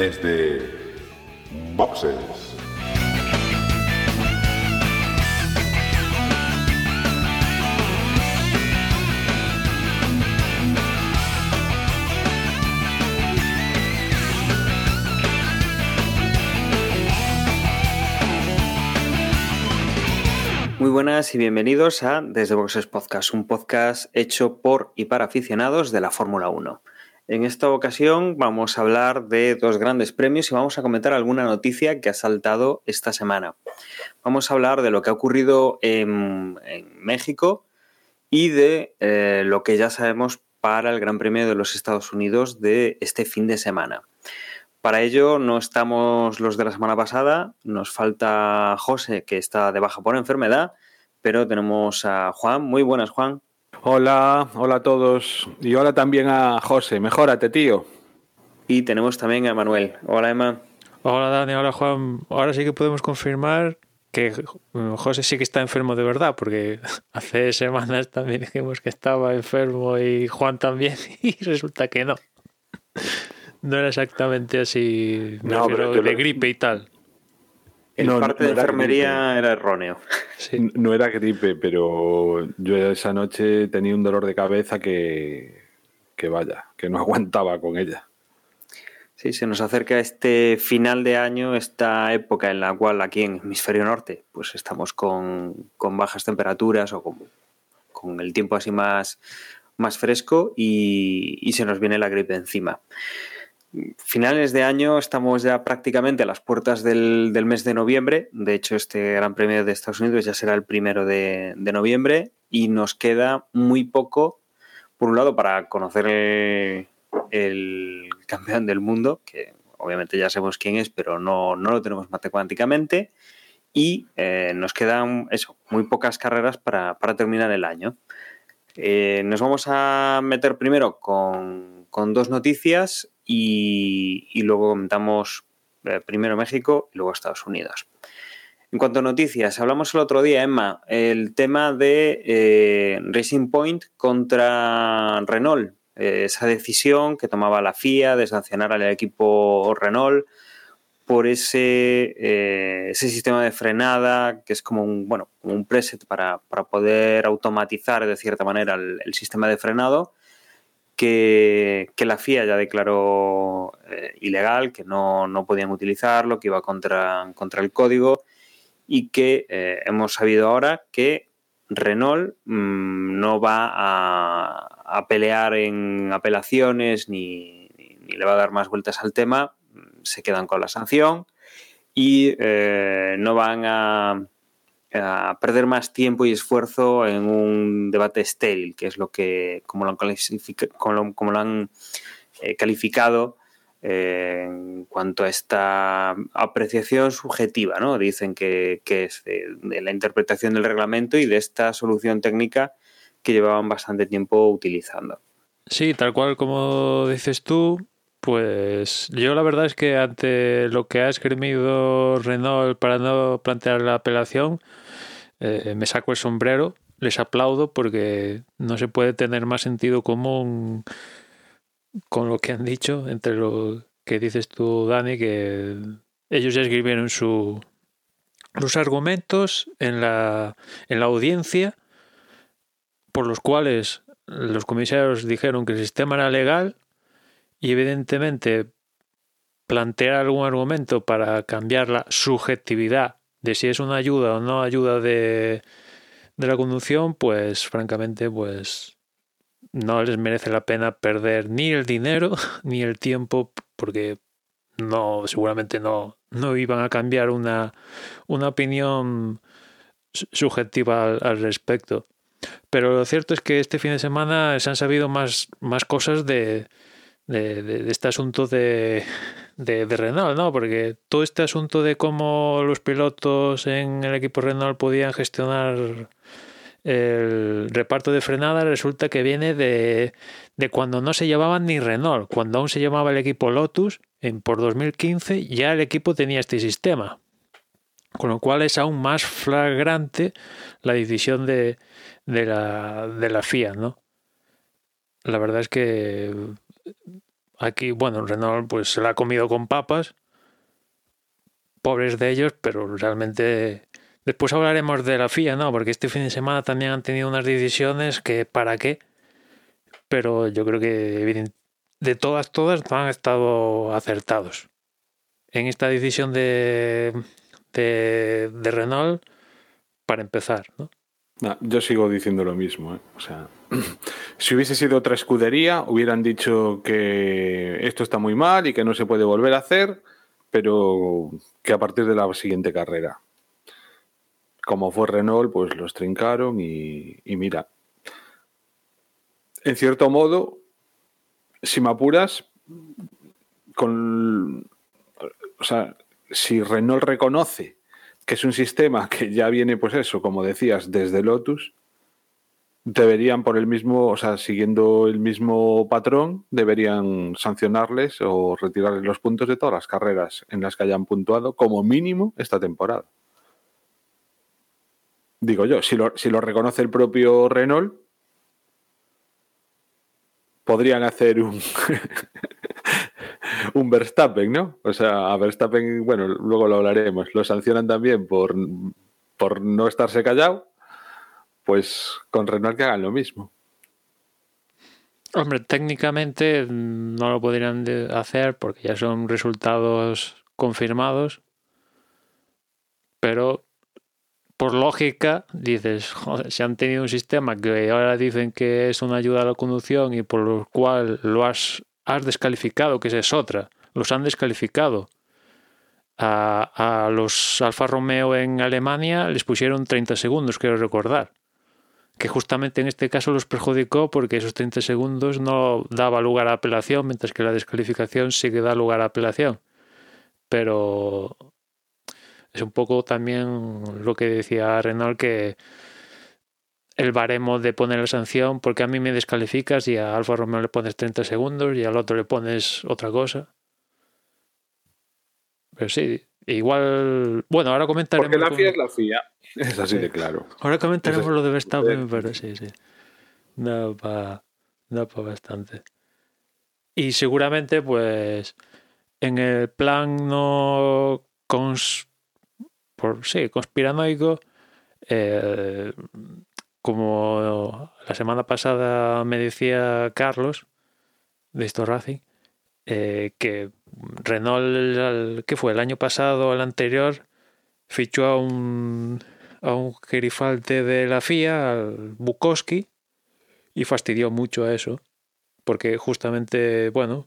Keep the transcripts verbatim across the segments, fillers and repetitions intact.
Mes de Boxes. Muy buenas y bienvenidos a Desde Boxes Podcast, un podcast hecho por y para aficionados de la Fórmula uno. En esta ocasión vamos a hablar de dos grandes premios y vamos a comentar alguna noticia que ha saltado esta semana. Vamos a hablar de lo que ha ocurrido en, en México y de eh, lo que ya sabemos para el Gran Premio de los Estados Unidos de este fin de semana. Para ello no estamos los de la semana pasada, nos falta José, que está de baja por enfermedad, pero tenemos a Juan. Muy buenas, Juan. Hola, hola a todos. Y hola también a José. Mejórate, tío. Y tenemos también a Manuel. Hola, Emma. Hola, Dani. Hola, Juan. Ahora sí que podemos confirmar que José sí que está enfermo de verdad, porque hace semanas también dijimos que estaba enfermo y Juan también, y resulta que no. No era exactamente así, no, pero de lo... gripe y tal. El no, parte no de enfermería era erróneo. Sí. No era gripe, pero yo esa noche tenía un dolor de cabeza que, que vaya, que no aguantaba con ella. Sí, se nos acerca este final de año, esta época en la cual aquí en Hemisferio Norte pues estamos con, con bajas temperaturas o con, con el tiempo así más, más fresco y, y se nos viene la gripe encima. Finales de año, estamos ya prácticamente a las puertas del, del mes de noviembre. De hecho, este Gran Premio de Estados Unidos ya será el primero de, de noviembre y nos queda muy poco, por un lado, para conocer el, el campeón del mundo, que obviamente ya sabemos quién es, pero no, no lo tenemos matemáticamente, y eh, nos quedan eso, muy pocas carreras para, para terminar el año. Eh, nos vamos a meter primero con, con dos noticias y, y luego comentamos eh, primero México y luego Estados Unidos. En cuanto a noticias, hablamos el otro día, Emma, el tema de eh, Racing Point contra Renault, eh, esa decisión que tomaba la F I A de sancionar al equipo Renault por ese, eh, ese sistema de frenada que es como un, bueno, un preset para, para poder automatizar de cierta manera el, el sistema de frenado que, que la F I A ya declaró eh, ilegal, que no, no podían utilizarlo, que iba contra, contra el código y que eh, hemos sabido ahora que Renault mmm, no va a, a pelear en apelaciones ni, ni, ni le va a dar más vueltas al tema. Se quedan con la sanción y eh, no van a, a perder más tiempo y esfuerzo en un debate estéril, que es lo que, como lo han, clasific- como lo, como lo han eh, calificado eh, en cuanto a esta apreciación subjetiva, ¿no? Dicen que, que es de, de la interpretación del reglamento y de esta solución técnica que llevaban bastante tiempo utilizando. Sí, tal cual como dices tú. Pues yo la verdad es que ante lo que ha esgrimido Renault para no plantear la apelación, eh, me saco el sombrero, les aplaudo porque no se puede tener más sentido común con lo que han dicho, entre lo que dices tú, Dani, que ellos ya escribieron su, sus argumentos en la, en la audiencia, por los cuales los comisarios dijeron que el sistema era legal. Y evidentemente plantear algún argumento para cambiar la subjetividad de si es una ayuda o no ayuda de, de la conducción, pues francamente pues no les merece la pena perder ni el dinero ni el tiempo, porque no, seguramente no, no iban a cambiar una, una opinión subjetiva al, al respecto. Pero lo cierto es que este fin de semana se han sabido más, más cosas de De, de, de este asunto de, de, de Renault, ¿no? Porque todo este asunto de cómo los pilotos en el equipo Renault podían gestionar el reparto de frenada resulta que viene de, de cuando no se llevaban ni Renault, cuando aún se llamaba el equipo Lotus, en, por dos mil quince ya el equipo tenía este sistema. Con lo cual es aún más flagrante la decisión de, de, la, de la F I A, ¿no? La verdad es que aquí, bueno, Renault pues se la ha comido con papas, pobres de ellos, pero realmente después hablaremos de la F I A, ¿no? Porque este fin de semana también han tenido unas decisiones que para qué, pero yo creo que de todas, todas han estado acertados. En esta decisión de, de, de Renault, para empezar, ¿no? No, yo sigo diciendo lo mismo, ¿eh? O sea, si hubiese sido otra escudería, hubieran dicho que esto está muy mal y que no se puede volver a hacer, pero que a partir de la siguiente carrera. Como fue Renault, pues los trincaron y, y mira, en cierto modo, si me apuras, con, o sea, si Renault reconoce que es un sistema que ya viene, pues eso, como decías, desde Lotus, deberían por el mismo, o sea, siguiendo el mismo patrón, deberían sancionarles o retirarles los puntos de todas las carreras en las que hayan puntuado, como mínimo, esta temporada. Digo yo, si lo, si lo reconoce el propio Renault, podrían hacer un un Verstappen, ¿no? O sea, a Verstappen, bueno, luego lo hablaremos, lo sancionan también por, por no estarse callado, pues con Renault que hagan lo mismo. Hombre, técnicamente no lo podrían hacer porque ya son resultados confirmados, pero por lógica dices, joder, si han tenido un sistema que ahora dicen que es una ayuda a la conducción y por lo cual lo has, has descalificado, que esa es otra, los han descalificado. A, a los Alfa Romeo en Alemania les pusieron treinta segundos, quiero recordar, que justamente en este caso los perjudicó porque esos treinta segundos no daba lugar a apelación, mientras que la descalificación sí que da lugar a apelación. Pero es un poco también lo que decía Renault, que el baremo de poner la sanción, porque a mí me descalificas y a Alfa Romeo le pones treinta segundos y al otro le pones otra cosa. Pero sí, igual... Bueno, ahora comentaremos... Porque la con... F I A es la F I A. Es así sí. de claro. Ahora comentaremos es... lo de Verstappen, pero sí, sí. Da para da pa bastante. Y seguramente, pues, en el plan no cons... por sí, conspiranoico, eh, como la semana pasada me decía Carlos de Esto Racing, eh, que Renault, ¿qué fue? El año pasado o el anterior, fichó a un a un gerifalte de la F I A, al Bukowski, y fastidió mucho a eso, porque justamente, bueno,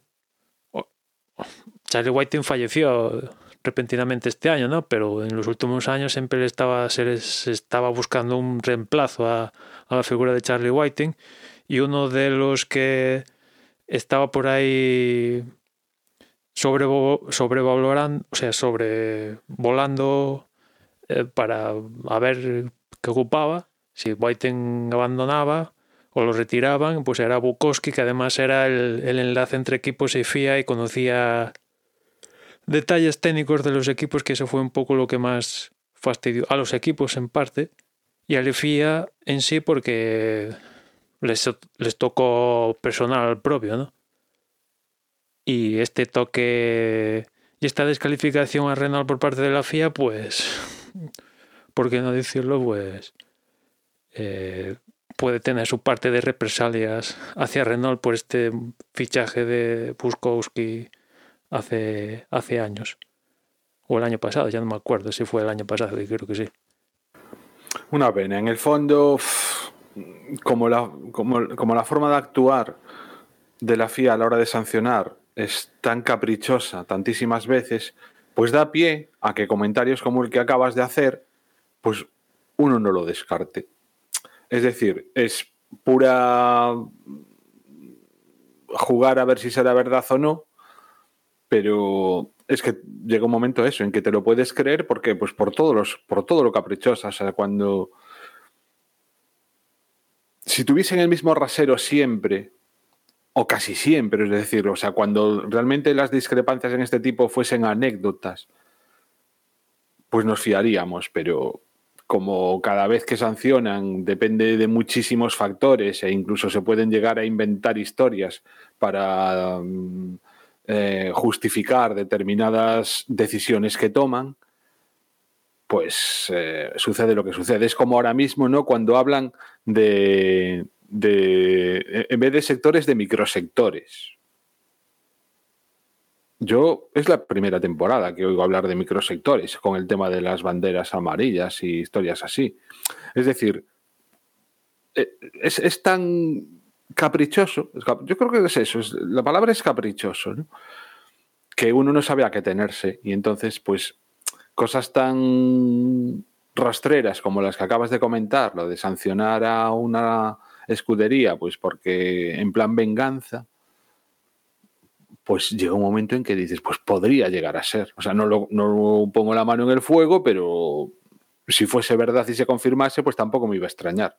Charlie Whiting falleció repentinamente este año, ¿no? Pero en los últimos años siempre le estaba, se les estaba buscando un reemplazo a, a la figura de Charlie Whiting, y uno de los que estaba por ahí sobrevalorando, o sea, sobrevolando eh, para a ver qué ocupaba, si Whiting abandonaba o lo retiraban, pues era Bukowski, que además era el, el enlace entre equipos y F I A y conocía detalles técnicos de los equipos, que eso fue un poco lo que más fastidió a los equipos en parte y a la F I A en sí, porque les, les tocó personal propio, ¿no? Y este toque y esta descalificación a Renault por parte de la F I A, pues, ¿por qué no decirlo? Pues eh, puede tener su parte de represalias hacia Renault por este fichaje de Bukowski hace, hace años. O el año pasado, ya no me acuerdo si fue el año pasado, y creo que sí. Una pena. En el fondo, como la, como, como la forma de actuar de la F I A a la hora de sancionar es tan caprichosa tantísimas veces, pues da pie a que comentarios como el que acabas de hacer, pues uno no lo descarte. Es decir, es pura jugar a ver si será verdad o no, pero es que llega un momento eso, en que te lo puedes creer, porque pues por todos los, por todo lo caprichosa. O sea, cuando si tuviesen el mismo rasero siempre, o casi siempre, es decir, o sea, cuando realmente las discrepancias en este tipo fuesen anécdotas, pues nos fiaríamos, pero como cada vez que sancionan depende de muchísimos factores e incluso se pueden llegar a inventar historias para um, eh, justificar determinadas decisiones que toman, pues eh, sucede lo que sucede. Es como ahora mismo, ¿no? Cuando hablan de, de, en vez de sectores, de microsectores. Yo, es la primera temporada que oigo hablar de microsectores con el tema de las banderas amarillas y historias así. Es decir, es, es tan caprichoso, yo creo que es eso, es, la palabra es caprichoso, ¿no? Que uno no sabe a qué tenerse y entonces, pues, cosas tan rastreras como las que acabas de comentar, lo de sancionar a una escudería, pues porque en plan venganza, pues llega un momento en que dices, pues podría llegar a ser. O sea, no, lo, no pongo la mano en el fuego, pero si fuese verdad y se confirmase, pues tampoco me iba a extrañar.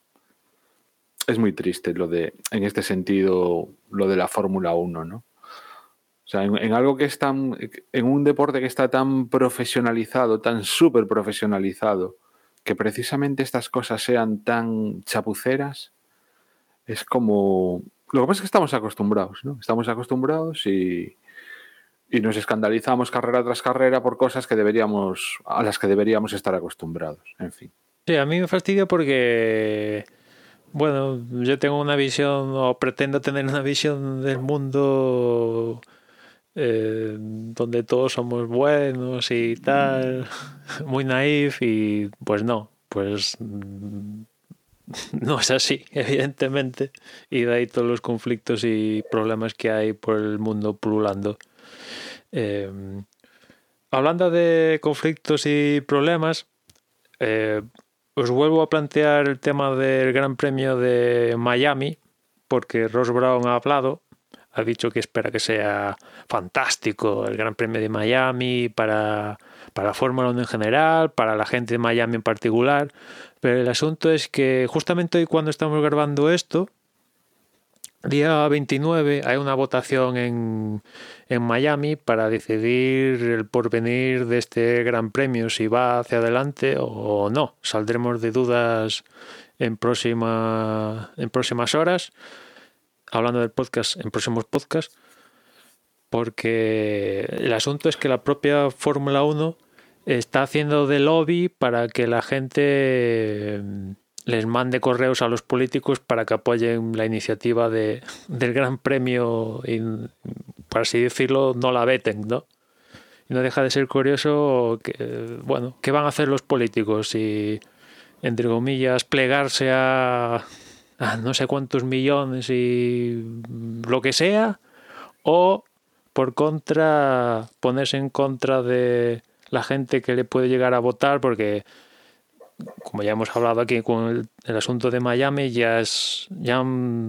Es muy triste lo de, en este sentido, lo de la Fórmula uno, ¿no? O sea, en, en algo que es tan, en un deporte que está tan profesionalizado, tan súper profesionalizado, que precisamente estas cosas sean tan chapuceras, es como... Lo que pasa es que estamos acostumbrados, ¿no? Estamos acostumbrados y, y nos escandalizamos carrera tras carrera por cosas que deberíamos, a las que deberíamos estar acostumbrados, en fin. Sí, a mí me fastidia porque, bueno, yo tengo una visión, o pretendo tener una visión del mundo eh, donde todos somos buenos y tal, muy naif, y pues no, pues no es así, evidentemente, y de ahí todos los conflictos y problemas que hay por el mundo pululando. Eh, hablando de conflictos y problemas, eh, os vuelvo a plantear el tema del Gran Premio de Miami, porque Ross Brown ha hablado, ha dicho que espera que sea fantástico el Gran Premio de Miami para, para la Fórmula uno en general, para la gente de Miami en particular, pero el asunto es que justamente hoy, cuando estamos grabando esto, día veintinueve, hay una votación en, en Miami para decidir el porvenir de este Gran Premio, si va hacia adelante o no. Saldremos de dudas en, próxima, en próximas horas, hablando del podcast, en próximos podcasts, porque el asunto es que la propia Fórmula uno está haciendo de lobby para que la gente les mande correos a los políticos para que apoyen la iniciativa de, del Gran Premio y, por así decirlo, no la veten, ¿no? Y no deja de ser curioso que, bueno, ¿qué van a hacer los políticos? Si, entre comillas, plegarse a, a no sé cuántos millones y lo que sea, o por contra ponerse en contra de la gente que le puede llegar a votar, porque, como ya hemos hablado aquí con el, el asunto de Miami, ya es ya,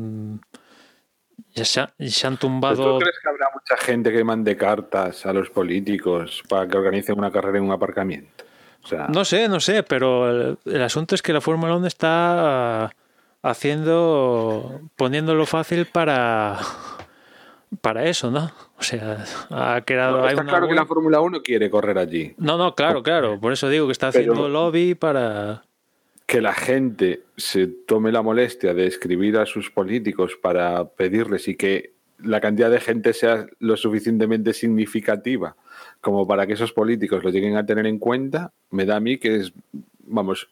ya se, ha, se han tumbado. ¿Tú crees que habrá mucha gente que mande cartas a los políticos para que organicen una carrera en un aparcamiento? O sea... No sé, no sé, pero el, el asunto es que la Fórmula uno está haciendo, poniéndolo fácil para para eso, ¿no? O sea, ha creado... Bueno, hay está una claro web... que la Fórmula uno quiere correr allí. No, no, claro, claro. Por eso digo que está haciendo Pero lobby para... que la gente se tome la molestia de escribir a sus políticos para pedirles y que la cantidad de gente sea lo suficientemente significativa como para que esos políticos lo lleguen a tener en cuenta, me da a mí que es, vamos,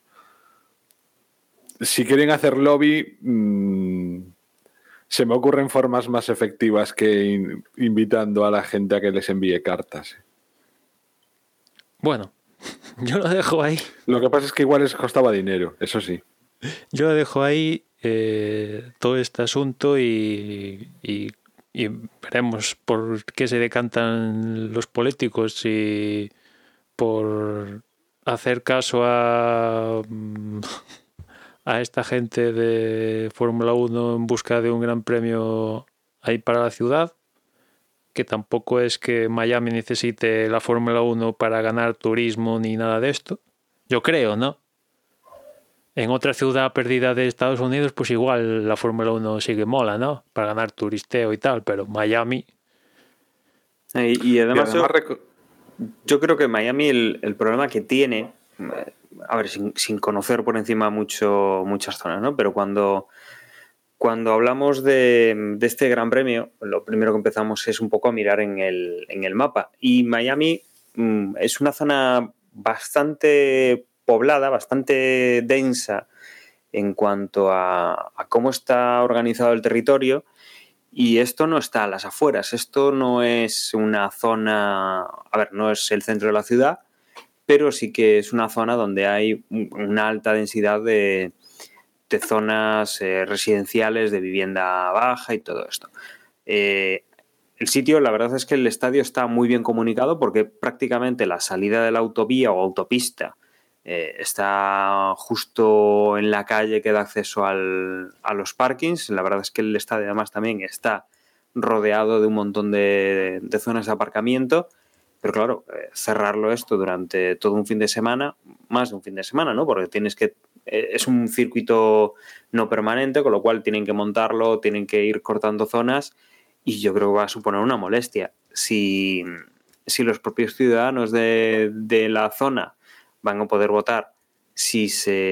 si quieren hacer lobby, mmm, se me ocurren formas más efectivas que in, invitando a la gente a que les envíe cartas. Bueno, yo lo dejo ahí. Lo que pasa es que igual les costaba dinero, eso sí. Yo lo dejo ahí, eh, todo este asunto, y, y, y veremos por qué se decantan los políticos, si por hacer caso a... a esta gente de Fórmula uno en busca de un gran premio ahí para la ciudad, que tampoco es que Miami necesite la Fórmula uno para ganar turismo ni nada de esto. Yo creo, ¿no? En otra ciudad perdida de Estados Unidos, pues igual la Fórmula uno sigue mola, ¿no? Para ganar turisteo y tal, pero Miami... Y, y además, y además yo, yo creo que Miami el, el problema que tiene... a ver, sin, sin conocer por encima mucho muchas zonas, ¿no? Pero cuando, cuando hablamos de, de este Gran Premio, lo primero que empezamos es un poco a mirar en el, en el mapa. Y Miami mmm, es una zona bastante poblada, bastante densa en cuanto a, a cómo está organizado el territorio. Y esto no está a las afueras, esto no es una zona, a ver, no es el centro de la ciudad, pero sí que es una zona donde hay una alta densidad de, de zonas eh, residenciales, de vivienda baja y todo esto. Eh, el sitio, la verdad es que el estadio está muy bien comunicado porque prácticamente la salida de la autovía o autopista Eh, está justo en la calle que da acceso al, a los parkings. La verdad es que el estadio además también está rodeado de un montón de, de zonas de aparcamiento, pero claro, eh, cerrarlo esto durante todo un fin de semana, más de un fin de semana, ¿no? Porque tienes que eh, es un circuito no permanente, con lo cual tienen que montarlo, tienen que ir cortando zonas y yo creo que va a suponer una molestia. Si, si los propios ciudadanos de, de la zona van a poder votar si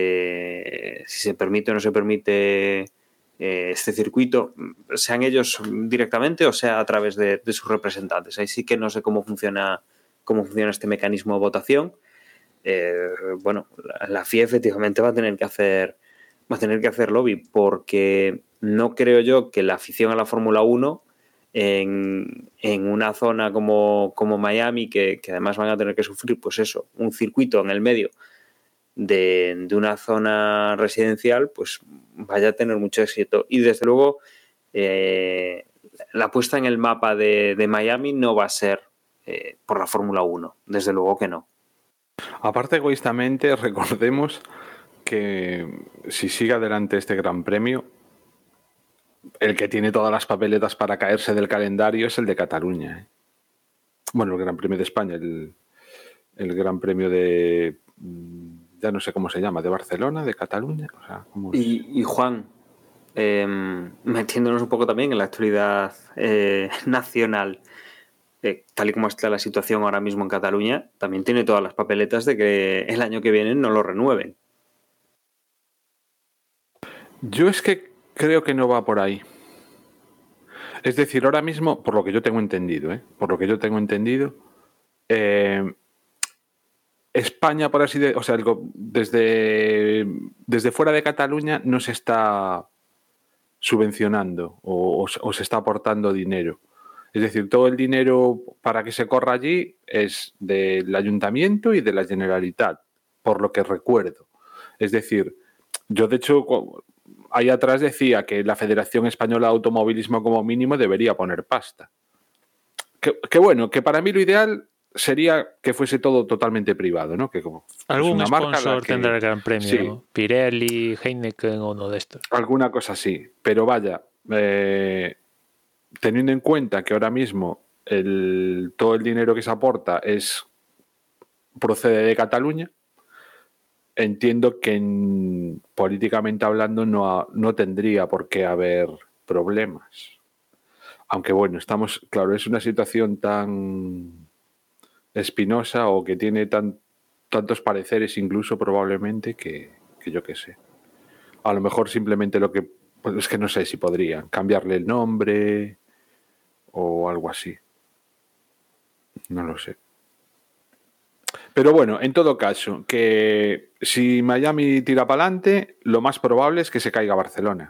se, si se permite o no se permite eh, este circuito, sean ellos directamente o sea a través de, de sus representantes. Ahí sí que no sé cómo funciona, cómo funciona este mecanismo de votación. Eh, bueno, la, la F I A efectivamente va a tener que hacer va a tener que hacer lobby porque no creo yo que la afición a la Fórmula uno En, en una zona como, como Miami, que, que además van a tener que sufrir, pues eso, un circuito en el medio de, de una zona residencial, pues vaya a tener mucho éxito. Y desde luego, eh, la puesta en el mapa de, de Miami no va a ser eh, por la Fórmula uno, desde luego que no. Aparte, egoístamente, recordemos que si sigue adelante este Gran Premio, el que tiene todas las papeletas para caerse del calendario es el de Cataluña. ¿eh? Bueno, el Gran Premio de España, el, el Gran Premio de... ya no sé cómo se llama, de Barcelona, de Cataluña. O sea, ¿cómo es? Y, y Juan, eh, metiéndonos un poco también en la actualidad eh, nacional, eh, tal y como está la situación ahora mismo en Cataluña, también tiene todas las papeletas de que el año que viene no lo renueven. Yo es que creo que no va por ahí. Es decir, ahora mismo, por lo que yo tengo entendido, ¿eh? por lo que yo tengo entendido, eh, España, por así decirlo, o sea, el, desde, desde fuera de Cataluña no se está subvencionando o, o, o se está aportando dinero. Es decir, todo el dinero para que se corra allí es del Ayuntamiento y de la Generalitat, por lo que recuerdo. Es decir, yo de hecho... ahí atrás decía que la Federación Española de Automovilismo como mínimo debería poner pasta. Que, que bueno, que para mí lo ideal sería que fuese todo totalmente privado, ¿no? Que como algún una sponsor marca que, tendrá el Gran Premio, sí, ¿no? Pirelli, Heineken o uno de estos. Alguna cosa así. Pero vaya, eh, teniendo en cuenta que ahora mismo el, todo el dinero que se aporta es procede de Cataluña, entiendo que en, políticamente hablando no, ha, no tendría por qué haber problemas. Aunque bueno, estamos, claro, es una situación tan espinosa o que tiene tan, tantos pareceres incluso probablemente que, que yo qué sé. A lo mejor simplemente lo que, pues es que no sé si podrían cambiarle el nombre o algo así. No lo sé. Pero bueno, en todo caso, que si Miami tira para adelante, lo más probable es que se caiga Barcelona.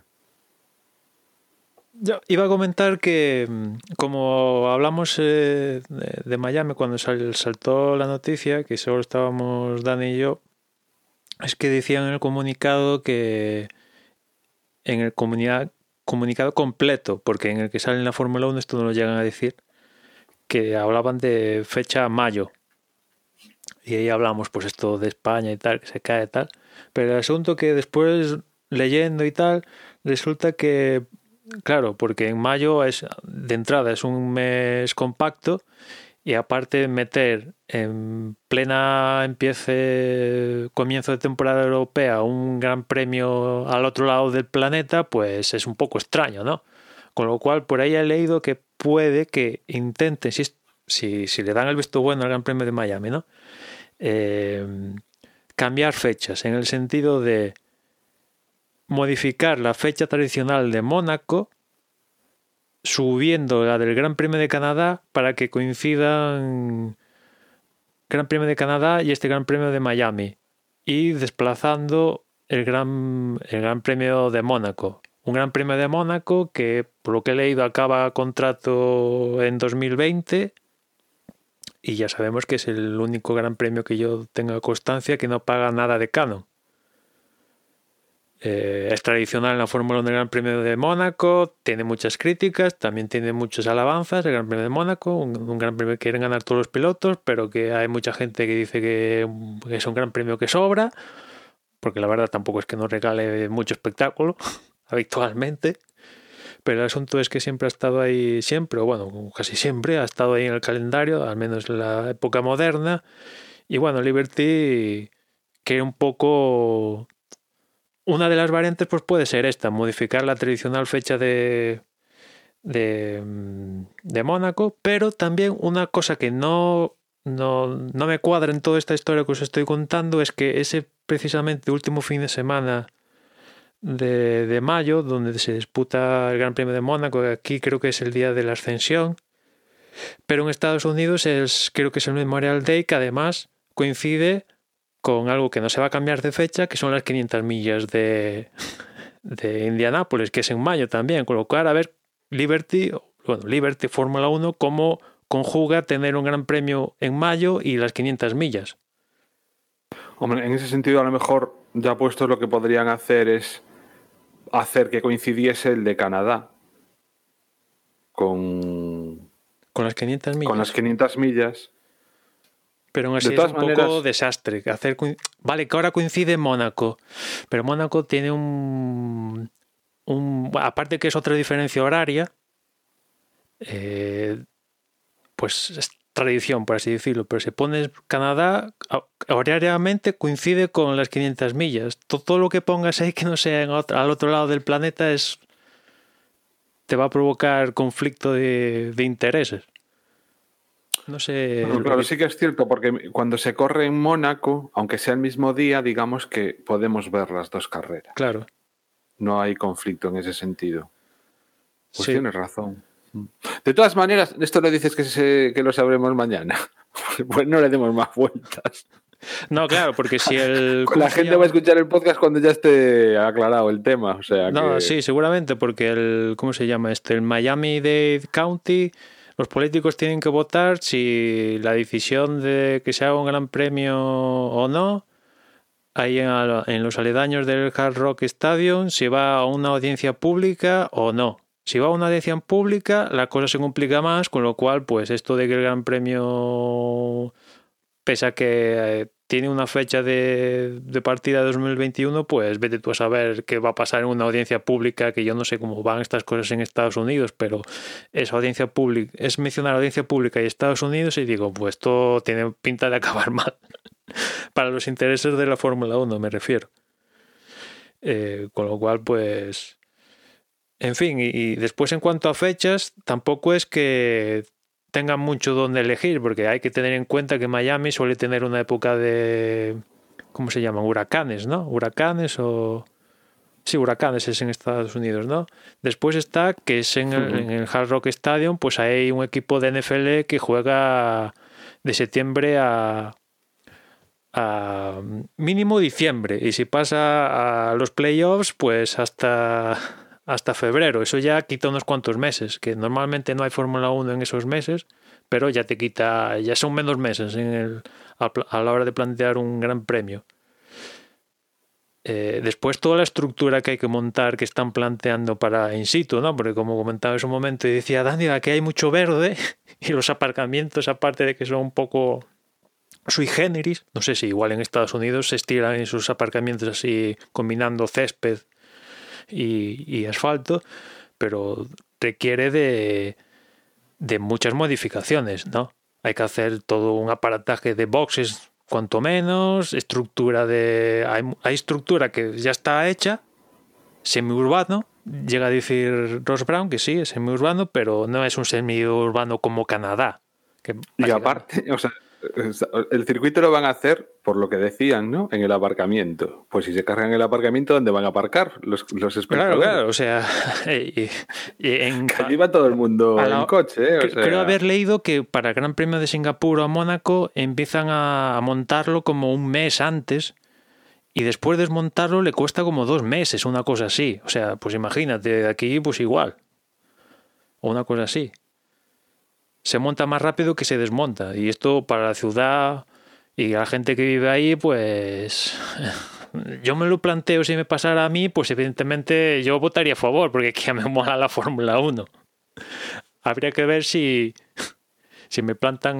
Yo iba a comentar que, como hablamos eh, de, de Miami cuando sal, saltó la noticia, que solo estábamos Dani y yo, es que decían en el comunicado que en el comunica, comunicado completo, porque en el que sale en la Fórmula uno esto no lo llegan a decir, que hablaban de fecha mayo. Y ahí hablamos, pues esto de España y tal, que se cae y tal. Pero el asunto que después, leyendo y tal, resulta que, claro, porque en mayo es de entrada es un mes compacto y aparte meter en plena empiece comienzo de temporada europea un gran premio al otro lado del planeta, pues es un poco extraño, ¿no? Con lo cual, por ahí he leído que puede que intenten, si, si, si le dan el visto bueno al Gran Premio de Miami, ¿no? Eh, cambiar fechas, en el sentido de modificar la fecha tradicional de Mónaco, subiendo la del Gran Premio de Canadá para que coincidan Gran Premio de Canadá y este Gran Premio de Miami, y desplazando el Gran, el Gran Premio de Mónaco. Un Gran Premio de Mónaco que, por lo que he leído, acaba contrato en dos mil veinte y ya sabemos que es el único Gran Premio que yo tenga constancia que no paga nada de canon. Eh, es tradicional en la Fórmula uno del Gran Premio de Mónaco, tiene muchas críticas, también tiene muchas alabanzas el Gran Premio de Mónaco, un, un Gran Premio que quieren ganar todos los pilotos, pero que hay mucha gente que dice que, que es un Gran Premio que sobra, porque la verdad tampoco es que nos regale mucho espectáculo habitualmente, pero el asunto es que siempre ha estado ahí, siempre, o bueno, casi siempre ha estado ahí en el calendario, al menos en la época moderna, y bueno, Liberty que un poco... Una de las variantes pues puede ser esta, modificar la tradicional fecha de, de, de Mónaco, pero también una cosa que no, no, no me cuadra en toda esta historia que os estoy contando es que ese precisamente último fin de semana de, de mayo, donde se disputa el Gran Premio de Mónaco, que aquí creo que es el día de la Ascensión, pero en Estados Unidos es, creo que es el Memorial Day, que además coincide con algo que no se va a cambiar de fecha, que son las quinientas millas de, de Indianápolis, que es en mayo también, con lo cual a ver Liberty, bueno, Liberty Fórmula uno, cómo conjuga tener un gran premio en mayo y las quinientas millas. Hombre, en ese sentido a lo mejor ya puesto lo que podrían hacer es hacer que coincidiese el de Canadá con, con las quinientas millas. Con las quinientas millas. Pero aún así es un maneras... poco desastre. Hacer, vale, que ahora coincide Mónaco, pero Mónaco tiene un, un... Aparte que es otra diferencia horaria, eh, pues es tradición, por así decirlo, pero si pones Canadá, horariamente coincide con las quinientas millas. Todo, todo lo que pongas ahí que no sea en otro, al otro lado del planeta es te va a provocar conflicto de, de intereses. No sé. Bueno, claro, sí que es cierto, porque cuando se corre en Mónaco, aunque sea el mismo día, digamos que podemos ver las dos carreras. Claro. No hay conflicto en ese sentido. Pues sí. Tienes razón. De todas maneras, esto lo dices que, se, que lo sabremos mañana. Pues no le demos más vueltas. No, claro, porque si el... La gente llama? va a escuchar el podcast cuando ya esté aclarado el tema. O sea no, que... sí, seguramente, porque el... ¿Cómo se llama este? El Miami-Dade County... Los políticos tienen que votar si la decisión de que se haga un gran premio o no, ahí en, en los aledaños del Hard Rock Stadium, si va a una audiencia pública o no. Si va a una audiencia pública, la cosa se complica más, con lo cual, pues esto de que el gran premio, pese a que eh, tiene una fecha de, de partida de dos mil veintiuno, pues vete tú a saber qué va a pasar en una audiencia pública, que yo no sé cómo van estas cosas en Estados Unidos, pero esa audiencia pública, es mencionar audiencia pública y Estados Unidos y digo, pues esto tiene pinta de acabar mal. Para los intereses de la Fórmula uno me refiero. Eh, con lo cual, pues... En fin, y, y después en cuanto a fechas, tampoco es que tengan mucho donde elegir, porque hay que tener en cuenta que Miami suele tener una época de... ¿Cómo se llaman? Huracanes, ¿no? Huracanes o... Sí, huracanes es en Estados Unidos, ¿no? Después está que es en el, uh-huh. en el Hard Rock Stadium, pues hay un equipo de N F L que juega de septiembre a... a mínimo diciembre, y si pasa a los playoffs, pues hasta... hasta febrero. Eso ya quita unos cuantos meses, que normalmente no hay Fórmula uno en esos meses, pero ya te quita, ya son menos meses en el, a, a la hora de plantear un gran premio. Eh, después toda la estructura que hay que montar, que están planteando para in situ, ¿no? Porque como comentaba en su momento y decía Dani, aquí hay mucho verde y los aparcamientos, aparte de que son un poco sui generis, no sé si igual en Estados Unidos se estiran en sus aparcamientos así combinando césped Y, y asfalto, pero requiere de, de muchas modificaciones, ¿no? Hay que hacer todo un aparataje de boxes, cuanto menos, estructura de... Hay, hay estructura que ya está hecha, semiurbano, llega a decir Ross Brown que sí, es semiurbano, pero no es un semiurbano como Canadá. Que y aparte, o sea, el circuito lo van a hacer por lo que decían, ¿no? En el aparcamiento. Pues si se cargan el aparcamiento, ¿dónde van a aparcar los, los espectadores? Claro, claro, o sea, y, y en, que allí va todo el mundo la, en coche, ¿eh? O creo, sea... creo haber leído que para el Gran Premio de Singapur o Mónaco empiezan a, a montarlo como un mes antes y después de desmontarlo le cuesta como dos meses, una cosa así. O sea, pues imagínate, de aquí pues igual. O una cosa así. Se monta más rápido que se desmonta. Y esto para la ciudad y la gente que vive ahí, pues... Yo me lo planteo si me pasara a mí, pues evidentemente yo votaría a favor, porque que me mola la Fórmula uno. Habría que ver si, si me plantan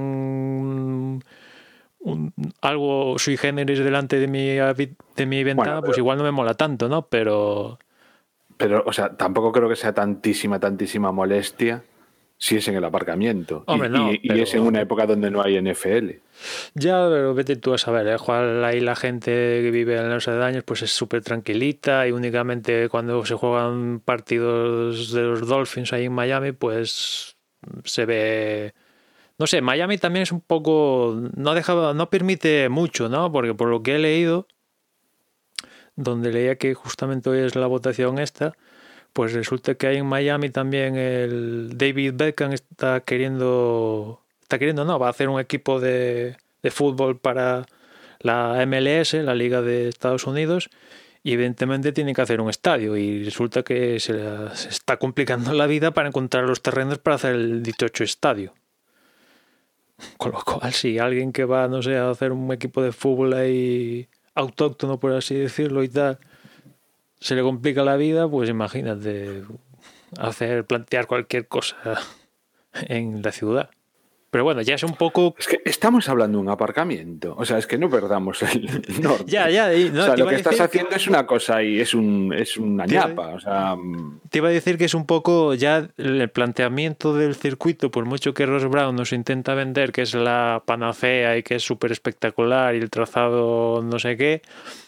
un, algo sui generis delante de mi, de mi ventana, bueno, pero, pues igual no me mola tanto, ¿no? Pero... Pero, o sea, tampoco creo que sea tantísima, tantísima molestia si es en el aparcamiento. Hombre, y, no, y, pero... y es en una época donde no hay N F L. Ya, pero vete tú a saber, ¿eh? Jugar ahí la gente que vive en los aledaños pues es súper tranquilita y únicamente cuando se juegan partidos de los Dolphins ahí en Miami pues se ve... No sé, Miami también es un poco... No deja, no permite mucho, ¿no? Porque por lo que he leído, donde leía que justamente hoy es la votación esta, pues resulta que hay en Miami también el David Beckham está queriendo... Está queriendo, no, va a hacer un equipo de, de fútbol para la M L S, la Liga de Estados Unidos, y evidentemente tiene que hacer un estadio y resulta que se, se está complicando la vida para encontrar los terrenos para hacer el dichoso estadio. Con lo cual, si alguien que va, no sé, a hacer un equipo de fútbol ahí autóctono, por así decirlo, y tal, se le complica la vida, pues imagínate hacer, plantear cualquier cosa en la ciudad. Pero bueno, ya es un poco... Es que estamos hablando de un aparcamiento. O sea, es que no perdamos el norte. ya, ya. Y, no, o sea, lo que estás decir... haciendo es una cosa y es, un, es una ñapa. O sea... Te iba a decir que es un poco ya el planteamiento del circuito, por mucho que Ross Brown nos intenta vender que es la panacea y que es súper espectacular y el trazado no sé qué.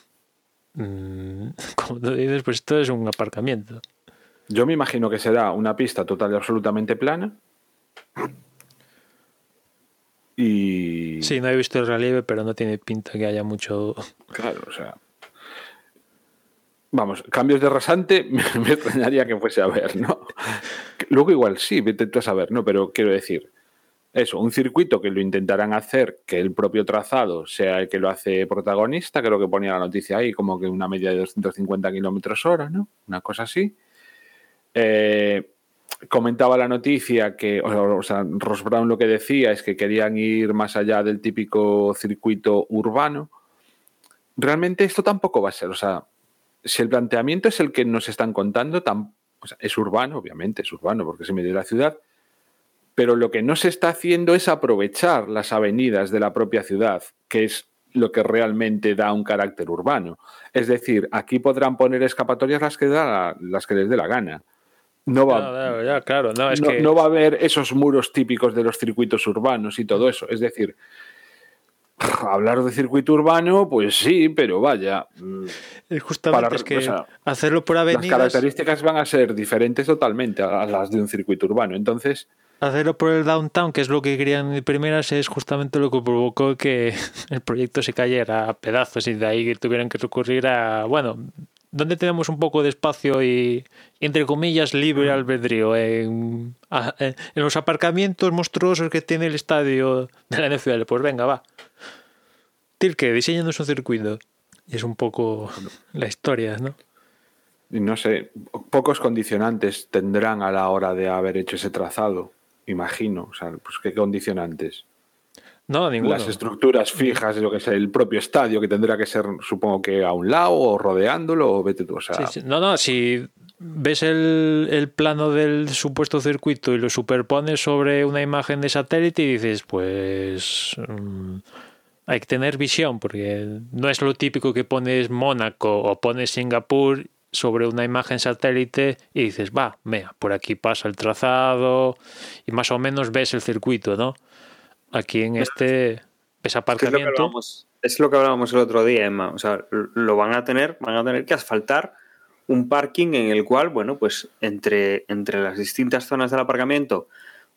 Como tú dices, pues esto es un aparcamiento. Yo me imagino que será una pista total y absolutamente plana. Y... Sí, no he visto el relieve, pero no tiene pinta que haya mucho... Claro, o sea... Vamos, cambios de rasante me, me extrañaría que fuese a ver, ¿no? Luego igual sí, vete tú a saber, ¿no? Pero quiero decir, eso, un circuito que lo intentarán hacer, que el propio trazado sea el que lo hace protagonista, creo que ponía la noticia ahí, como que una media de doscientos cincuenta kilómetros hora, ¿no? Una cosa así. Eh... Comentaba la noticia que, o sea, Ross Brown lo que decía es que querían ir más allá del típico circuito urbano. Realmente esto tampoco va a ser, o sea, si el planteamiento es el que nos están contando, tam, o sea, es urbano, obviamente es urbano porque es en medio de la ciudad, pero lo que no se está haciendo es aprovechar las avenidas de la propia ciudad, que es lo que realmente da un carácter urbano. Es decir, aquí podrán poner escapatorias las que, da, las que les dé la gana. No va, no, no, ya, claro, no, es no, que... no va a haber esos muros típicos de los circuitos urbanos y todo eso. Es decir, hablar de circuito urbano, pues sí, pero vaya. Es justamente para, es que o sea, hacerlo por avenidas... Las características van a ser diferentes totalmente a las de un circuito urbano. Entonces... Hacerlo por el downtown, que es lo que querían de primeras, es justamente lo que provocó que el proyecto se cayera a pedazos y de ahí que tuvieran que recurrir a... Bueno... ¿Dónde tenemos un poco de espacio y, entre comillas, libre albedrío? En, en los aparcamientos monstruosos que tiene el estadio de la N F L. Pues venga, va. Tilke, diseñando un circuito. Y es un poco la historia, ¿no? Y no sé, pocos condicionantes tendrán a la hora de haber hecho ese trazado, imagino. O sea, pues ¿qué condicionantes? No, ninguno. Las estructuras fijas, lo que sea, el propio estadio, que tendrá que ser, supongo que a un lado o rodeándolo, o vete tú, o sea... Sí, sí. No, no, si ves el, el plano del supuesto circuito y lo superpones sobre una imagen de satélite y dices, pues... Mmm, hay que tener visión, porque no es lo típico que pones Mónaco o pones Singapur sobre una imagen satélite y dices, va, mira, por aquí pasa el trazado y más o menos ves el circuito, ¿no? Aquí en este ves aparcamiento. Es lo que hablábamos, es lo que hablábamos el otro día, Emma. O sea, lo van a tener, van a tener que asfaltar un parking en el cual, bueno, pues entre, entre las distintas zonas del aparcamiento,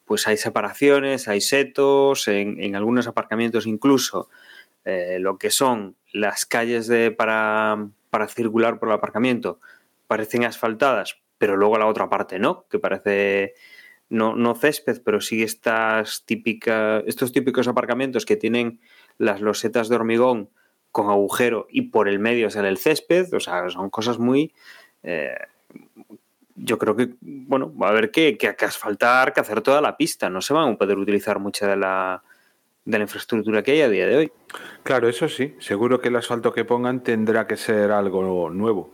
pues hay separaciones, hay setos, en, en algunos aparcamientos incluso eh, lo que son las calles de, para, para circular por el aparcamiento parecen asfaltadas, pero luego la otra parte no, que parece no, no césped, pero sí estas típicas, estos típicos aparcamientos que tienen las losetas de hormigón con agujero y por el medio sale el césped. O sea, son cosas muy... Eh, yo creo que, bueno, va a haber que, que, que asfaltar, que hacer toda la pista. No se van a poder utilizar mucha de la, de la infraestructura que hay a día de hoy. Claro, eso sí. Seguro que el asfalto que pongan tendrá que ser algo nuevo.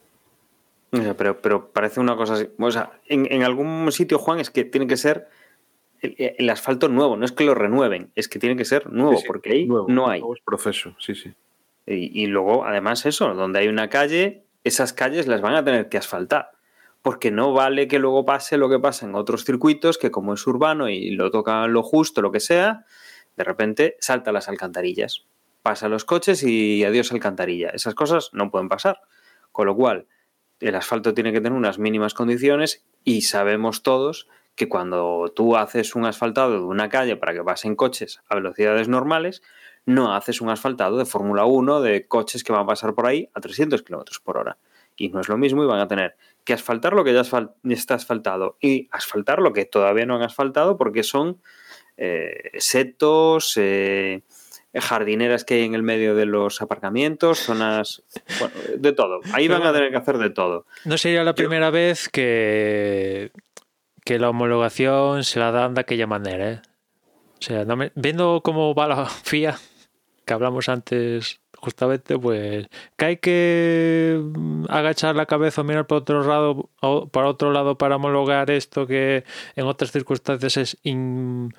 O sea, pero, pero parece una cosa así. O sea, en, en algún sitio, Juan, es que tiene que ser el, el asfalto nuevo. No es que lo renueven, es que tiene que ser nuevo, sí, sí, porque ahí nuevo, no hay. Nuevo es proceso, sí, sí. Y, y luego, además, eso, donde hay una calle, esas calles las van a tener que asfaltar. Porque no vale que luego pase lo que pasa en otros circuitos, que como es urbano y lo tocan lo justo, lo que sea, de repente salta las alcantarillas. Pasan los coches y adiós alcantarilla. Esas cosas no pueden pasar. Con lo cual, el asfalto tiene que tener unas mínimas condiciones y sabemos todos que cuando tú haces un asfaltado de una calle para que pasen coches a velocidades normales, no haces un asfaltado de Fórmula uno de coches que van a pasar por ahí a trescientos kilómetros por hora. Y no es lo mismo y van a tener que asfaltar lo que ya asfalt- está asfaltado y asfaltar lo que todavía no han asfaltado porque son eh, setos, eh, jardineras que hay en el medio de los aparcamientos, zonas, bueno, de todo. Ahí van a tener que hacer de todo. No sería la Yo... primera vez que, que la homologación se la dan de aquella manera, ¿eh? O sea, no me, viendo cómo va la F I A, que hablamos antes justamente, pues que hay que agachar la cabeza o mirar por otro lado, o para otro lado para homologar esto que en otras circunstancias es in,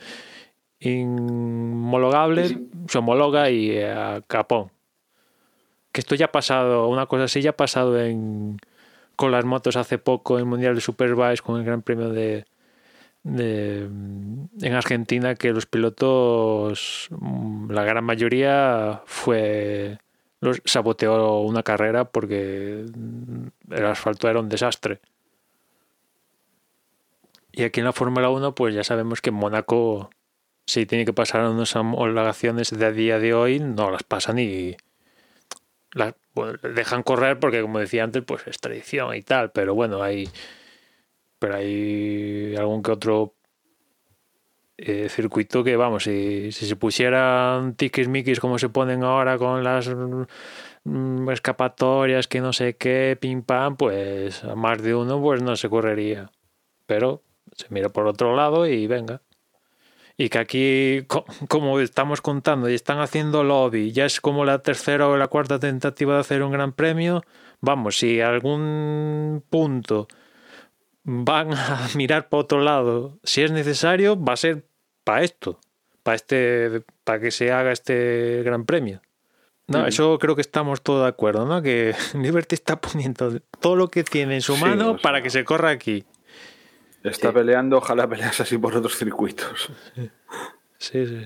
inhomologable, sí. Se homologa y eh, a capón. Que esto ya ha pasado, una cosa así ya ha pasado en, con las motos hace poco en el Mundial de Superbikes con el Gran Premio de De, en Argentina, que los pilotos, la gran mayoría fue los saboteó una carrera porque el asfalto era un desastre. Y aquí en la Fórmula uno pues ya sabemos que en Mónaco si tiene que pasar unas homologaciones de a día de hoy no las pasan y las bueno, dejan correr porque como decía antes pues es tradición y tal, pero bueno hay pero hay algún que otro eh, circuito que, vamos, si, si se pusieran tiquismiquis como se ponen ahora con las mm, escapatorias que no sé qué, pim pam, pues a más de uno pues no se correría. Pero se mira por otro lado y venga. Y que aquí, como estamos contando, y están haciendo lobby, ya es como la tercera o la cuarta tentativa de hacer un gran premio, vamos, si algún punto van a mirar para otro lado si es necesario, va a ser para esto, para este, para que se haga este gran premio. No, mm. Eso creo que estamos todos de acuerdo, ¿no? Que Liberty está poniendo todo lo que tiene en su sí, mano o sea, para que se corra aquí. Está sí. peleando, ojalá peleas así por otros circuitos. Sí, sí.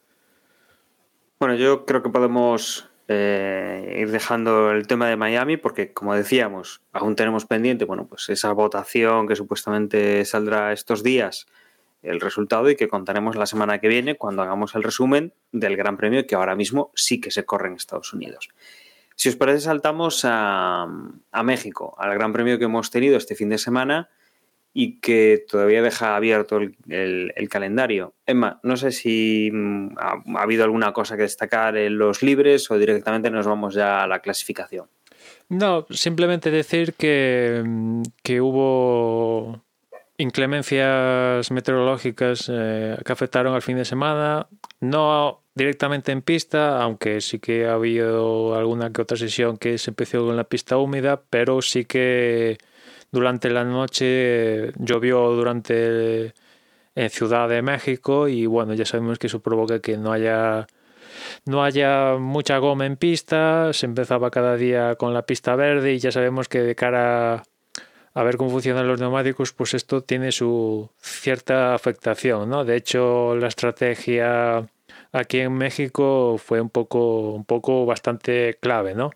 Bueno, yo creo que podemos Eh, ir dejando el tema de Miami porque, como decíamos, aún tenemos pendiente, bueno, pues esa votación que supuestamente saldrá estos días, el resultado, y que contaremos la semana que viene cuando hagamos el resumen del Gran Premio que ahora mismo sí que se corre en Estados Unidos. Si os parece, saltamos a, a México, al Gran Premio que hemos tenido este fin de semana y que todavía deja abierto el, el, el calendario. Emma, no sé si ha, ha habido alguna cosa que destacar en los libres o directamente nos vamos ya a la clasificación. No, simplemente decir que, que hubo inclemencias meteorológicas eh, que afectaron al fin de semana, no directamente en pista, aunque sí que ha habido alguna que otra sesión que se empezó con la pista húmeda, pero sí que durante la noche llovió durante en Ciudad de México y bueno, ya sabemos que eso provoca que no haya no haya mucha goma en pista. Se empezaba cada día con la pista verde y ya sabemos que de cara a ver cómo funcionan los neumáticos, pues esto tiene su cierta afectación, ¿no? De hecho, la estrategia aquí en México fue un poco un poco bastante clave, ¿no?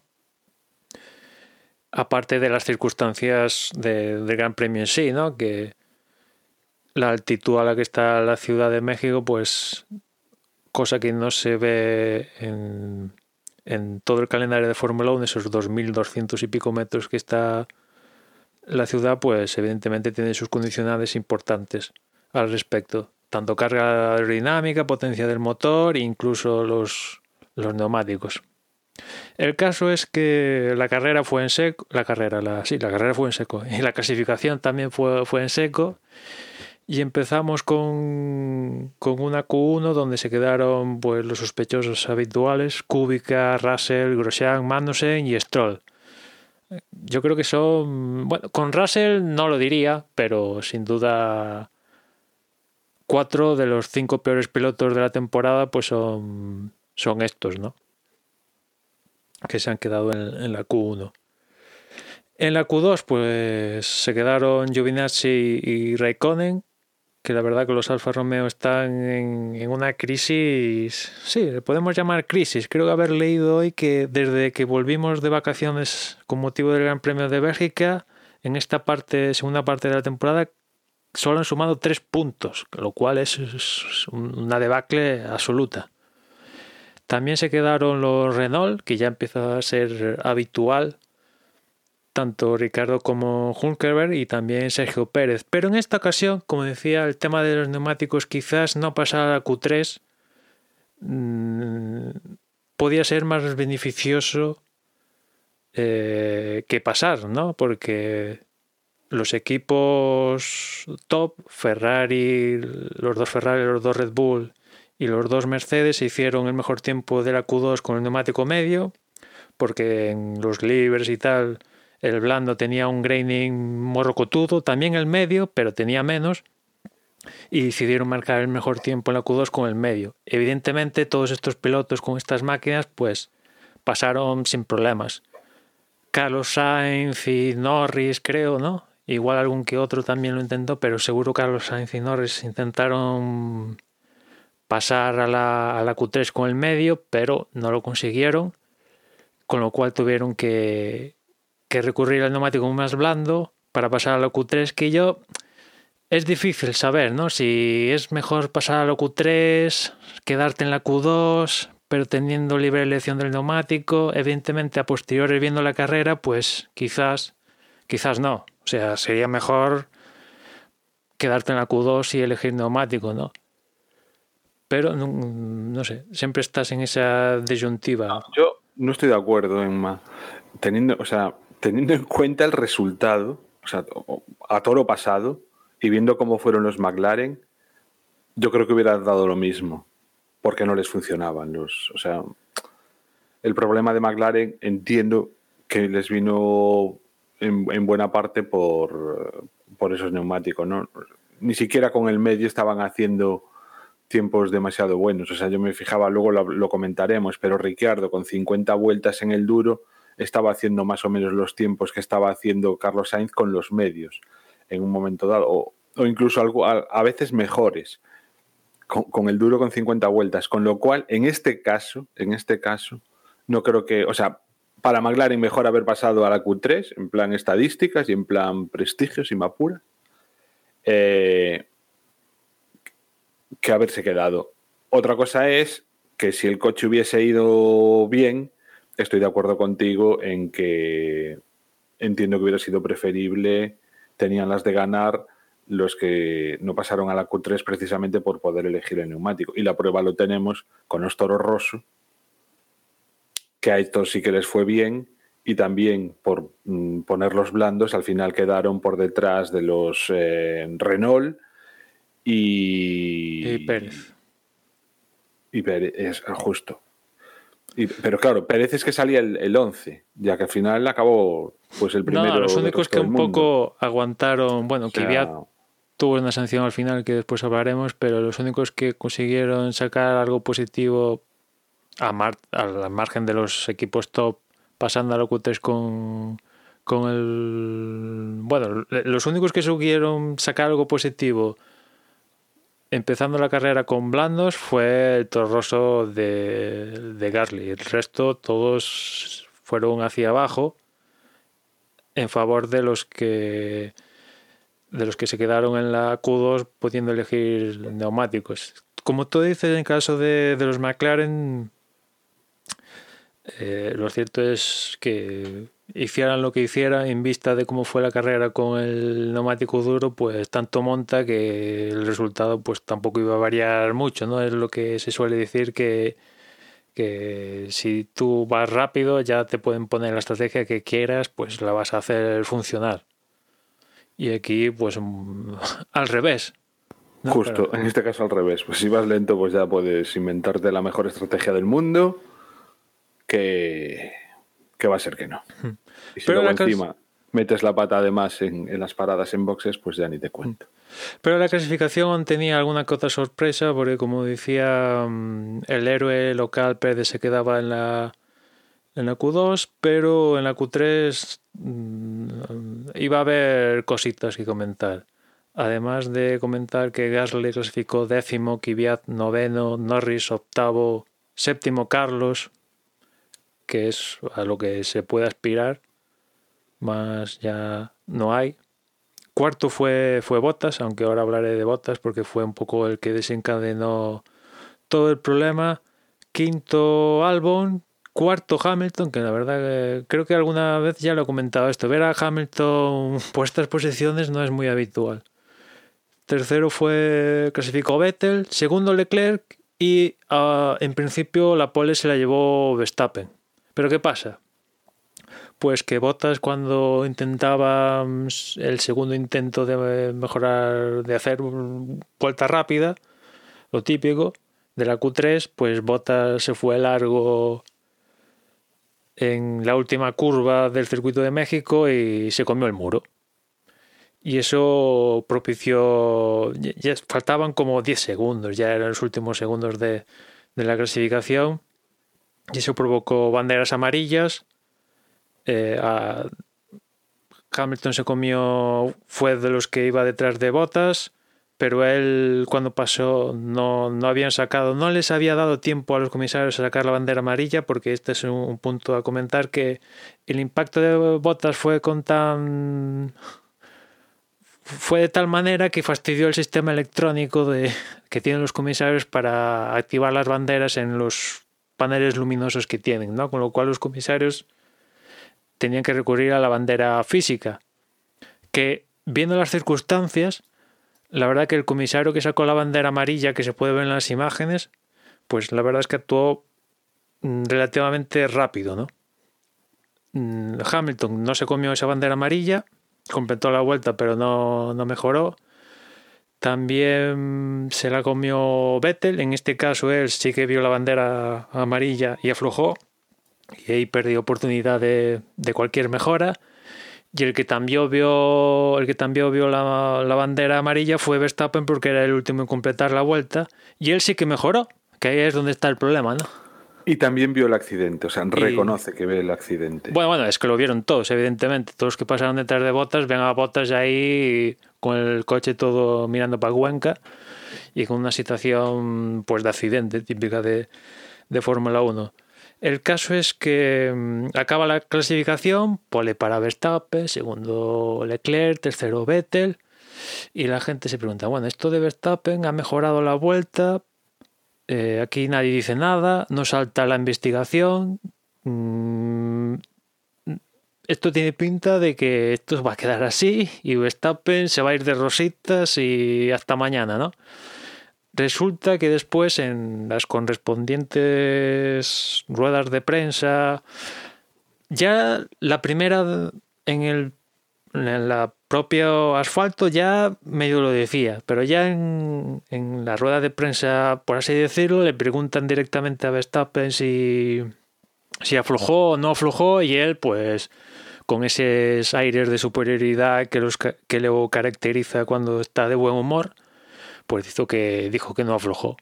Aparte de las circunstancias de, del Gran Premio en sí, ¿no? Que, la altitud a la que está la Ciudad de México, pues cosa que no se ve en, en todo el calendario de Fórmula uno, esos dos mil doscientos y pico metros que está la ciudad, pues evidentemente tiene sus condicionantes importantes al respecto. Tanto carga aerodinámica, potencia del motor e incluso los, los neumáticos. El caso es que la carrera fue en seco, la carrera, la, sí, la carrera fue en seco y la clasificación también fue, fue en seco y empezamos con, con una Q uno donde se quedaron pues los sospechosos habituales, Kubica, Russell, Grosjean, Magnussen y Stroll. Yo creo que son, bueno, con Russell no lo diría, pero sin duda cuatro de los cinco peores pilotos de la temporada pues son, son estos, ¿no? Que se han quedado en, en la Q uno. En la Q dos pues se quedaron Giovinazzi y Raikkonen, que la verdad que los Alfa Romeo están en, en una crisis, sí, le podemos llamar crisis. Creo haber leído hoy que desde que volvimos de vacaciones con motivo del Gran Premio de Bélgica, en esta parte, segunda parte de la temporada, solo han sumado tres puntos, lo cual es, es una debacle absoluta. También se quedaron los Renault, que ya empieza a ser habitual, tanto Ricardo como Hülkenberg y también Sergio Pérez. Pero en esta ocasión, como decía, el tema de los neumáticos quizás no pasar a la Q tres mmm, podía ser más beneficioso eh, que pasar, ¿no? Porque los equipos top, Ferrari, los dos Ferrari, los dos Red Bull y los dos Mercedes hicieron el mejor tiempo de la Q dos con el neumático medio, porque en los libres y tal el blando tenía un graining morrocotudo, también el medio, pero tenía menos, y decidieron marcar el mejor tiempo en la Q dos con el medio. Evidentemente todos estos pilotos con estas máquinas pues pasaron sin problemas. Carlos Sainz y Norris, creo, ¿no? Igual algún que otro también lo intentó, pero seguro Carlos Sainz y Norris intentaron pasar a la, a la Q tres con el medio, pero no lo consiguieron, con lo cual tuvieron que, que recurrir al neumático más blando para pasar a la Q tres, que yo es difícil saber, ¿no? Si es mejor pasar a la Q tres, quedarte en la Q dos, pero teniendo libre elección del neumático. Evidentemente a posteriori viendo la carrera, pues quizás, quizás no. O sea, sería mejor quedarte en la Q dos y elegir neumático, ¿no? Pero no, no sé, siempre estás en esa disyuntiva. No, yo no estoy de acuerdo, Emma. Teniendo, o sea, teniendo en cuenta el resultado, o sea, a toro pasado, y viendo cómo fueron los McLaren, yo creo que hubiera dado lo mismo, porque no les funcionaban los, o sea, el problema de McLaren entiendo que les vino en, en buena parte por, por esos neumáticos, ¿no? Ni siquiera con el medio estaban haciendo tiempos demasiado buenos. O sea, yo me fijaba, luego lo, lo comentaremos, pero Ricciardo con cincuenta vueltas en el duro estaba haciendo más o menos los tiempos que estaba haciendo Carlos Sainz con los medios en un momento dado, o, o incluso algo, a, a veces mejores con, con el duro con cincuenta vueltas, con lo cual en este caso, en este caso no creo que, o sea, para McLaren mejor haber pasado a la Q tres en plan estadísticas y en plan prestigio, si me apura, eh, que haberse quedado. Otra cosa es que si el coche hubiese ido bien, estoy de acuerdo contigo en que entiendo que hubiera sido preferible, tenían las de ganar los que no pasaron a la Q tres precisamente por poder elegir el neumático. Y la prueba lo tenemos con los Toro Rosso, que a estos sí que les fue bien, y también por mm, ponerlos blandos, al final quedaron por detrás de los eh, Renault y... Y Pérez. Y Pérez, es justo. Y, pero claro, Pérez es que salía el, el once, ya que al final acabó pues el primero. No, los únicos que un mundo. poco aguantaron, bueno, o sea, Kvyat tuvo una sanción al final que después hablaremos, pero los únicos que consiguieron sacar algo positivo a mar, al margen de los equipos top, pasando a la Q tres con, con el... Bueno, los únicos que consiguieron sacar algo positivo empezando la carrera con blandos fue el Toro Rosso de, de Gasly. El resto todos fueron hacia abajo en favor de los que de los que se quedaron en la Q dos pudiendo elegir neumáticos. Como tú dices, en el caso de, de los McLaren, eh, lo cierto es que hicieran lo que hicieran en vista de cómo fue la carrera con el neumático duro, pues tanto monta que el resultado pues tampoco iba a variar mucho, ¿no? Es lo que se suele decir, que, que si tú vas rápido ya te pueden poner la estrategia que quieras, pues la vas a hacer funcionar. Y aquí pues al revés. No, Justo, pero... en este caso al revés. Pues si vas lento, pues ya puedes inventarte la mejor estrategia del mundo, que, que va a ser que no. Y si pero luego la encima metes la pata además en, en las paradas en boxes, pues ya ni te cuento. Pero la clasificación tenía alguna que otra sorpresa, porque como decía, el héroe local Pérez se quedaba en la, en la Q dos, pero en la Q tres mmm, iba a haber cositas que comentar. Además de comentar que Gasly clasificó décimo, Kvyat noveno, Norris octavo, séptimo Carlos, que es a lo que se puede aspirar, más ya no hay. Cuarto fue, fue Bottas, aunque ahora hablaré de Bottas porque fue un poco el que desencadenó todo el problema. Quinto Albon, cuarto Hamilton, que la verdad que creo que alguna vez ya lo he comentado esto, ver a Hamilton por estas posiciones no es muy habitual. Tercero fue clasificó Vettel, segundo Leclerc y uh, en principio la pole se la llevó Verstappen. ¿Pero qué pasa? Pues que Bottas, cuando intentaba el segundo intento de mejorar, de hacer vuelta rápida, lo típico de la Q tres, pues Bottas se fue largo en la última curva del circuito de México y se comió el muro. Y eso propició, ya faltaban como diez segundos, ya eran los últimos segundos de, de la clasificación, y eso provocó banderas amarillas. Eh, a Hamilton se comió, fue de los que iba detrás de Bottas, pero él cuando pasó no, no habían sacado, no les había dado tiempo a los comisarios a sacar la bandera amarilla, porque este es un, un punto a comentar, que el impacto de Bottas fue con tan fue de tal manera que fastidió el sistema electrónico de, que tienen los comisarios para activar las banderas en los paneles luminosos que tienen, ¿no? Con lo cual los comisarios tenían que recurrir a la bandera física, que viendo las circunstancias, la verdad que el comisario que sacó la bandera amarilla, que se puede ver en las imágenes, pues la verdad es que actuó relativamente rápido, ¿no? Hamilton no se comió esa bandera amarilla, completó la vuelta pero no, no mejoró. También se la comió Vettel, en este caso él sí que vio la bandera amarilla y aflojó, y ahí perdió oportunidad de, de cualquier mejora. Y el que también vio, el que también vio la, la bandera amarilla fue Verstappen, porque era el último en completar la vuelta, y él sí que mejoró, que ahí es donde está el problema, ¿no? Y también vio el accidente, o sea, Y... reconoce que ve el accidente. Bueno, bueno, es que lo vieron todos, evidentemente. Todos los que pasaron detrás de Bottas, ven a Bottas ahí con el coche todo mirando para Cuenca y con una situación pues de accidente típica de, de Fórmula uno. El caso es que um, acaba la clasificación, pole para Verstappen, segundo Leclerc, tercero Vettel, y la gente se pregunta, bueno, esto de Verstappen ha mejorado la vuelta, eh, aquí nadie dice nada, no salta la investigación, mm, esto tiene pinta de que esto va a quedar así y Verstappen se va a ir de rositas y hasta mañana, ¿no? Resulta que después en las correspondientes ruedas de prensa, ya la primera en el en la propio asfalto ya medio lo decía, pero ya en, en la rueda de prensa, por así decirlo, le preguntan directamente a Verstappen si, si aflojó o no aflojó, y él pues con esos aires de superioridad que, los, que le caracteriza cuando está de buen humor, pues dijo que, dijo que no aflojó.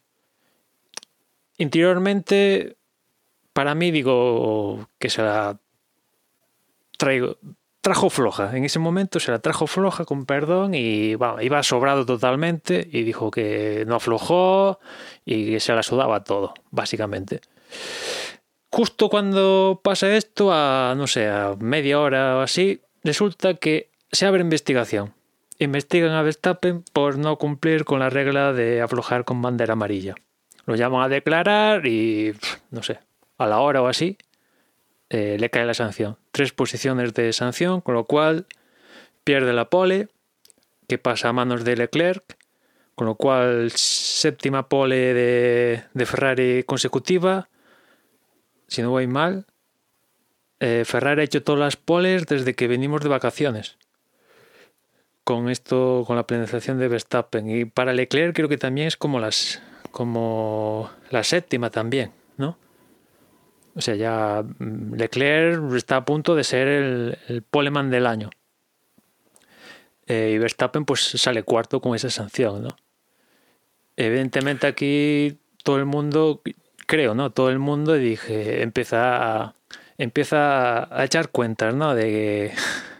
Interiormente, para mí, digo que se la traigo, trajo floja. En ese momento se la trajo floja, con perdón, y bueno, iba sobrado totalmente, y dijo que no aflojó y que se la sudaba todo, básicamente. Justo cuando pasa esto, a no sé, a media hora o así, resulta que se abre investigación. investigan a Verstappen por no cumplir con la regla de aflojar con bandera amarilla. Lo llaman a declarar y, no sé, a la hora o así, eh, le cae la sanción. Tres posiciones de sanción, con lo cual pierde la pole, que pasa a manos de Leclerc, con lo cual séptima pole de, de Ferrari consecutiva, si no voy mal. Eh, Ferrari ha hecho todas las poles desde que venimos de vacaciones. Con esto, con la penalización de Verstappen. Y para Leclerc creo que también es como las como la séptima también, ¿no? O sea, ya Leclerc está a punto de ser el, el poleman del año. Eh, y Verstappen pues sale cuarto con esa sanción, ¿no? Evidentemente aquí todo el mundo, creo, ¿no? Todo el mundo dije, empieza a, empieza a echar cuentas, ¿no? De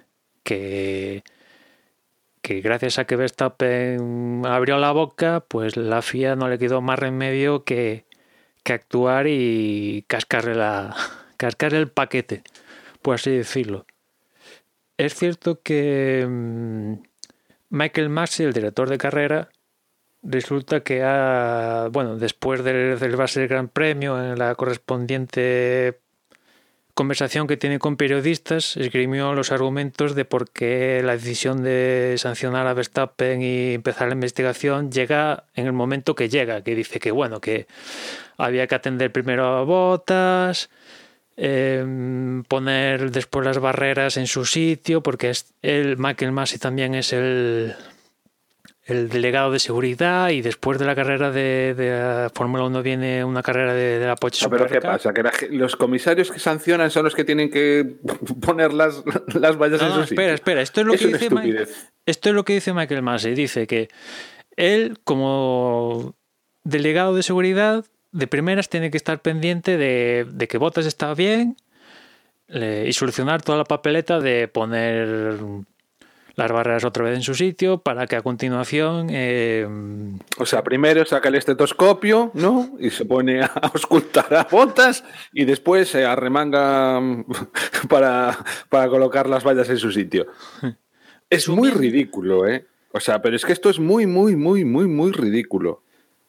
que, que gracias a que Verstappen abrió la boca, pues la F I A no le quedó más remedio que, que actuar y cascarle, la, cascarle el paquete, por así decirlo. Es cierto que Michael Masi, el director de carrera, resulta que ha, bueno, después de celebrarse el Gran Premio, en la correspondiente conversación que tiene con periodistas, esgrimió los argumentos de por qué la decisión de sancionar a Verstappen y empezar la investigación llega en el momento que llega, que dice que bueno, que había que atender primero a Bottas, eh, poner después las barreras en su sitio, porque es el Michael Masi también es el el delegado de seguridad, y después de la carrera de, de la Fórmula uno viene una carrera de, de la Porsche Ah, pero Supercar. ¿qué pasa? ¿Que la, los comisarios que sancionan son los que tienen que poner las, las vallas no, en no, su espera, sitio? espera, esto es lo Es que una dice estupidez. Ma- esto es lo que dice Michael Masi. Dice que él, como delegado de seguridad, de primeras tiene que estar pendiente de, de que Bottas está bien, le, y solucionar toda la papeleta de poner las barreras otra vez en su sitio para que a continuación eh, O sea, primero saca el estetoscopio, ¿no? Y se pone a auscultar a Bottas y después se arremanga para, para colocar las vallas en su sitio. Es muy ridículo, ¿eh? O sea, pero es que esto es muy, muy, muy, muy, muy ridículo.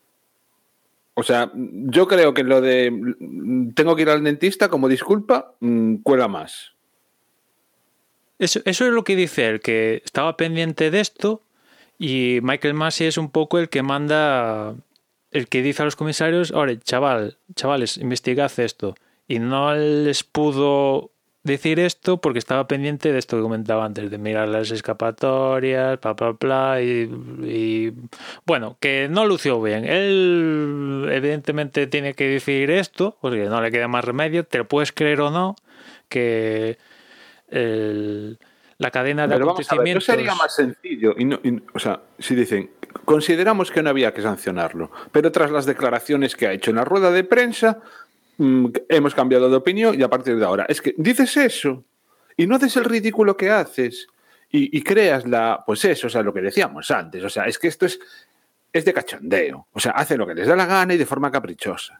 O sea, yo creo que lo de tengo que ir al dentista como disculpa, cuela más. Eso, eso es lo que dice él, que estaba pendiente de esto, y Michael Masi es un poco el que manda, el que dice a los comisarios, ahora, chaval, chavales, investigad esto. Y no les pudo decir esto porque estaba pendiente de esto que comentaba antes, de mirar las escapatorias, bla, bla, bla, y, y bueno, que no lució bien. Él evidentemente tiene que decir esto, porque no le queda más remedio, te lo puedes creer o no, que El, la cadena de Pero vamos a ver, ¿no acontecimientos. sería más sencillo? Y no, y, o sea, si dicen, consideramos que no había que sancionarlo, pero tras las declaraciones que ha hecho en la rueda de prensa, mmm, hemos cambiado de opinión y a partir de ahora. Es que dices eso y no haces el ridículo que haces y, y creas la, pues eso, o sea, lo que decíamos antes. O sea, es que esto es, es de cachondeo. O sea, hacen lo que les da la gana y de forma caprichosa.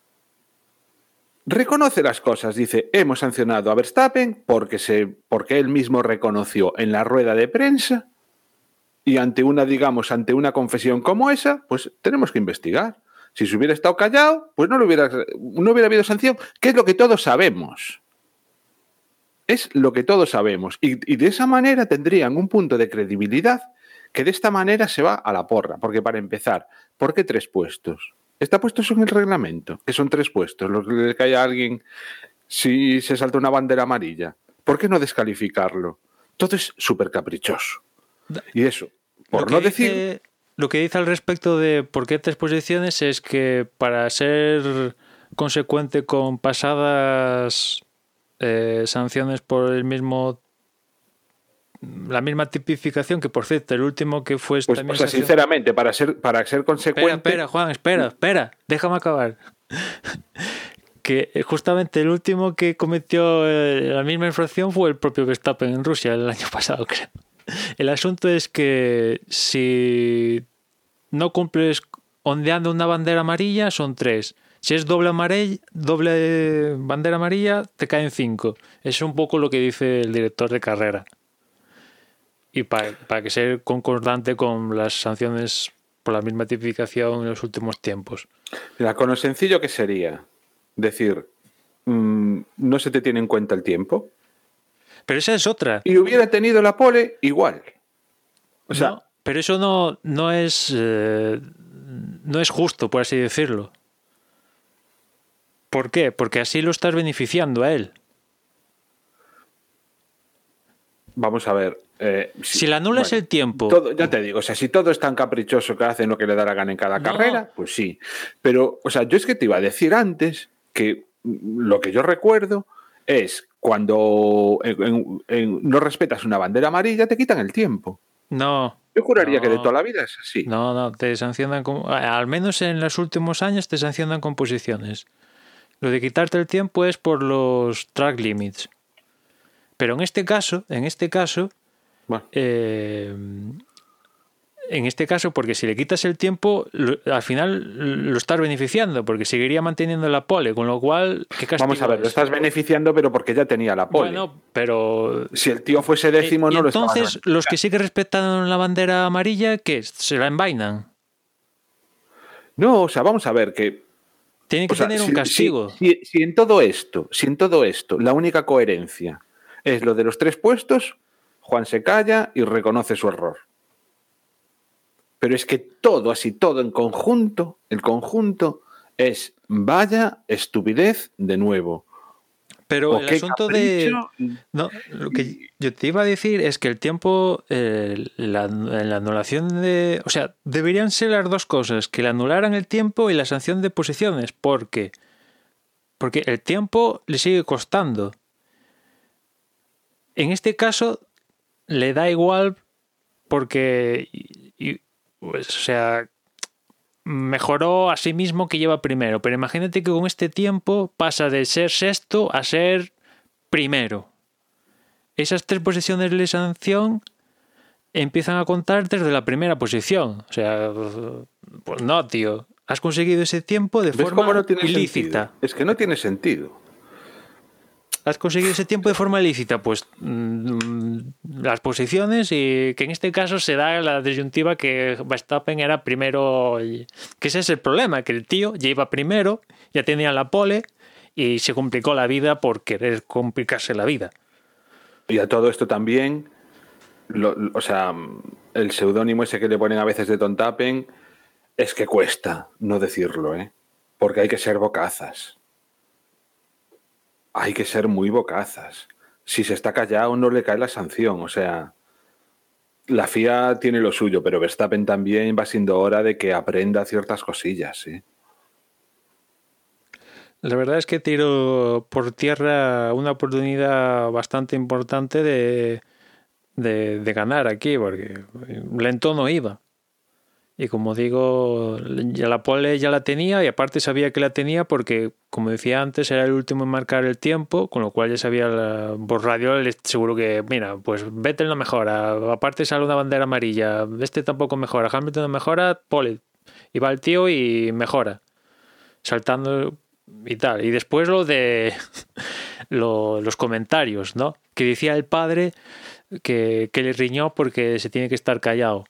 Reconoce las cosas, dice, hemos sancionado a Verstappen porque, se, porque él mismo reconoció en la rueda de prensa, y ante una, digamos, ante una confesión como esa, pues tenemos que investigar. Si se hubiera estado callado, pues no, le hubiera, no hubiera habido sanción, que es lo que todos sabemos. Es lo que todos sabemos. Y, y de esa manera tendrían un punto de credibilidad que de esta manera se va a la porra. Porque para empezar, ¿por qué tres puestos? Está puesto eso en el reglamento, que son tres puestos, los que le cae a alguien si se salta una bandera amarilla. ¿Por qué no descalificarlo? Todo es súper caprichoso. Y eso, por no dice, decir... Lo que dice al respecto de por qué tres posiciones es que para ser consecuente con pasadas eh, sanciones por el mismo... la misma tipificación, que por cierto, el último que fue Pues, también o sea, sanción... sinceramente, para ser, para ser consecuente... Espera, espera, Juan, espera, espera, déjame acabar. Que justamente el último que cometió la misma infracción fue el propio Verstappen en Rusia el año pasado, creo. El asunto es que si no cumples ondeando una bandera amarilla, son tres. Si es doble amarilla, doble bandera amarilla, te caen cinco. Eso es un poco lo que dice el director de carrera. y para, para que sea concordante con las sanciones por la misma tipificación en los últimos tiempos. Mira, con lo sencillo que sería decir, mmm, no se te tiene en cuenta el tiempo. Pero esa es otra. Y hubiera tenido la pole igual. O sea, no, pero eso no, no es eh, no es justo, por así decirlo. ¿Por qué? Porque así lo estás beneficiando a él. Vamos a ver. Eh, si, si le anulas bueno, el tiempo... Todo, ya te digo, o sea, si todo es tan caprichoso que hacen lo que le da la gana en cada no. carrera, pues sí. Pero, o sea, yo es que te iba a decir antes que lo que yo recuerdo es cuando en, en, en, no respetas una bandera amarilla, te quitan el tiempo. No. Yo juraría no, que de toda la vida es así. No, no, te sancionan, con, al menos en los últimos años te sancionan con posiciones. Lo de quitarte el tiempo es por los track limits. Pero en este caso, en este caso, bueno. eh, en este caso, porque si le quitas el tiempo, lo, al final lo estás beneficiando, porque seguiría manteniendo la pole, con lo cual, ¿qué castigo Vamos a ver, es? Lo estás beneficiando, pero porque ya tenía la pole. Bueno, pero... Si el tío fuese décimo, eh, no lo estaba. Entonces, los que sí que respetan la bandera amarilla, ¿qué? ¿Se la envainan? No, o sea, vamos a ver que... Tiene que o sea, tener si, un castigo. Si, si, si en todo esto, si en todo esto, la única coherencia es lo de los tres puestos, Juan se calla y reconoce su error. Pero es que todo, así todo en conjunto, el conjunto es vaya estupidez de nuevo. Pero o el asunto capricho. de... No, lo que yo te iba a decir es que el tiempo, eh, la, la anulación de... O sea, deberían ser las dos cosas, que le anularan el tiempo y la sanción de posiciones, porque, porque el tiempo le sigue costando. En este caso, le da igual porque... Y, y, pues, o sea... mejoró a sí mismo que lleva primero, pero imagínate que con este tiempo pasa de ser sexto a ser primero. Esas tres posiciones de sanción empiezan a contar desde la primera posición. O sea, pues no, tío. Has conseguido ese tiempo de forma no tiene ilícita. Sentido? Es que no tiene sentido. Has conseguido ese tiempo de forma ilícita, pues mmm, las posiciones, y que en este caso se da la disyuntiva que Verstappen era primero, y, que ese es el problema, que el tío ya iba primero, ya tenía la pole y se complicó la vida por querer complicarse la vida. Y a todo esto también, lo, o sea, el seudónimo ese que le ponen a veces de Tontapen es que cuesta no decirlo, ¿eh? Porque hay que ser bocazas. Hay que ser muy bocazas. Si se está callado no le cae la sanción. O sea, la F I A tiene lo suyo, pero Verstappen también va siendo hora de que aprenda ciertas cosillas, ¿sí? La verdad es que tiro por tierra una oportunidad bastante importante de, de, de ganar aquí, porque lento no iba. Y como digo, ya la pole ya la tenía, y aparte sabía que la tenía porque, como decía antes, era el último en marcar el tiempo, con lo cual ya sabía la, por radio seguro que, mira, pues Vettel no mejora, aparte sale una bandera amarilla, este tampoco mejora, Hamilton no mejora, pole. Y va el tío y mejora, saltando y tal. Y después lo de lo, los comentarios, ¿no? Que decía el padre que, que le riñó porque se tiene que estar callado.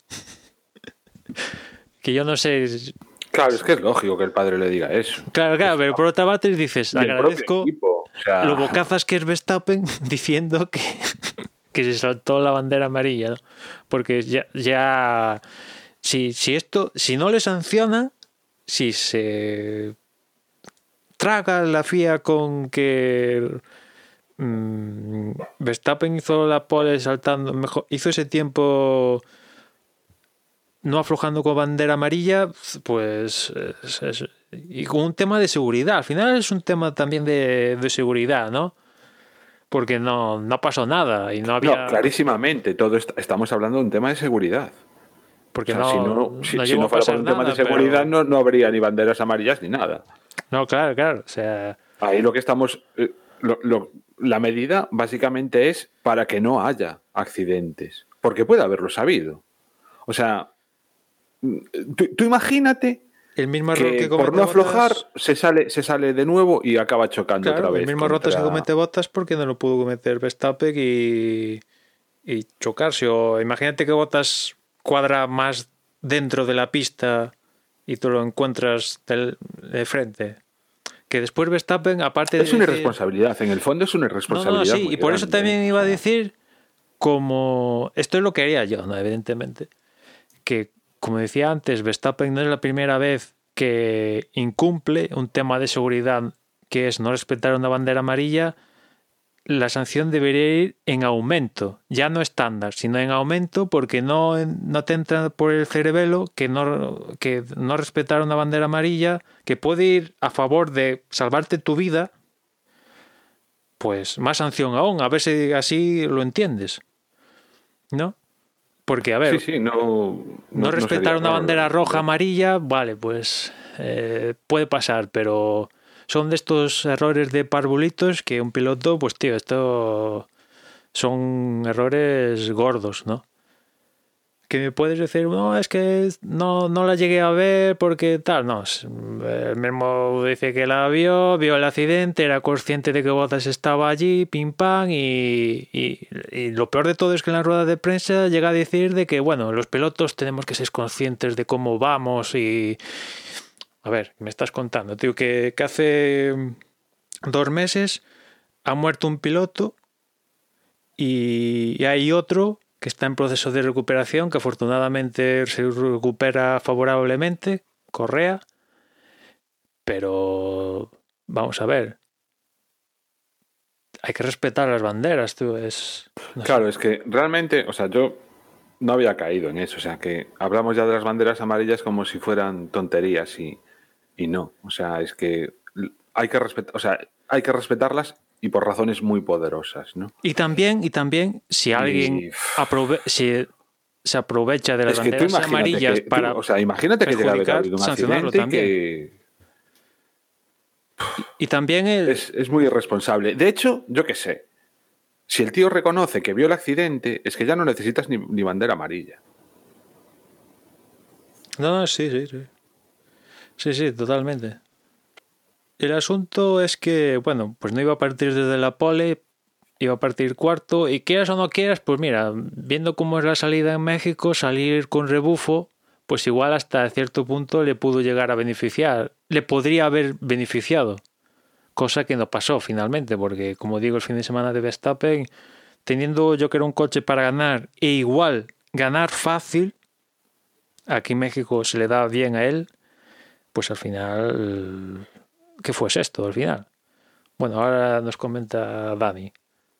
Que yo no sé. Claro, es que es lógico que el padre le diga eso. Claro, claro, pero por otra parte dices, agradezco equipo, o sea... lo bocazas que es Verstappen diciendo que, que se saltó la bandera amarilla, ¿no? Porque ya, ya si, si esto, si no le sanciona, si se traga la F I A con que mmm, Verstappen hizo la pole saltando, mejor, hizo ese tiempo no aflojando con bandera amarilla, pues es, es, y con un tema de seguridad. Al final es un tema también de, de seguridad, ¿no? Porque no, no pasó nada y no había... No, clarísimamente, todo est- estamos hablando de un tema de seguridad. Porque o sea, no, si no, si, no, si no fuera por un nada, tema de seguridad, pero... no, no habría ni banderas amarillas ni nada. No, claro, claro. O sea... Ahí lo que estamos... Eh, lo, lo, la medida básicamente es para que no haya accidentes. Porque puede haberlo sabido. O sea... Tú, tú imagínate el mismo error que, que por no aflojar Bottas, se sale se sale de nuevo y acaba chocando claro, otra vez. El mismo error contra... que comete Bottas porque no lo pudo cometer Verstappen y, y chocarse. O imagínate que botas cuadra más dentro de la pista y tú lo encuentras del, de frente. Que después Verstappen, aparte de Es una decir, irresponsabilidad, en el fondo es una irresponsabilidad. No, no, sí, muy y por eso grande, también ¿eh? iba O a sea, decir, como esto es lo que haría yo, ¿no? Evidentemente, que como decía antes, Verstappen no es la primera vez que incumple un tema de seguridad, que es no respetar una bandera amarilla. La sanción debería ir en aumento, ya no estándar, sino en aumento, porque no, no te entra por el cerebelo que no, que no respetar una bandera amarilla, que puede ir a favor de salvarte tu vida, pues más sanción aún, a ver si así lo entiendes, ¿no? Porque, a ver, sí, sí, no, no, no, respetar no una raro, bandera roja, de... amarilla, vale, pues eh, puede pasar, pero son de estos errores de parvulitos que un piloto, pues tío, esto son errores gordos, ¿no? Que me puedes decir, no, es que no, no la llegué a ver porque tal, no, el mismo dice que la vio, vio el accidente, era consciente de que Bottas estaba allí, pim pam, y, y, y lo peor de todo es que en la rueda de prensa llega a decir de que, bueno, los pilotos tenemos que ser conscientes de cómo vamos y... A ver, me estás contando, tío, que, que hace dos meses ha muerto un piloto y, y hay otro que está en proceso de recuperación, que afortunadamente se recupera favorablemente, Correa, pero vamos a ver, hay que respetar las banderas, tú, es... No Claro, sé. es que realmente, o sea, yo no había caído en eso, o sea, que hablamos ya de las banderas amarillas como si fueran tonterías y, y no, o sea, es que hay que respetar, o sea, hay que respetarlas y por razones muy poderosas, ¿no? Y también, y también, si alguien Y... aprove si se aprovecha de las Es que tú banderas imagínate amarillas que, tú, para o sea, imagínate que llega a haber perjudicar, habido un sancionarlo accidente también. que Y, y también el... es, es muy irresponsable. De hecho, yo qué sé, si el tío reconoce que vio el accidente, es que ya no necesitas ni, ni bandera amarilla. No, sí, sí, sí. Sí, sí, totalmente. El asunto es que, bueno, pues no iba a partir desde la pole, iba a partir cuarto, y quieras o no quieras, pues mira, viendo cómo es la salida en México, salir con rebufo, pues igual hasta cierto punto le pudo llegar a beneficiar, le podría haber beneficiado, cosa que no pasó finalmente, porque como digo, el fin de semana de Verstappen, teniendo yo que era un coche para ganar, e igual ganar fácil, aquí en México se le da bien a él, pues al final, ¿qué fue esto al final? Bueno, ahora nos comenta Dani.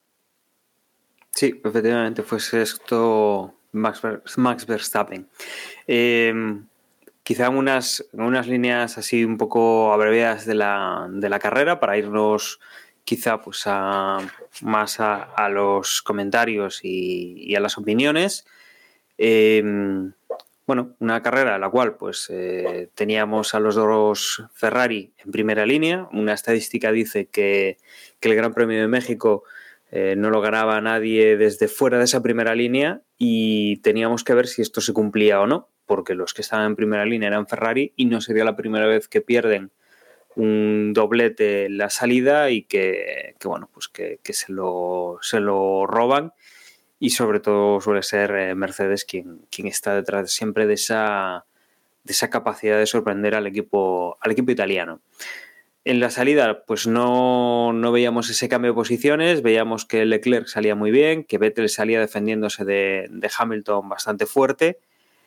Sí, efectivamente, fue sexto Max, Max Verstappen. Eh, quizá en unas, en unas líneas así un poco abreviadas de la, de la carrera para irnos quizá pues a, más a, a los comentarios y, y a las opiniones. Eh, bueno, una carrera en la cual pues eh, teníamos a los dos Ferrari en primera línea. Una estadística dice que, que el Gran Premio de México eh, no lo ganaba nadie desde fuera de esa primera línea y teníamos que ver si esto se cumplía o no, porque los que estaban en primera línea eran Ferrari y no sería la primera vez que pierden un doblete en la salida y que, que bueno, pues que, que se, lo, se lo roban. Y sobre todo suele ser eh, Mercedes quien, quien está detrás siempre de esa, de esa capacidad de sorprender al equipo, al equipo italiano. En la salida pues no, no veíamos ese cambio de posiciones, veíamos que Leclerc salía muy bien, que Vettel salía defendiéndose de, de Hamilton bastante fuerte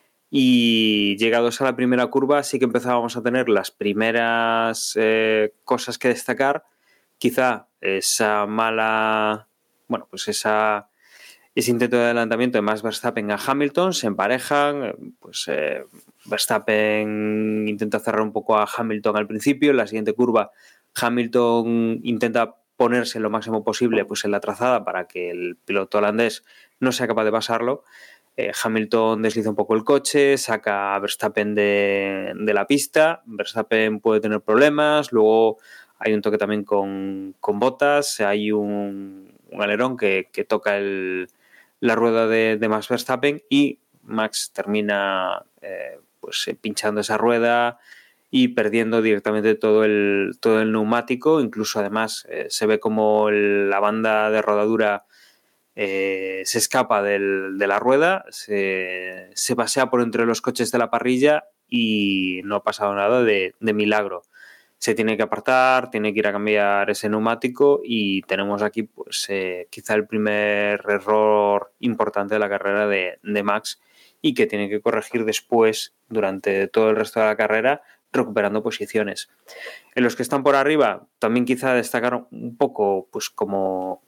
y llegados a la primera curva sí que empezábamos a tener las primeras eh, cosas que destacar, quizá esa mala, bueno pues esa... ese intento de adelantamiento de Max Verstappen a Hamilton, se emparejan, pues eh, Verstappen intenta cerrar un poco a Hamilton al principio, en la siguiente curva Hamilton intenta ponerse lo máximo posible pues en la trazada para que el piloto holandés no sea capaz de pasarlo. eh, Hamilton desliza un poco el coche, saca a Verstappen de, de la pista, Verstappen puede tener problemas, luego hay un toque también con, con Bottas, hay un, un alerón que, que toca el la rueda de, de Max Verstappen y Max termina eh, pues eh, pinchando esa rueda y perdiendo directamente todo el, todo el neumático. Incluso además eh, se ve como el, la banda de rodadura eh, se escapa del, de la rueda, se, se pasea por entre los coches de la parrilla y no ha pasado nada de, de milagro. Se tiene que apartar, tiene que ir a cambiar ese neumático y tenemos aquí pues eh, quizá el primer error importante de la carrera de, de Max y que tiene que corregir después durante todo el resto de la carrera recuperando posiciones. En los que están por arriba también quizá destacar un poco pues como,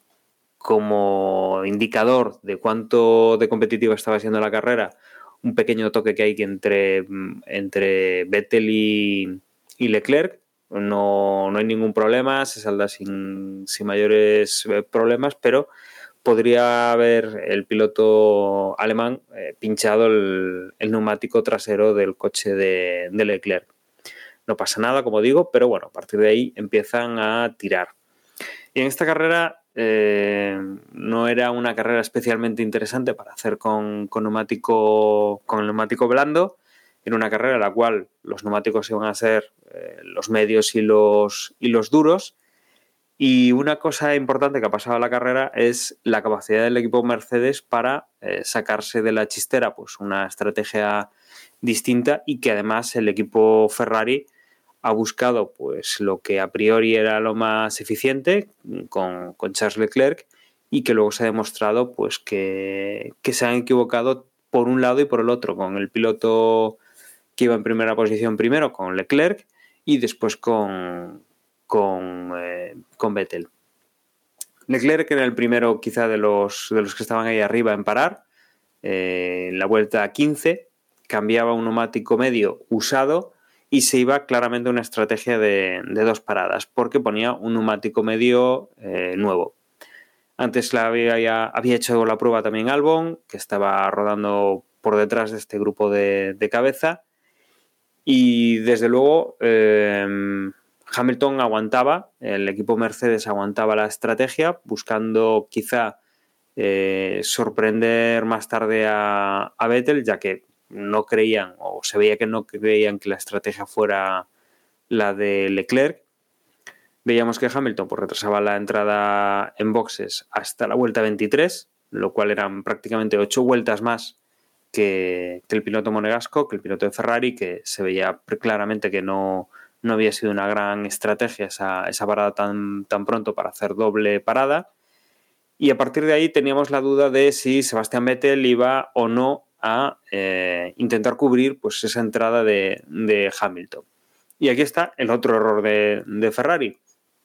como indicador de cuánto de competitiva estaba siendo la carrera, un pequeño toque que hay entre, entre Vettel y, y Leclerc. No, no hay ningún problema, se salda sin, sin mayores problemas, pero podría haber el piloto alemán eh, pinchado el, el neumático trasero del coche de, de Leclerc. No pasa nada, como digo, pero bueno, a partir de ahí empiezan a tirar. Y en esta carrera eh, no era una carrera especialmente interesante para hacer con, con, neumático, con el neumático blando. Era una carrera en la cual los neumáticos iban a ser eh, los medios y los, y los duros. Y una cosa importante que ha pasado en la carrera es la capacidad del equipo Mercedes para eh, sacarse de la chistera pues una estrategia distinta y que además el equipo Ferrari ha buscado pues lo que a priori era lo más eficiente con, con Charles Leclerc y que luego se ha demostrado pues que, que se han equivocado por un lado y por el otro, con el piloto que iba en primera posición primero, con Leclerc, y después con, con, eh, con Vettel. Leclerc era el primero quizá de los, de los que estaban ahí arriba en parar, eh, en la vuelta quince, cambiaba un neumático medio usado y se iba claramente a una estrategia de, de dos paradas, porque ponía un neumático medio eh, nuevo. Antes la había, ya, había hecho la prueba también Albon, que estaba rodando por detrás de este grupo de, de cabeza, y desde luego eh, Hamilton aguantaba, el equipo Mercedes aguantaba la estrategia, buscando quizá eh, sorprender más tarde a, a Vettel, ya que no creían, o se veía que no creían que la estrategia fuera la de Leclerc. Veíamos que Hamilton pues, retrasaba la entrada en boxes hasta la vuelta veintitrés, lo cual eran prácticamente ocho vueltas más que, que el piloto monegasco, que el piloto de Ferrari, que se veía claramente que no, no había sido una gran estrategia esa, esa parada tan, tan pronto para hacer doble parada. Y a partir de ahí teníamos la duda de si Sebastian Vettel iba o no a eh, intentar cubrir pues, esa entrada de, de Hamilton. Y aquí está el otro error de, de Ferrari.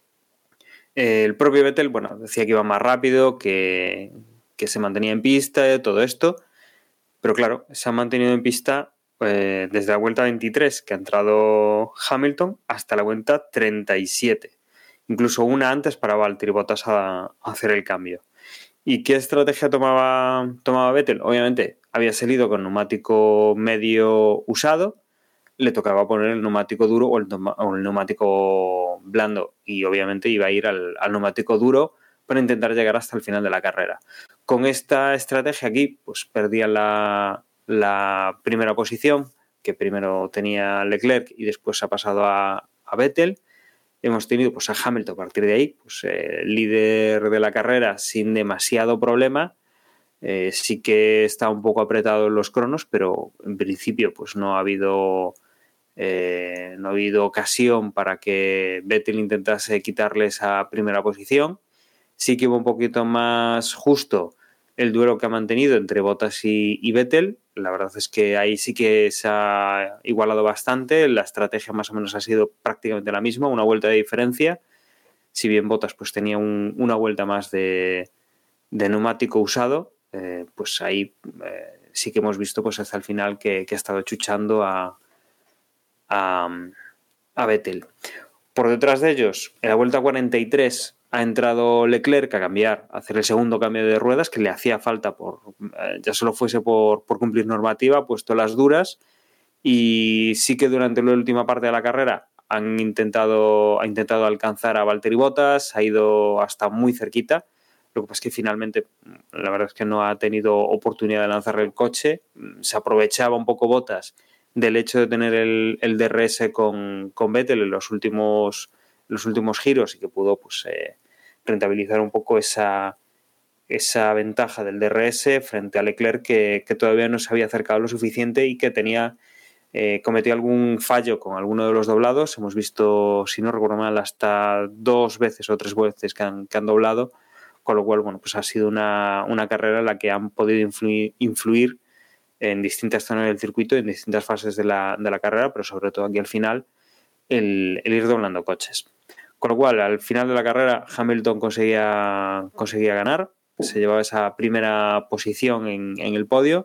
El propio Vettel, bueno, decía que iba más rápido, que, que se mantenía en pista, todo esto. Pero claro, se ha mantenido en pista eh, desde la vuelta veintitrés, que ha entrado Hamilton, hasta la vuelta treinta y siete. Incluso una antes para Valtteri Bottas a, a hacer el cambio. ¿Y qué estrategia tomaba, tomaba Vettel? Obviamente había salido con neumático medio usado, le tocaba poner el neumático duro o el, o el neumático blando y obviamente iba a ir al, al neumático duro para intentar llegar hasta el final de la carrera. Con esta estrategia aquí pues perdía la, la primera posición, que primero tenía Leclerc y después ha pasado a, a Vettel. Hemos tenido pues, a Hamilton a partir de ahí, pues, eh, líder de la carrera sin demasiado problema. Eh, sí que está un poco apretado en los cronos, pero en principio pues, no ha habido... Eh, no ha habido ocasión para que Vettel intentase quitarle esa primera posición. Sí que hubo un poquito más justo el duelo que ha mantenido entre Bottas y, y Vettel. La verdad es que ahí sí que se ha igualado bastante. La estrategia más o menos ha sido prácticamente la misma, una vuelta de diferencia. Si bien Bottas pues, tenía un, una vuelta más de, de neumático usado, eh, pues ahí eh, sí que hemos visto pues, hasta el final que, que ha estado chuchando a A, a Vettel. Por detrás de ellos, en la vuelta cuarenta y tres ha entrado Leclerc a cambiar, a hacer el segundo cambio de ruedas que le hacía falta, por eh, ya solo fuese por, por cumplir normativa, puesto las duras, y sí que durante la última parte de la carrera han intentado, ha intentado alcanzar a Valtteri Bottas, ha ido hasta muy cerquita. Lo que pasa es que finalmente la verdad es que no ha tenido oportunidad de lanzarle el coche, se aprovechaba un poco Bottas del hecho de tener el, el D R S con, con Vettel en los últimos, los últimos giros y que pudo pues, eh, rentabilizar un poco esa, esa ventaja del D R S frente a Leclerc que, que todavía no se había acercado lo suficiente y que tenía eh, cometió algún fallo con alguno de los doblados. Hemos visto, si no recuerdo mal, hasta dos veces o tres veces que han, que han doblado, con lo cual, bueno, pues ha sido una, una carrera en la que han podido influir, influir en distintas zonas del circuito, en distintas fases de la, de la carrera, pero sobre todo aquí al final, el, el ir doblando coches. Con lo cual, al final de la carrera, Hamilton conseguía, conseguía ganar, se llevaba esa primera posición en, en el podio.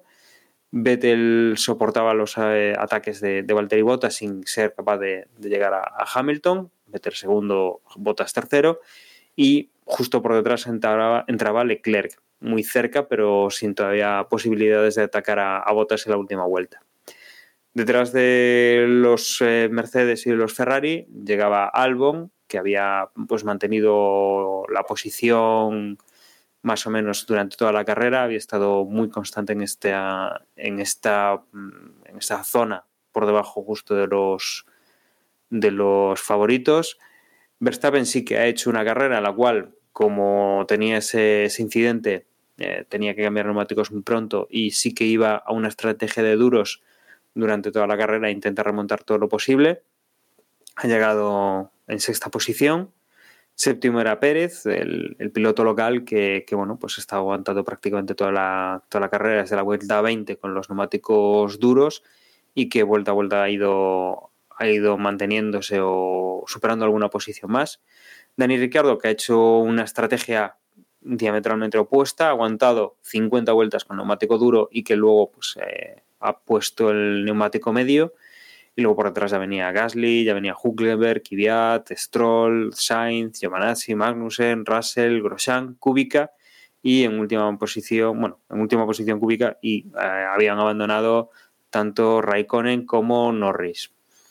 Vettel soportaba los eh, ataques de, de Valtteri Bottas sin ser capaz de, de llegar a, a Hamilton. Vettel segundo, Bottas tercero, y justo por detrás entraba, entraba Leclerc, muy cerca, pero sin todavía posibilidades de atacar a, a Bottas en la última vuelta. Detrás de los eh, Mercedes y de los Ferrari llegaba Albon, que había pues mantenido la posición más o menos durante toda la carrera, había estado muy constante en esta, en esta, en esta zona por debajo justo de los, de los favoritos. Verstappen sí que ha hecho una carrera en la cual, como tenía ese, ese incidente, eh, tenía que cambiar neumáticos muy pronto y sí que iba a una estrategia de duros durante toda la carrera e intenta remontar todo lo posible. Ha llegado en sexta posición. Séptimo era Pérez, el, el piloto local que, que bueno, pues está aguantando prácticamente toda la, toda la carrera desde la vuelta veinte con los neumáticos duros y que vuelta a vuelta ha ido, ha ido manteniéndose o superando alguna posición más. Dani Ricciardo, que ha hecho una estrategia diametralmente opuesta, ha aguantado cincuenta vueltas con neumático duro y que luego pues, eh, ha puesto el neumático medio. Y luego por detrás ya venía Gasly, ya venía Hülkenberg, Kvyat, Stroll, Sainz, Giovinazzi, Magnussen, Russell, Grosjean, Kubica y en última posición, bueno, en última posición Kubica y eh, habían abandonado tanto Raikkonen como Norris.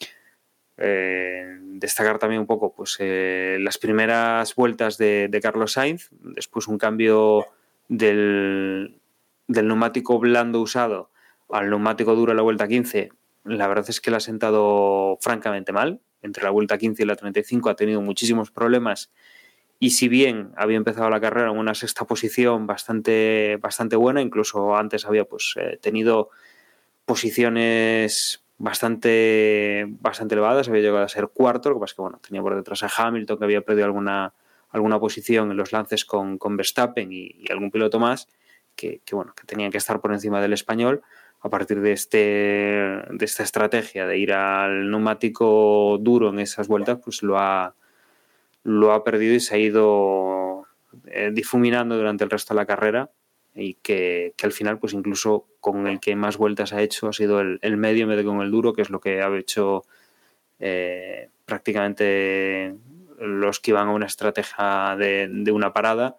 Eh, destacar también un poco pues eh, las primeras vueltas de, de Carlos Sainz, después un cambio del, del neumático blando usado al neumático duro en la vuelta quince. La verdad es que le ha sentado francamente mal. Entre la vuelta quince y la treinta y cinco ha tenido muchísimos problemas y si bien había empezado la carrera en una sexta posición bastante, bastante buena, incluso antes había pues, eh, tenido posiciones bastante, bastante elevadas, había llegado a ser cuarto, lo que pasa es que bueno, tenía por detrás a Hamilton, que había perdido alguna, alguna posición en los lances con, con Verstappen y, y algún piloto más que, que, bueno, que tenían que estar por encima del español. A partir de, este, de esta estrategia de ir al neumático duro en esas vueltas, pues lo ha, lo ha perdido y se ha ido eh, difuminando durante el resto de la carrera y que, que al final, pues incluso con el que más vueltas ha hecho ha sido el, el medio en vez de con el duro, que es lo que ha hecho eh, prácticamente los que iban a una estrategia de, de una parada.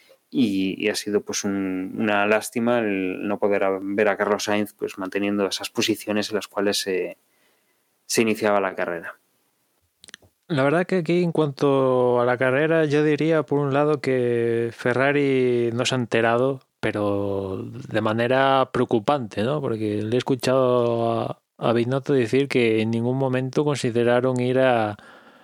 Y, y ha sido pues un, una lástima el no poder ver a Carlos Sainz pues manteniendo esas posiciones en las cuales se, se iniciaba la carrera. La verdad que aquí en cuanto a la carrera yo diría por un lado que Ferrari no se ha enterado, pero de manera preocupante, ¿no? Porque le he escuchado a, a Binotto decir que en ningún momento consideraron ir a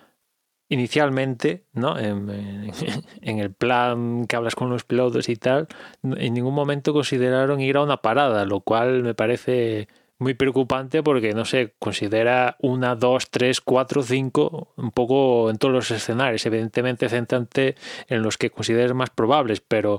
inicialmente, ¿no? En, en, en el plan que hablas con los pilotos y tal, en ningún momento consideraron ir a una parada, lo cual me parece muy preocupante porque, no sé, considera una, dos, tres, cuatro, cinco, un poco en todos los escenarios, evidentemente centrante en los que consideres más probables, pero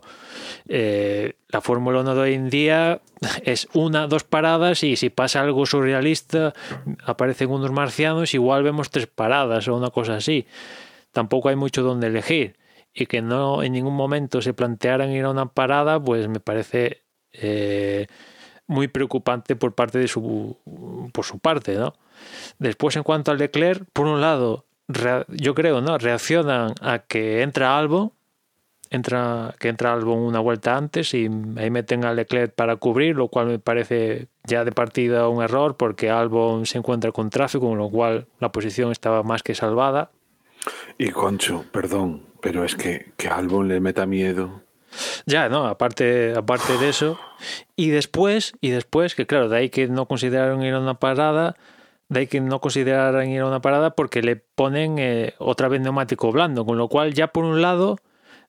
eh, la Fórmula uno de hoy en día es una, dos paradas y si pasa algo surrealista, aparecen unos marcianos, igual vemos tres paradas o una cosa así. Tampoco hay mucho donde elegir y que no en ningún momento se plantearan ir a una parada, pues me parece eh, muy preocupante por parte de su por su parte, ¿no? Después, en cuanto al Leclerc, por un lado, re, yo creo, ¿no? Reaccionan a que entra Albon, entra que entra Albon una vuelta antes y ahí meten a Leclerc para cubrir, lo cual me parece ya de partida un error porque Albon se encuentra con tráfico, con lo cual la posición estaba más que salvada. Y Concho, perdón, pero es que, que Albon le meta miedo. Ya, no, aparte, aparte de eso. Y después, y después, que claro, de ahí que no consideraron ir a una parada, de ahí que no consideraran ir a una parada porque le ponen eh, otra vez neumático blando, con lo cual ya por un lado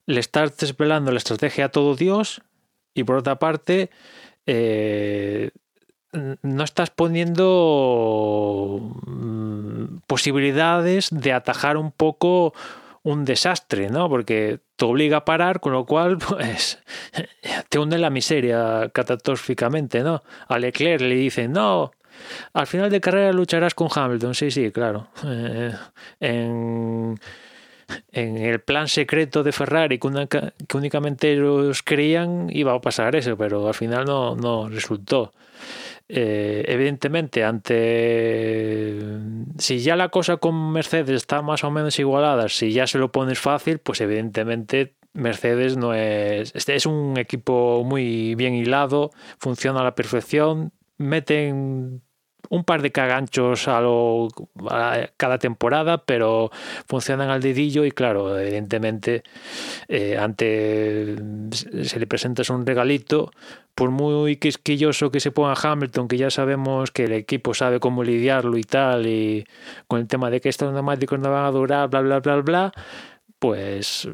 le estás desvelando la estrategia a todo Dios y por otra parte eh, no estás poniendo mm, posibilidades de atajar un poco un desastre, ¿no? Porque te obliga a parar, con lo cual pues te hunde en la miseria catastróficamente, ¿no? A Leclerc le dicen, no, al final de carrera lucharás con Hamilton. Sí, sí, claro. Eh, en, en el plan secreto de Ferrari, que, una, que únicamente ellos creían, iba a pasar eso, pero al final no, no resultó. Eh, evidentemente, ante si ya la cosa con Mercedes está más o menos igualada, si ya se lo pones fácil, pues evidentemente Mercedes no es, es un equipo muy bien hilado, funciona a la perfección, meten un par de caganchos a, lo, a cada temporada, pero funcionan al dedillo y claro, evidentemente eh, ante se le presentas un regalito, por muy quisquilloso que se ponga Hamilton, que ya sabemos que el equipo sabe cómo lidiarlo y tal, y con el tema de que estos neumáticos no van a durar, bla, bla, bla, bla, pues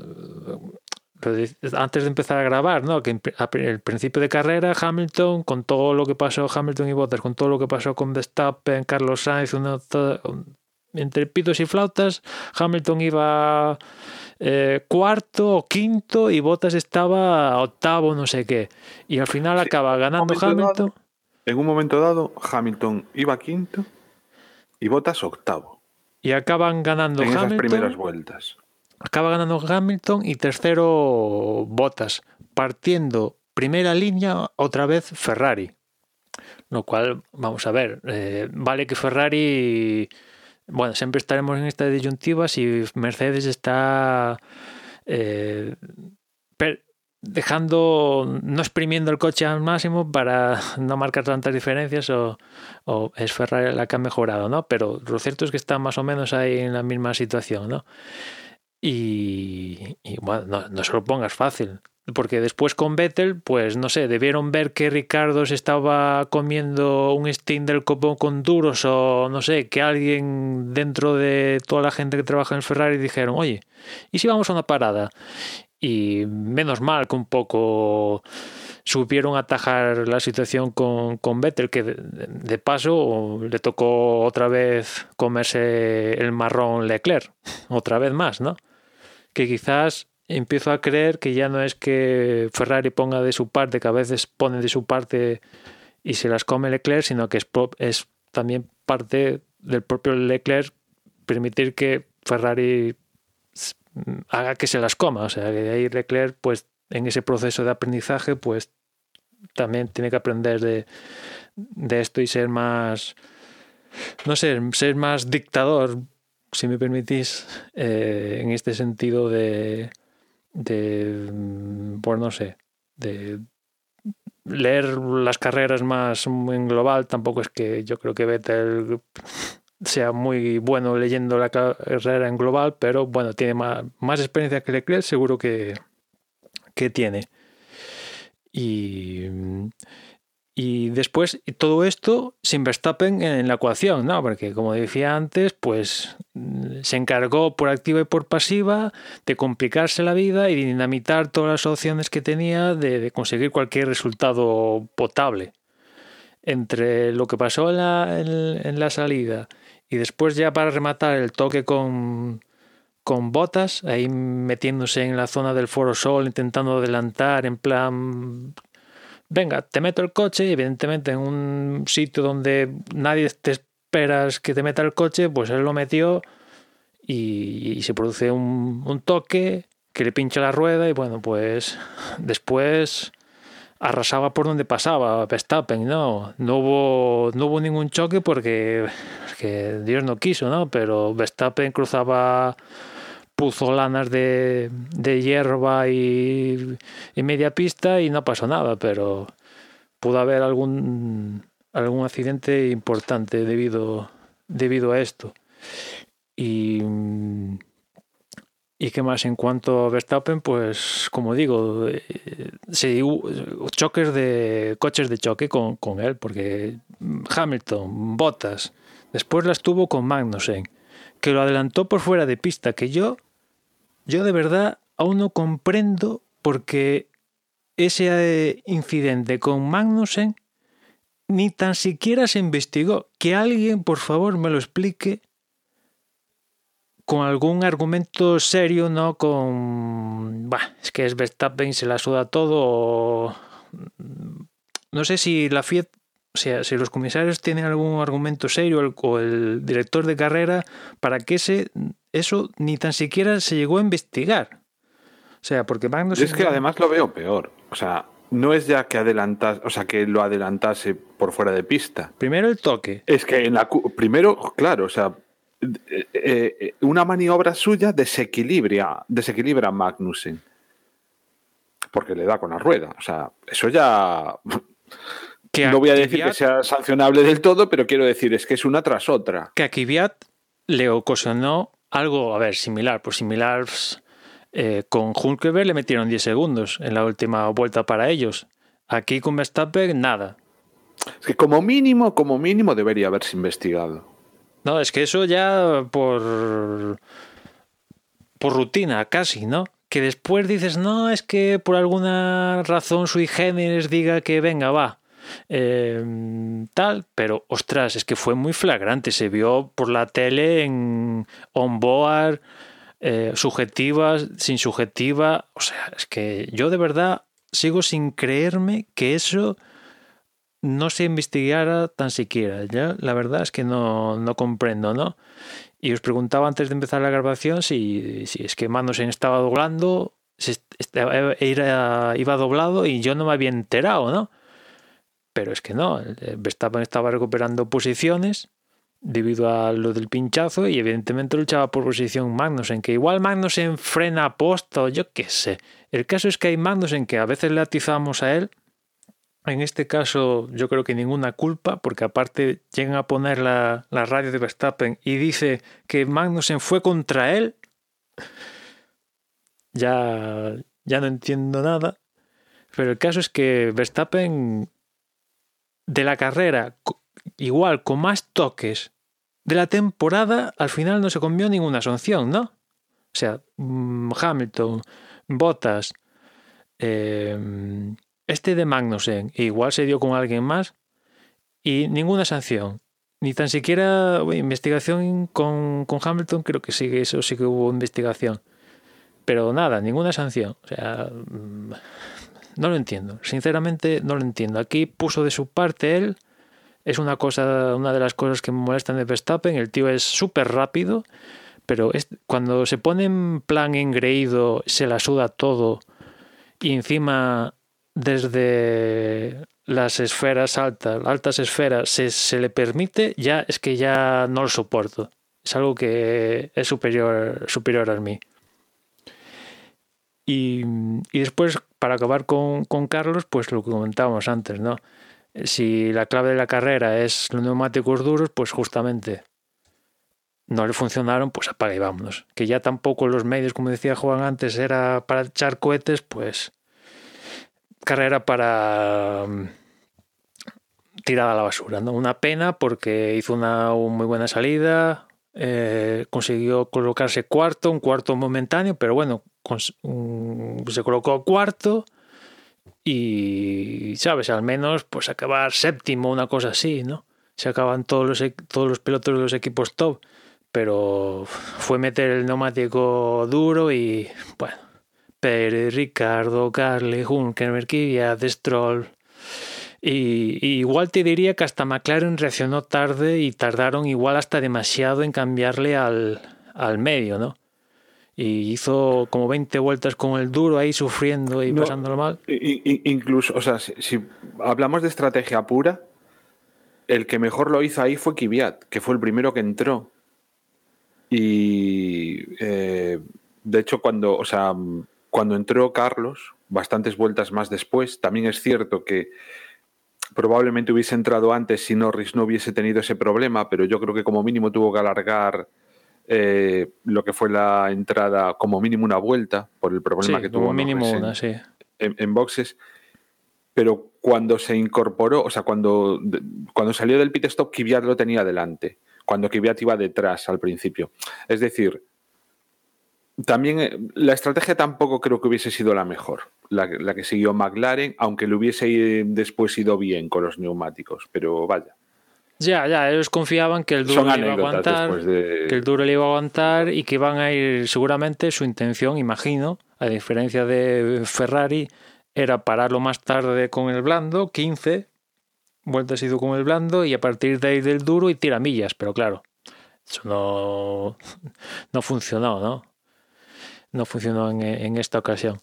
antes de empezar a grabar, ¿no? Que el principio de carrera, Hamilton, con todo lo que pasó, Hamilton y Bottas, con todo lo que pasó con Verstappen, Carlos Sainz, una, todo, entre pitos y flautas, Hamilton iba eh, cuarto o quinto y Bottas estaba octavo, no sé qué. Y al final sí, acaba ganando Hamilton. Dado, en un momento dado, Hamilton iba quinto y Bottas octavo. Y acaban ganando en Hamilton. En esas primeras vueltas. Acaba ganando Hamilton y tercero Bottas, partiendo primera línea otra vez Ferrari. Lo cual, vamos a ver, eh, vale que Ferrari, bueno, siempre estaremos en esta disyuntiva si Mercedes está eh, per, dejando, no exprimiendo el coche al máximo para no marcar tantas diferencias o, o es Ferrari la que ha mejorado, ¿no? Pero lo cierto es que está más o menos ahí en la misma situación, ¿no? Y, y bueno, no, no se lo pongas fácil, porque después con Vettel, pues no sé, debieron ver que Ricardo se estaba comiendo un steam del copón con duros o no sé, que alguien dentro de toda la gente que trabaja en Ferrari dijeron, oye, ¿y si vamos a una parada? Y menos mal que un poco supieron atajar la situación con, con Vettel, que de, de paso le tocó otra vez comerse el marrón Leclerc, otra vez más, ¿no? Que quizás empiezo a creer que ya no es que Ferrari ponga de su parte, que a veces pone de su parte y se las come Leclerc, sino que es, es también parte del propio Leclerc permitir que Ferrari haga que se las coma. O sea, que ahí Leclerc, pues en ese proceso de aprendizaje, pues también tiene que aprender de, de esto y ser más, no sé, ser más dictador, si me permitís, eh, en este sentido de, de, pues no sé, de leer las carreras más en global. Tampoco es que yo creo que Vettel sea muy bueno leyendo la carrera en global, pero bueno, tiene más, más experiencia que Leclerc, seguro que, que tiene. Y, y después todo esto sin Verstappen en la ecuación, ¿no? Porque como decía antes, pues se encargó por activa y por pasiva de complicarse la vida y dinamitar todas las opciones que tenía de, de conseguir cualquier resultado potable. Entre lo que pasó en la, en, en la salida y después ya para rematar el toque con, con Bottas, ahí metiéndose en la zona del Foro Sol, intentando adelantar en plan, venga, te meto el coche, y evidentemente en un sitio donde nadie te esperas que te meta el coche, pues él lo metió y, y se produce un, un toque que le pincha la rueda y bueno, pues después arrasaba por donde pasaba Verstappen, ¿no? No hubo, no hubo ningún choque porque, porque Dios no quiso, ¿no? Pero Verstappen cruzaba puzolanas de, de hierba y, y media pista y no pasó nada, pero pudo haber algún, algún accidente importante debido, debido a esto. Y... ¿Y qué más? En cuanto a Verstappen, pues como digo, eh, sí, hubo choques de coches de choque con, con él, porque Hamilton, Bottas, después las tuvo con Magnussen, que lo adelantó por fuera de pista, que yo, yo de verdad aún no comprendo porque ese eh, incidente con Magnussen ni tan siquiera se investigó. Que alguien, por favor, me lo explique con algún argumento serio, no con... Bah, es que es Verstappen, se la suda todo. O... No sé si la F I A, o sea, si los comisarios tienen algún argumento serio el, o el director de carrera para que ese, eso ni tan siquiera se llegó a investigar. O sea, porque Magnussen... Es que además lo veo peor. O sea, no es ya que adelantase, o sea, que lo adelantase por fuera de pista. Primero el toque. Es que en la primero, claro, o sea, eh, eh, una maniobra suya desequilibra, desequilibra a Magnussen. Porque le da con la rueda. O sea, eso ya... Que no voy a Kvyat, decir que sea sancionable del todo, pero quiero decir, es que es una tras otra. Que a Kvyat le ocasionó algo, a ver, similar, pues similar... Eh, con Hülkenberg le metieron diez segundos en la última vuelta para ellos. Aquí con Verstappen, nada. Es que como mínimo, como mínimo debería haberse investigado. No, es que eso ya por por rutina casi, ¿no? Que después dices, no, es que por alguna razón sui generis diga que venga, va, eh, tal, pero ostras, es que fue muy flagrante, se vio por la tele en on-board, Eh, subjetivas, sin subjetiva, o sea, es que yo de verdad sigo sin creerme que eso no se investigara tan siquiera, ya la verdad es que no, no comprendo, ¿no? Y os preguntaba antes de empezar la grabación si, si es que Magnussen estaba doblando, si estaba, era, iba doblado y yo no me había enterado, ¿no? Pero es que no, Verstappen estaba recuperando posiciones debido a lo del pinchazo y evidentemente luchaba por posición Magnussen, que igual Magnussen frena a posta o yo qué sé. El caso es que hay Magnussen que a veces le atizamos a él, en este caso yo creo que ninguna culpa, porque aparte llegan a poner la, la radio de Verstappen y dice que Magnussen fue contra él. Ya, ya no entiendo nada, pero el caso es que Verstappen de la carrera, igual con más toques de la temporada, al final no se comió ninguna sanción, ¿no? O sea, Hamilton, Bottas, eh, este de Magnussen, igual se dio con alguien más y ninguna sanción. Ni tan siquiera bueno, investigación con, con Hamilton, creo que sí, eso sí que hubo investigación. Pero nada, ninguna sanción. O sea, no lo entiendo. Sinceramente, no lo entiendo. Aquí puso de su parte él. Es una cosa, una de las cosas que me molestan de Verstappen. El tío es súper rápido, pero es, cuando se pone en plan engreído, se la suda todo y encima desde las esferas altas, altas esferas, se, se le permite, ya es que ya no lo soporto. Es algo que es superior, superior a mí. Y, y después, para acabar con, con Carlos, pues lo que comentábamos antes, ¿no? Si la clave de la carrera es los neumáticos duros, pues justamente no le funcionaron, pues apaga y vámonos. Que ya tampoco los medios, como decía Juan antes, era para echar cohetes, pues carrera para um, tirada a la basura, ¿no? Una pena porque hizo una, una muy buena salida, eh, consiguió colocarse cuarto, un cuarto momentáneo, pero bueno, cons- um, se colocó cuarto. Y, ¿sabes? Al menos, pues acabar séptimo, una cosa así, ¿no? Se acaban todos los, todos los pilotos de los equipos top, pero fue meter el neumático duro y, bueno, Pérez, Ricardo, Gasly, Hülkenberg, Kvyat, Stroll. Y, y igual te diría que hasta McLaren reaccionó tarde y tardaron igual hasta demasiado en cambiarle al, al medio, ¿no? Y hizo como veinte vueltas con el duro ahí sufriendo y no, pasándolo mal. Incluso, o sea, si, si hablamos de estrategia pura, el que mejor lo hizo ahí fue Kvyat, que fue el primero que entró. Y eh, de hecho, cuando, o sea, cuando entró Carlos, bastantes vueltas más después, también es cierto que probablemente hubiese entrado antes si Norris no hubiese tenido ese problema, pero yo creo que como mínimo tuvo que alargar Eh, lo que fue la entrada como mínimo una vuelta por el problema sí, que tuvo como mínimo en, una, sí. en, en boxes, pero cuando se incorporó, o sea, cuando, cuando salió del pit stop, Kvyat lo tenía delante, cuando Kvyat iba detrás al principio. Es decir, también eh, la estrategia tampoco creo que hubiese sido la mejor, la, la que siguió McLaren, aunque le hubiese eh, después ido bien con los neumáticos, pero vaya. Ya, ya, ellos confiaban que el duro Son le iba a anécdotas aguantar, después de... que el duro le iba a aguantar y que iban a ir, seguramente su intención, imagino, a diferencia de Ferrari, era pararlo más tarde con el blando, quince vueltas hizo con el blando y a partir de ahí del duro y tiramillas, pero claro, eso no, no funcionó, ¿no? No funcionó en, en esta ocasión.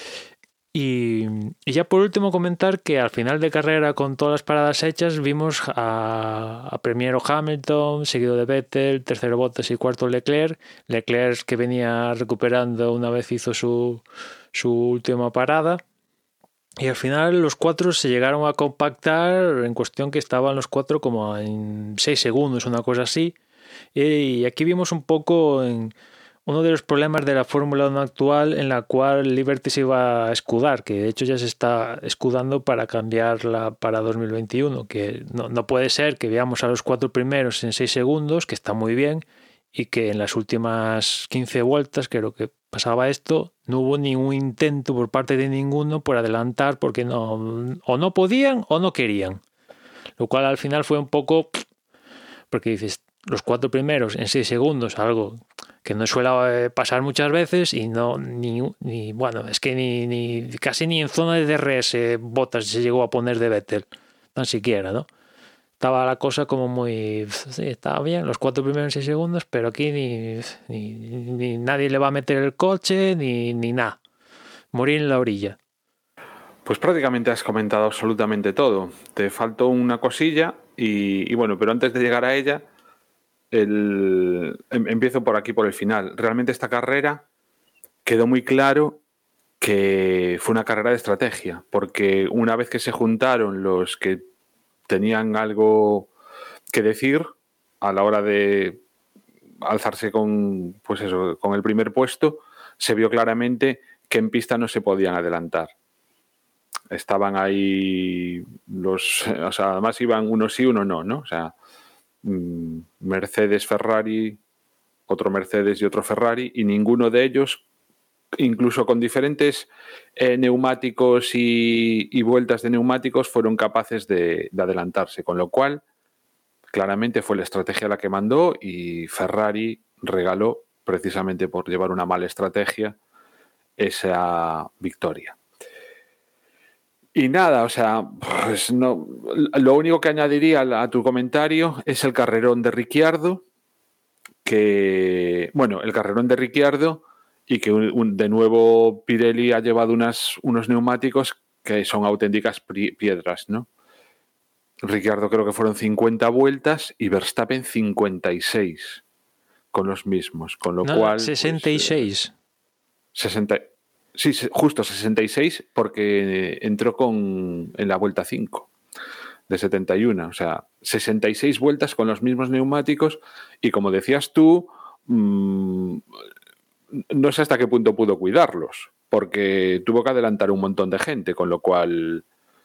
Y, y ya por último comentar que al final de carrera, con todas las paradas hechas, vimos a, a primero Hamilton, seguido de Vettel, tercero Bottas y cuarto Leclerc. Leclerc que venía recuperando una vez hizo su, su última parada. Y al final los cuatro se llegaron a compactar en cuestión que estaban los cuatro como en seis segundos, una cosa así. Y aquí vimos un poco en uno de los problemas de la Fórmula uno actual, en la cual Liberty se iba a escudar, que de hecho ya se está escudando para cambiarla para dos mil veintiuno, que no, no puede ser que veamos a los cuatro primeros en seis segundos, que está muy bien, y que en las últimas quince vueltas, creo que pasaba esto, no hubo ningún intento por parte de ninguno por adelantar, porque no, o no podían o no querían. Lo cual al final fue un poco... porque dices, los cuatro primeros en seis segundos, algo que no suele pasar muchas veces, y no, ni, ni bueno, es que ni, ni casi ni en zona de D R S Bottas se llegó a poner de Vettel, tan siquiera, ¿no? Estaba la cosa como muy... sí, estaba bien, los cuatro primeros en seis segundos, pero aquí ni, ni, ni nadie le va a meter el coche, ni, ni nada. Morir en la orilla. Pues prácticamente has comentado absolutamente todo. Te faltó una cosilla y, y bueno, pero antes de llegar a ella, el, em, empiezo por aquí, por el final. Realmente esta carrera quedó muy claro que fue una carrera de estrategia, porque una vez que se juntaron los que tenían algo que decir a la hora de alzarse con, pues eso, con el primer puesto, se vio claramente que en pista no se podían adelantar. Estaban ahí los, o sea, además iban uno sí, uno no, ¿no? O sea, Mercedes, Ferrari, otro Mercedes y otro Ferrari, y ninguno de ellos, incluso con diferentes eh, neumáticos y, y vueltas de neumáticos, fueron capaces de, de adelantarse, con lo cual claramente fue la estrategia la que mandó y Ferrari regaló, precisamente por llevar una mala estrategia, esa victoria. Y nada, o sea, pues no, lo único que añadiría a tu comentario es el carrerón de Ricciardo, que, bueno, el carrerón de Ricciardo y que un, un, de nuevo Pirelli ha llevado unas, unos neumáticos que son auténticas piedras, ¿no? Ricciardo creo que fueron cincuenta vueltas y Verstappen cincuenta y seis con los mismos, con lo no, cual... sesenta y seis. Pues, eh, sesenta, sí, justo sesenta y seis porque entró con, en la vuelta cinco de setenta y uno, o sea, sesenta y seis vueltas con los mismos neumáticos y como decías tú, mmm, no sé hasta qué punto pudo cuidarlos, porque tuvo que adelantar un montón de gente, con lo cual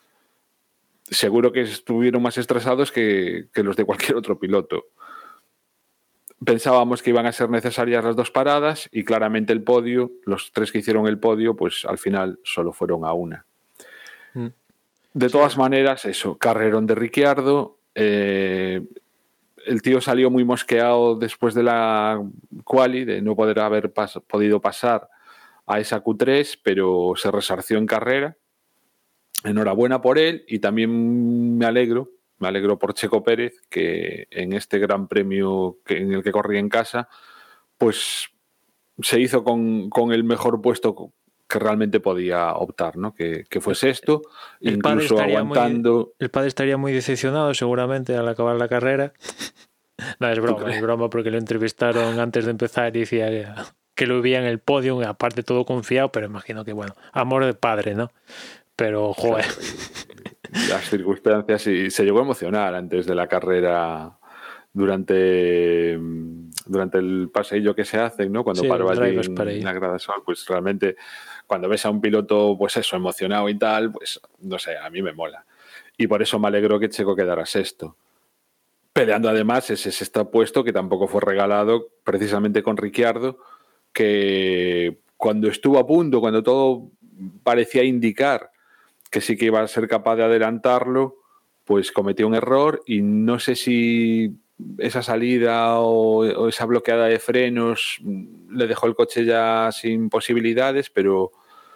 seguro que estuvieron más estresados que, que los de cualquier otro piloto. Pensábamos que iban a ser necesarias las dos paradas y claramente el podio, los tres que hicieron el podio, pues al final solo fueron a una. Mm. De todas sí. maneras, eso, carrerón de Ricciardo, eh, el tío salió muy mosqueado después de la quali, de no poder haber pas- podido pasar a esa Q tres, pero se resarció en carrera. Enhorabuena por él y también me alegro, me alegro por Checo Pérez, que en este gran premio que, en el que corría en casa, pues se hizo con, con el mejor puesto que realmente podía optar, ¿no? Que, que fue sexto, el incluso aguantando... Muy, el padre estaría muy decepcionado seguramente al acabar la carrera. No, es broma, es broma porque lo entrevistaron antes de empezar y decía que, que lo veía en el podio, aparte todo confiado, pero imagino que, bueno, amor de padre, ¿no? Pero, joder. Las circunstancias, y se llegó a emocionar antes de la carrera durante, durante el paseillo que se hace, ¿no? Cuando sí, paró allí en, en la Grada Sol, pues realmente cuando ves a un piloto, pues eso, emocionado y tal, pues no sé, a mí me mola. Y por eso me alegro que Checo quedara sexto. Peleando además ese sexto puesto que tampoco fue regalado precisamente con Ricciardo, que cuando estuvo a punto, cuando todo parecía indicar que sí que iba a ser capaz de adelantarlo, pues cometió un error y no sé si esa salida o, o esa bloqueada de frenos le dejó el coche ya sin posibilidades, pero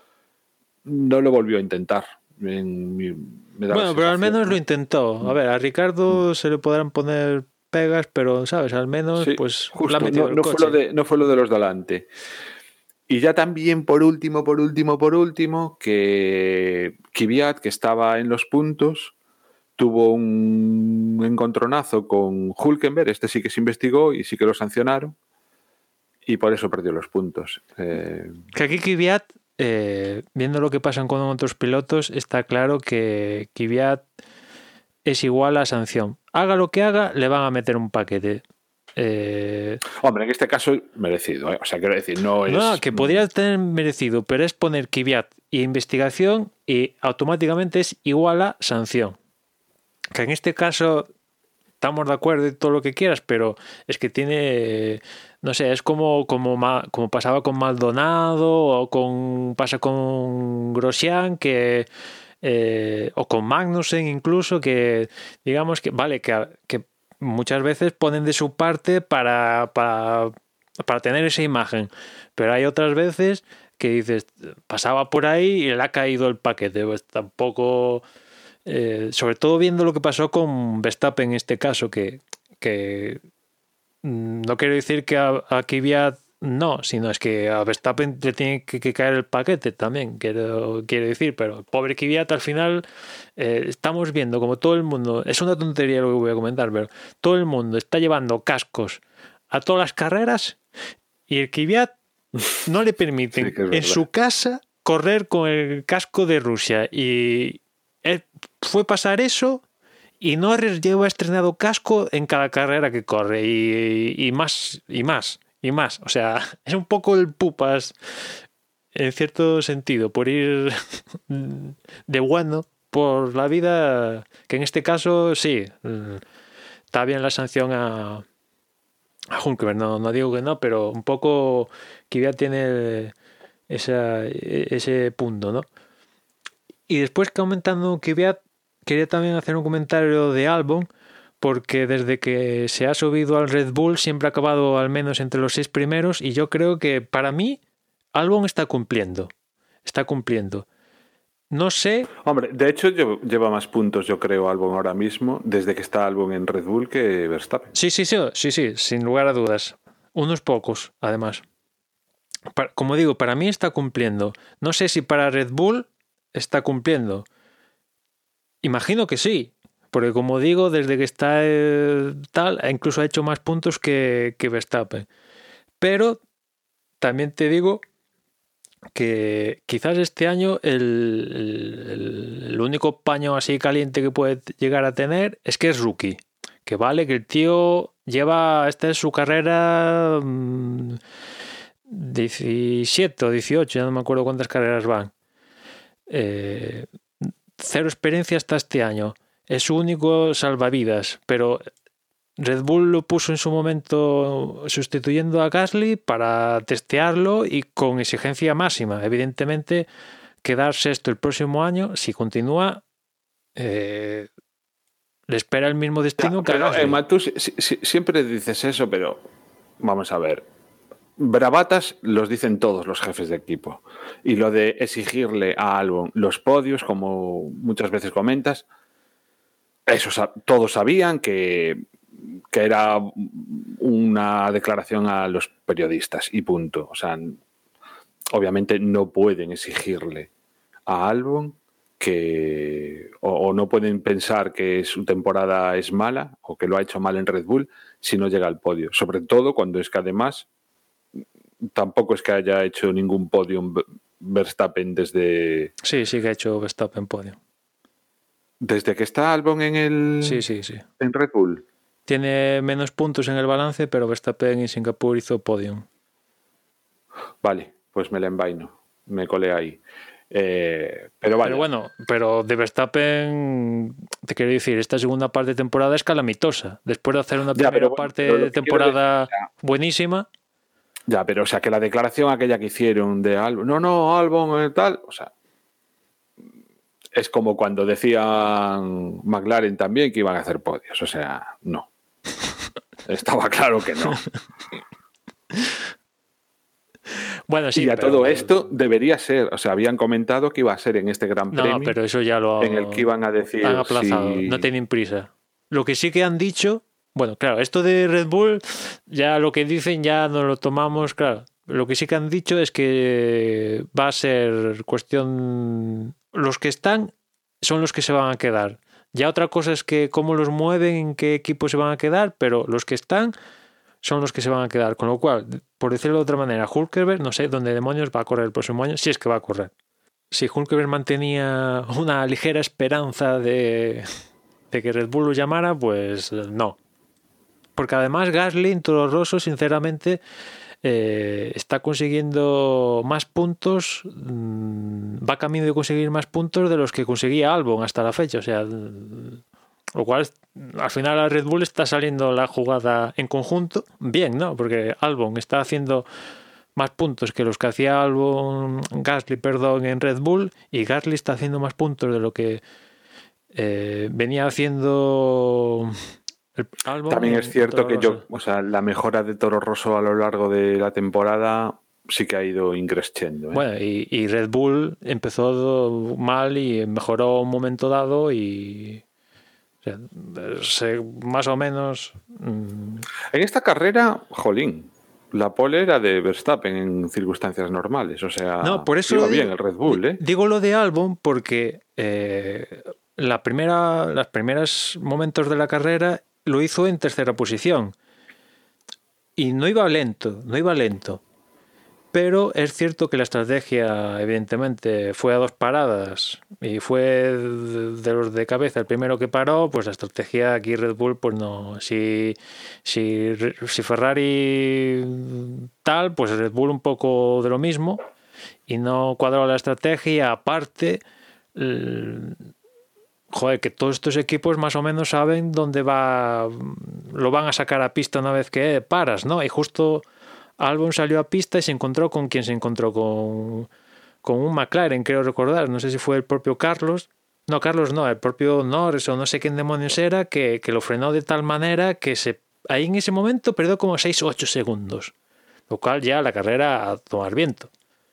no lo volvió a intentar. En, me da bueno, pero al menos ¿no? lo intentó. A ver, a Ricardo mm. se le podrán poner pegas, pero, ¿sabes? Al menos, sí, pues, justo, la ha metido no, el no, coche. Fue lo de, no fue lo de los delante. Y ya también, por último, por último, por último, que Kvyat, que estaba en los puntos, tuvo un encontronazo con Hülkenberg. Este sí que se investigó y sí que lo sancionaron. Y por eso perdió los puntos. Eh... Que aquí Kvyat, eh, viendo lo que pasa con otros pilotos, está claro que Kvyat es igual a sanción. Haga lo que haga, le van a meter un paquete. Eh... Hombre, en este caso merecido, ¿eh? O sea, quiero decir, no es... No, que podría tener merecido, pero es poner Kvyat y investigación y automáticamente es igual a sanción. Que en este caso estamos de acuerdo y todo lo que quieras, pero es que tiene, no sé, es como, como, como pasaba con Maldonado o con pasa con Grosjean, que eh, o con Magnussen incluso, que digamos que vale, que, que muchas veces ponen de su parte para, para, para tener esa imagen, pero hay otras veces que dices, pasaba por ahí y le ha caído el paquete, pues tampoco... Eh, sobre todo viendo lo que pasó con Verstappen en este caso, que, que no quiero decir que a, a Kvyat no, sino es que a Verstappen le tiene que, que caer el paquete también, quiero, quiero decir, pero el pobre Kvyat al final eh, estamos viendo como todo el mundo, es una tontería lo que voy a comentar, pero todo el mundo está llevando cascos a todas las carreras y el Kvyat no le permiten sí, en su casa correr con el casco de Rusia y él fue pasar eso y Norris lleva estrenado casco en cada carrera que corre y, y, y más y más y más, o sea, es un poco el pupas en cierto sentido por ir de bueno por la vida, que en este caso sí está bien la sanción a, a Hülkenberg, no, no digo que no, pero un poco que ya tiene esa, ese punto, ¿no? Y después comentando Kvyat, quería también hacer un comentario de Albon, porque desde que se ha subido al Red Bull siempre ha acabado al menos entre los seis primeros y yo creo que para mí Albon está cumpliendo. Está cumpliendo. No sé... Hombre, de hecho lleva más puntos yo creo Albon ahora mismo desde que está Albon en Red Bull que Verstappen. Sí, sí, sí, sí, sí, sin lugar a dudas. Unos pocos, además. Para, como digo, para mí está cumpliendo. No sé si para Red Bull está cumpliendo. Imagino que sí, porque como digo, desde que está eh, tal, incluso ha hecho más puntos que, que Verstappen. Pero también te digo que quizás este año el, el, el único paño así caliente que puede llegar a tener es que es rookie. Que vale, que el tío lleva, esta es su carrera mmm, diecisiete o dieciocho, ya no me acuerdo cuántas carreras van. Eh, cero experiencia hasta este año, es su único salvavidas, pero Red Bull lo puso en su momento sustituyendo a Gasly para testearlo y con exigencia máxima. Evidentemente quedar sexto el próximo año, si continúa, eh, le espera el mismo destino no, que pero, a Gasly. Emma, tú si, si, siempre dices eso, pero vamos a ver, bravatas los dicen todos los jefes de equipo. Y lo de exigirle a Albon los podios, como muchas veces comentas, eso todos sabían que, que era una declaración a los periodistas y punto. O sea, obviamente no pueden exigirle a Albon que o, o no pueden pensar que su temporada es mala o que lo ha hecho mal en Red Bull si no llega al podio. Sobre todo cuando es que además tampoco es que haya hecho ningún podium Verstappen desde... Sí, sí que ha hecho Verstappen podio. ¿Desde que está Albon en el... Sí, sí, sí. en Red Bull? Tiene menos puntos en el balance, pero Verstappen en Singapur hizo podium. Vale, pues me la envaino. Me colé ahí. Eh, pero vale. Pero bueno, pero de Verstappen, te quiero decir, esta segunda parte de temporada es calamitosa. Después de hacer una ya, primera bueno, parte de temporada decir, o sea, buenísima... Ya, pero o sea, que la declaración aquella que hicieron de Albon, no, no, Albon eh, tal, o sea, es como cuando decían McLaren también que iban a hacer podios, o sea, no. Estaba claro que no. Bueno, sí, y a pero... todo esto debería ser, o sea, habían comentado que iba a ser en este Gran No, Premio, no, pero eso ya lo en el que iban a decir han aplazado, si... no tienen prisa. Lo que sí que han dicho, bueno, claro, esto de Red Bull, ya lo que dicen ya no lo tomamos, claro. Lo que sí que han dicho es que va a ser cuestión... Los que están son los que se van a quedar. Ya otra cosa es que cómo los mueven, en qué equipo se van a quedar, pero los que están son los que se van a quedar. Con lo cual, por decirlo de otra manera, Hülkenberg, no sé dónde demonios va a correr el próximo año, si es que va a correr. Si Hülkenberg mantenía una ligera esperanza de, de que Red Bull lo llamara, pues no. Porque además Gasly en Toro Rosso, sinceramente, eh, está consiguiendo más puntos, mmm, va camino de conseguir más puntos de los que conseguía Albon hasta la fecha. O sea, lo cual al final a Red Bull está saliendo la jugada en conjunto bien, ¿no? Porque Albon está haciendo más puntos que los que hacía Albon, Gasly, perdón, en Red Bull, y Gasly está haciendo más puntos de lo que eh, venía haciendo el Albon. También es cierto que yo, o sea, la mejora de Toro Rosso a lo largo de la temporada sí que ha ido increciendo, ¿eh? Bueno, y, y Red Bull empezó mal y mejoró un momento dado y... O sea, se, más o menos... Mmm... En esta carrera, jolín, la pole era de Verstappen en circunstancias normales, o sea, no, por eso iba digo, bien el Red Bull, ¿eh? Digo lo de Albon porque eh, la primera, los primeros momentos de la carrera lo hizo en tercera posición y no iba lento, no iba lento. Pero es cierto que la estrategia, evidentemente, fue a dos paradas y fue de los de cabeza el primero que paró. Pues la estrategia aquí Red Bull, pues no. Si, si, si Ferrari tal, pues Red Bull un poco de lo mismo y no cuadró la estrategia. Aparte, el, joder, que todos estos equipos más o menos saben dónde va, lo van a sacar a pista una vez que paras, ¿no? Y justo Albon salió a pista y se encontró con quien se encontró con, con un McLaren, creo recordar, no sé si fue el propio Carlos, no, Carlos no, el propio Norris o no sé quién demonios era, que, que lo frenó de tal manera que se, ahí en ese momento perdió como seis o ocho segundos, lo cual ya la carrera a tomar viento.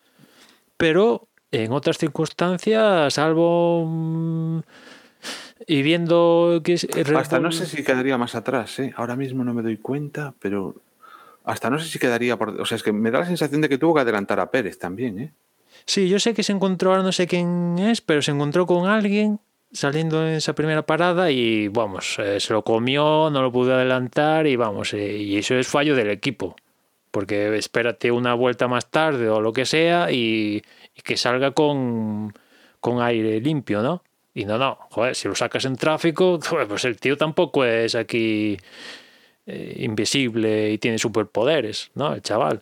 Pero en otras circunstancias, Albon... Y viendo que Red hasta Bull... no sé si quedaría más atrás, ¿eh? Ahora mismo no me doy cuenta, pero hasta no sé si quedaría por... O sea, es que me da la sensación de que tuvo que adelantar a Pérez también, ¿eh? Sí, yo sé que se encontró, ahora no sé quién es, pero se encontró con alguien saliendo en esa primera parada y, vamos, eh, se lo comió, no lo pudo adelantar y, vamos, eh, y eso es fallo del equipo. Porque espérate una vuelta más tarde o lo que sea y, y que salga con, con aire limpio, ¿no? Y no, no, joder, si lo sacas en tráfico, pues el tío tampoco es aquí eh, invisible y tiene superpoderes, ¿no? El chaval.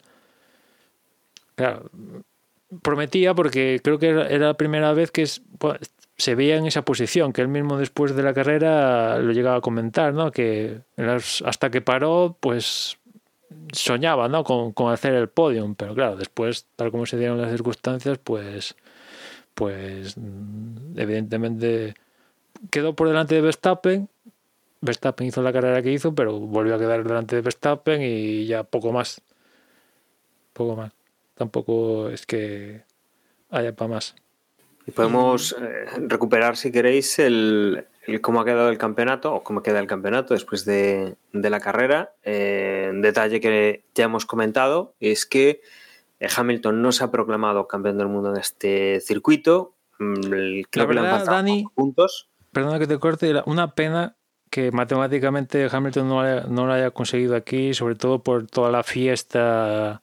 Claro, prometía porque creo que era la primera vez que es, pues, se veía en esa posición, que él mismo después de la carrera lo llegaba a comentar, ¿no? Que hasta que paró, pues soñaba, ¿no? Con, con hacer el podium, pero claro, después, tal como se dieron las circunstancias, pues... pues evidentemente quedó por delante de Verstappen. Verstappen hizo la carrera que hizo, pero volvió a quedar delante de Verstappen y ya poco más. Poco más. Tampoco es que haya para más. Y podemos eh, recuperar, si queréis, el, el cómo ha quedado el campeonato o cómo queda el campeonato después de, de la carrera. Eh, un detalle que ya hemos comentado es que Hamilton no se ha proclamado campeón del mundo en este circuito. Creo la verdad, que le han faltado Dani, puntos. Perdona que te corte, una pena que matemáticamente Hamilton no, haya, no lo haya conseguido aquí, sobre todo por toda la fiesta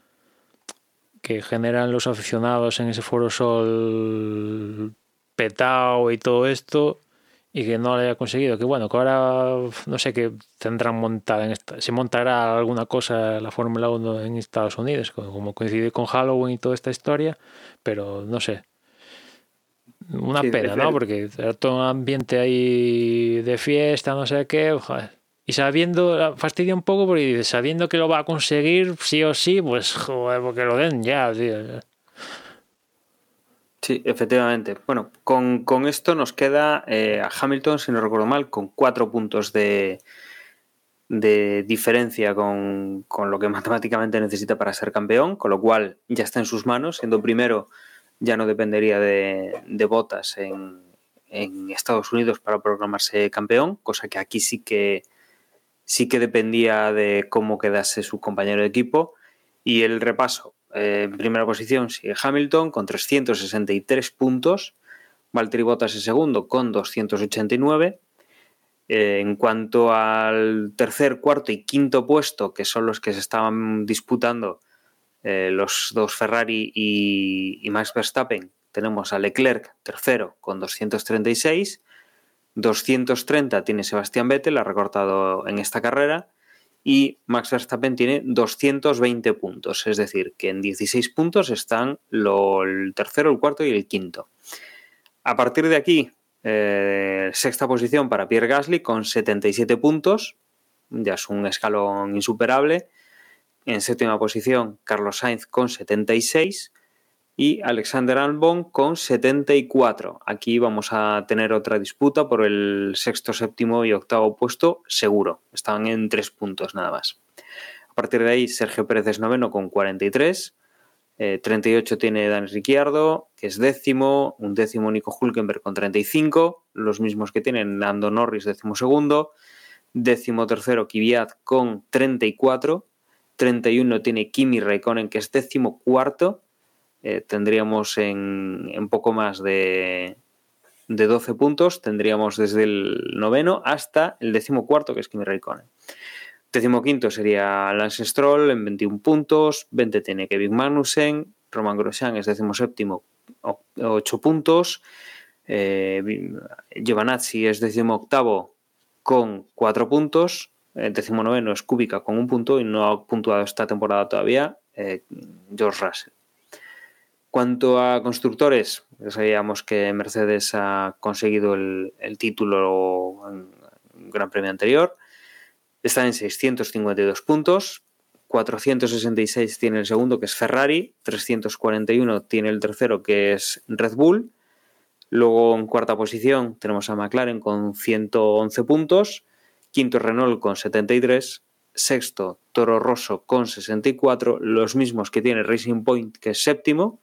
que generan los aficionados en ese Foro Sol petao y todo esto, y que no lo haya conseguido. Que bueno, que ahora no sé qué tendrán montada en esta, se montará alguna cosa la Fórmula uno en Estados Unidos, como coincide con Halloween y toda esta historia, pero no sé. Una sí, pena, ¿no? Porque era todo un ambiente ahí de fiesta, no sé qué. Joder, Y sabiendo, fastidia un poco porque dices, sabiendo que lo va a conseguir sí o sí, pues joder, porque lo den ya, tío. Sí, efectivamente. Bueno, con, con esto nos queda eh, a Hamilton, si no recuerdo mal, con cuatro puntos de, de diferencia con, con lo que matemáticamente necesita para ser campeón, con lo cual ya está en sus manos. Siendo primero, ya no dependería de, de Bottas en, en Estados Unidos para proclamarse campeón, cosa que aquí sí que sí que dependía de cómo quedase su compañero de equipo. Y el repaso, eh, en primera posición sigue Hamilton con trescientos sesenta y tres puntos, Valtteri Bottas en segundo con doscientos ochenta y nueve. Eh, en cuanto al tercer, cuarto y quinto puesto, que son los que se estaban disputando eh, los dos Ferrari y, y Max Verstappen, tenemos a Leclerc tercero con doscientos treinta y seis, doscientos treinta tiene Sebastián Vettel, ha recortado en esta carrera, y Max Verstappen tiene doscientos veinte puntos, es decir, que en dieciséis puntos están lo, el tercero, el cuarto y el quinto. A partir de aquí, eh, sexta posición para Pierre Gasly con setenta y siete puntos, ya es un escalón insuperable. En séptima posición, Carlos Sainz con setenta y seis y Alexander Albon con setenta y cuatro. Aquí vamos a tener otra disputa por el sexto, séptimo y octavo puesto seguro. Están en tres puntos nada más. A partir de ahí, Sergio Pérez es noveno con cuarenta y tres. Eh, treinta y ocho tiene Daniel Ricciardo, que es décimo. Un décimo Nico Hülkenberg con treinta y cinco. Los mismos que tienen Lando Norris, décimo segundo. Décimo tercero Kvyat con treinta y cuatro. treinta y uno tiene Kimi Raikkonen, que es décimo cuarto. Eh, tendríamos en, en poco más de, de doce puntos, tendríamos desde el noveno hasta el décimo cuarto, que es Kimi Raikkonen. Décimo quinto sería Lance Stroll en veintiún puntos, veinte tiene Kevin Magnussen, Romain Grosjean es décimo séptimo, ocho puntos, eh, Giovinazzi es décimo octavo con cuatro puntos, el décimo noveno es Kubica con un punto y no ha puntuado esta temporada todavía eh, George Russell. Cuanto a constructores, ya sabíamos que Mercedes ha conseguido el, el título en un Gran Premio anterior. Está en seiscientos cincuenta y dos puntos, cuatrocientos sesenta y seis tiene el segundo, que es Ferrari, trescientos cuarenta y uno tiene el tercero, que es Red Bull. Luego en cuarta posición tenemos a McLaren con ciento once puntos, quinto Renault con setenta y tres, sexto Toro Rosso con sesenta y cuatro, los mismos que tiene Racing Point, que es séptimo.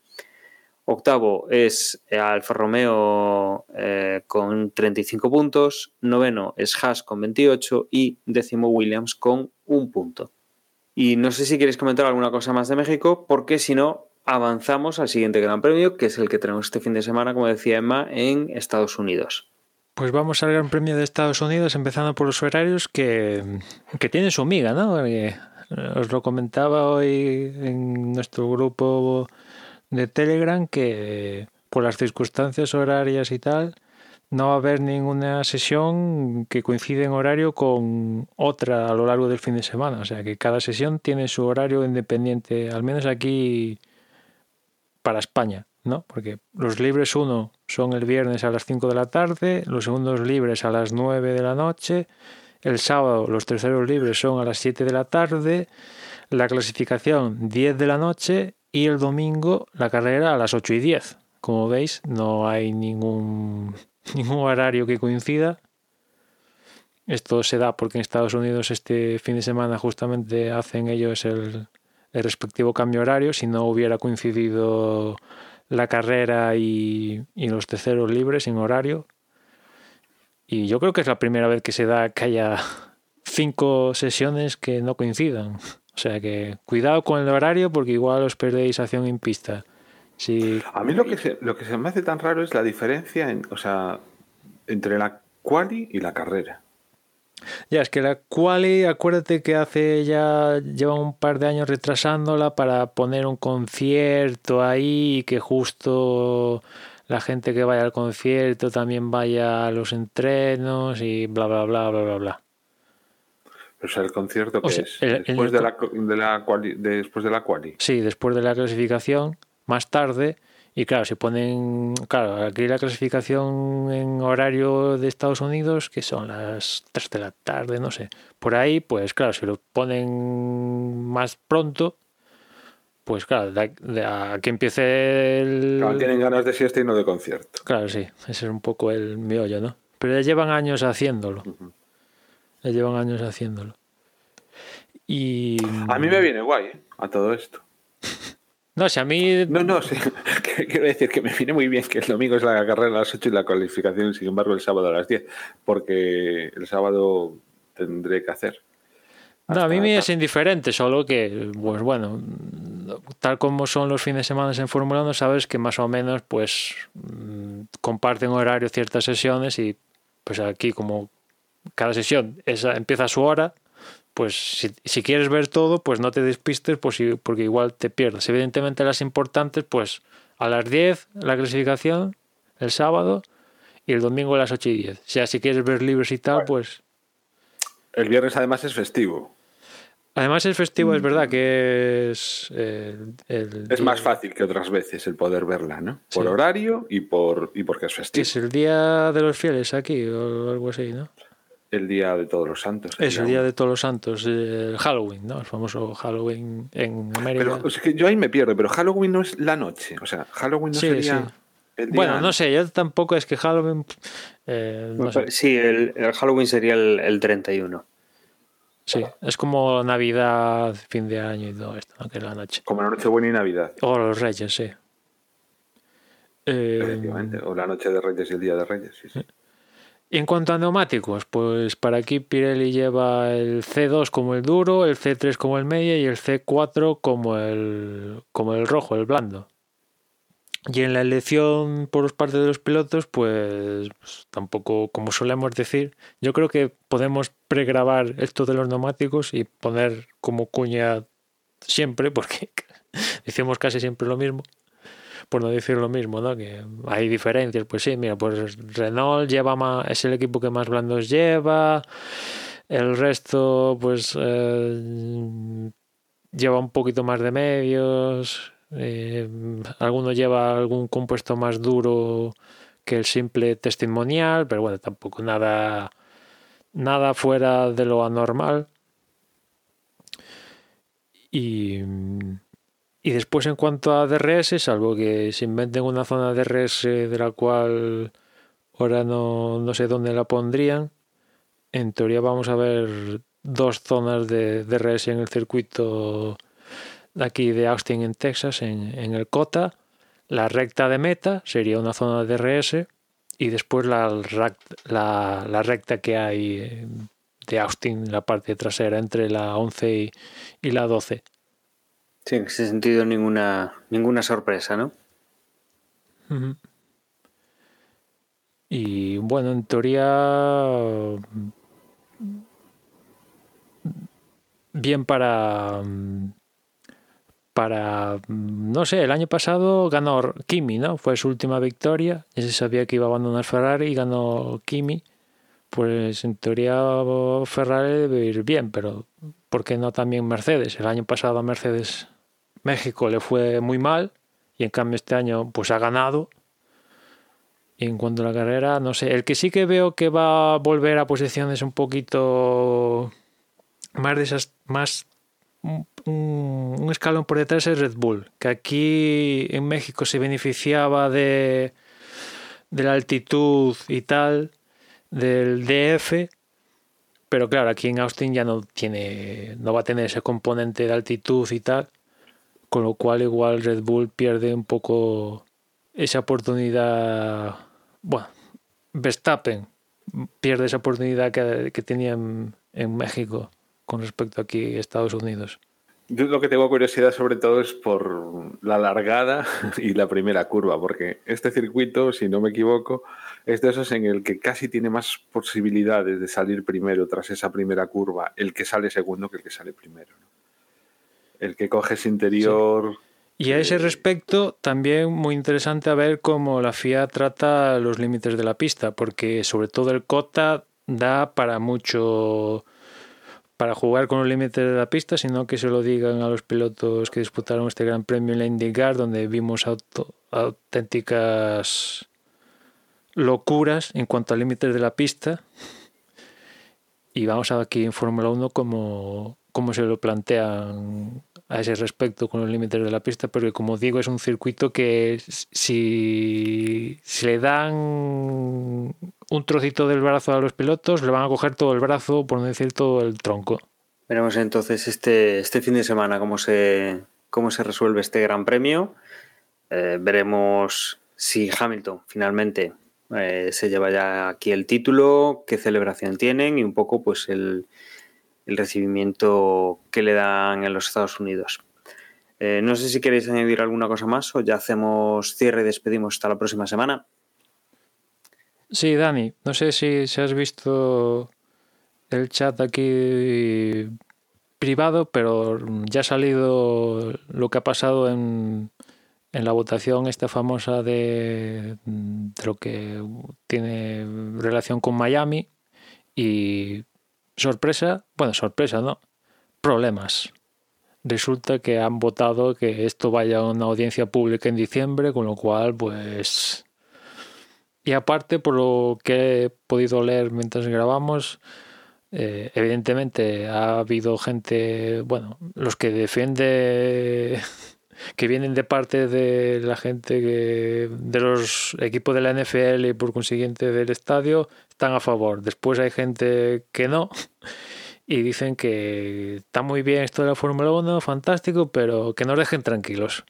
Octavo es Alfa Romeo eh, con treinta y cinco puntos, noveno es Haas con veintiocho y décimo Williams con un punto. Y no sé si quieres comentar alguna cosa más de México, porque si no, avanzamos al siguiente Gran Premio, que es el que tenemos este fin de semana, como decía Emma, en Estados Unidos. Pues vamos al Gran Premio de Estados Unidos, empezando por los horarios que, que tienen su miga, ¿no? Porque os lo comentaba hoy en nuestro grupo de Telegram que por las circunstancias horarias y tal no va a haber ninguna sesión que coincida en horario con otra a lo largo del fin de semana, o sea que cada sesión tiene su horario independiente, al menos aquí para España, ¿no? Porque los libres uno son el viernes a las cinco de la tarde, los segundos libres a las nueve de la noche, el sábado los terceros libres son a las siete de la tarde, la clasificación diez de la noche y el domingo la carrera a las ocho y diez. Como veis, no hay ningún, ningún horario que coincida. Esto se da porque en Estados Unidos este fin de semana justamente hacen ellos el, el respectivo cambio horario. Si no hubiera coincidido la carrera y, y los terceros libres sin horario. Y yo creo que es la primera vez que se da que haya cinco sesiones que no coincidan. O sea que cuidado con el horario porque igual os perdéis acción en pista. Sí. A mí lo que se, lo que se me hace tan raro es la diferencia en, o sea, entre la quali y la carrera. Ya, es que la quali, acuérdate que hace ya lleva un par de años retrasándola para poner un concierto ahí y que justo la gente que vaya al concierto también vaya a los entrenos y bla bla bla bla bla bla. O sea, el concierto que o sea, es el, después el, de la de la quali, después de la quali. Sí, después de la clasificación, más tarde, Y claro, si ponen, claro, aquí la clasificación en horario de Estados Unidos, que son las tres de la tarde, no sé, por ahí, pues claro, si lo ponen más pronto, pues claro, de, de a que empiece el... Claro, tienen ganas de siesta y no de concierto. Claro, sí, ese es un poco el meollo, ¿no? Pero ya llevan años haciéndolo. Uh-huh. Ya llevan años haciéndolo. Y... A mí me viene guay, ¿eh? A todo esto. No, si a mí... No, no, sí. Quiero decir que me viene muy bien que el domingo es la carrera a las ocho y la cualificación, sin embargo, el sábado a las diez, porque el sábado tendré que hacer. No, a mí me es indiferente, solo que, pues bueno, tal como son los fines de semana en Fórmula uno, sabes que más o menos, pues, comparten horario ciertas sesiones y, pues aquí como cada sesión esa empieza a su hora, pues si, si quieres ver todo, pues no te despistes, pues, porque igual te pierdes. Evidentemente las importantes, pues a las diez la clasificación, el sábado, y el domingo a las ocho y diez. O sea, si quieres ver libros y tal, bueno, pues... El viernes además es festivo. Además es festivo, es verdad que es... Eh, el es día... más fácil que otras veces el poder verla, ¿no? Por sí. horario y, por, y porque es festivo. Es el Día de los Fieles aquí o algo así, ¿no? El Día de Todos los Santos. Es el Día uno. de Todos los Santos, el Halloween, ¿no? El famoso Halloween en América. Pero o sea, que yo ahí me pierdo, pero Halloween no es la noche, o sea, Halloween no sí, sería... Sí. El día bueno, no sé, yo tampoco es que Halloween... Eh, no sé. Sí, el, el Halloween sería el, el treinta y uno. Sí, es como Navidad, fin de año y todo esto, ¿no? Que es la noche. Como la Nochebuena y Navidad. O los Reyes, sí. Efectivamente, eh, o la Noche de Reyes y el Día de Reyes, sí, sí. Y en cuanto a neumáticos, pues para aquí Pirelli lleva el C dos como el duro, el C tres como el medio y el C cuatro como el, como el rojo, el blando. Y en la elección por parte de los pilotos, pues, pues tampoco, como solemos decir, yo creo que podemos pregrabar esto de los neumáticos y poner como cuña siempre, porque decimos casi siempre lo mismo, por no decir lo mismo, ¿no? Que hay diferencias, pues sí, mira, pues Renault lleva más, es el equipo que más blandos lleva, el resto, pues eh, lleva un poquito más de medios. Eh, alguno lleva algún compuesto más duro que el simple testimonial, pero bueno, tampoco nada nada fuera de lo anormal. Y, y después en cuanto a D R S, salvo que se inventen una zona de D R S de la cual ahora no, no sé dónde la pondrían, en teoría vamos a ver dos zonas de D R S en el circuito de aquí de Austin en Texas, en, en el COTA. La recta de meta sería una zona de D R S y después la, la, la recta que hay de Austin, la parte trasera entre la once y, y la doce. Sí, en ese sentido ninguna, ninguna sorpresa, ¿no? Uh-huh. Y bueno, en teoría bien para para, no sé, el año pasado ganó Kimi, ¿no? Fue su última victoria, ya se sabía que iba a abandonar Ferrari y ganó Kimi. Pues en teoría Ferrari debe ir bien, pero ¿por qué no también Mercedes? El año pasado a Mercedes México le fue muy mal y en cambio este año pues ha ganado. Y en cuanto a la carrera, no sé, el que sí que veo que va a volver a posiciones un poquito más de esas, más Un, un escalón por detrás es Red Bull, que aquí en México se beneficiaba de, de la altitud y tal, del D F, pero claro, aquí en Austin ya no tiene, no va a tener ese componente de altitud y tal, con lo cual igual Red Bull pierde un poco esa oportunidad. Bueno, Verstappen pierde esa oportunidad que, que tenía en, en México con respecto aquí a Estados Unidos. Yo lo que tengo curiosidad sobre todo es por la largada y la primera curva, porque este circuito, si no me equivoco, es de esos en el que casi tiene más posibilidades de salir primero tras esa primera curva el que sale segundo que el que sale primero, ¿no? El que coge ese interior... Sí. Y a ese respecto también muy interesante a ver cómo la F I A trata los límites de la pista, porque sobre todo el COTA da para mucho... para jugar con los límites de la pista, sino que se lo digan a los pilotos que disputaron este Gran Premio en la IndyCar, donde vimos auto, auténticas locuras en cuanto a límites de la pista. Y vamos a ver aquí en Fórmula uno cómo, cómo se lo plantean a ese respecto con los límites de la pista, porque como digo, es un circuito que si, si le dan un trocito del brazo a los pilotos, le van a coger todo el brazo, por no decir todo el tronco. Veremos entonces este, este fin de semana cómo se, cómo se resuelve este Gran Premio. Eh, veremos si Hamilton finalmente eh, se lleva ya aquí el título, qué celebración tienen y un poco pues el, el recibimiento que le dan en los Estados Unidos. Eh, no sé si queréis añadir alguna cosa más o ya hacemos cierre y despedimos hasta la próxima semana. Sí, Dani, no sé si, si has visto el chat aquí privado, pero ya ha salido lo que ha pasado en, en la votación esta famosa de, de lo que tiene relación con Miami y sorpresa, bueno, sorpresa, ¿no? Problemas. Resulta que han votado que esto vaya a una audiencia pública en diciembre, con lo cual, pues... Y aparte, por lo que he podido leer mientras grabamos, eh, evidentemente ha habido gente, bueno, los que defiende, que vienen de parte de la gente que, de los equipos de la N F L y por consiguiente del estadio, están a favor. Después hay gente que no y dicen que está muy bien esto de la Fórmula uno, fantástico, pero que nos dejen tranquilos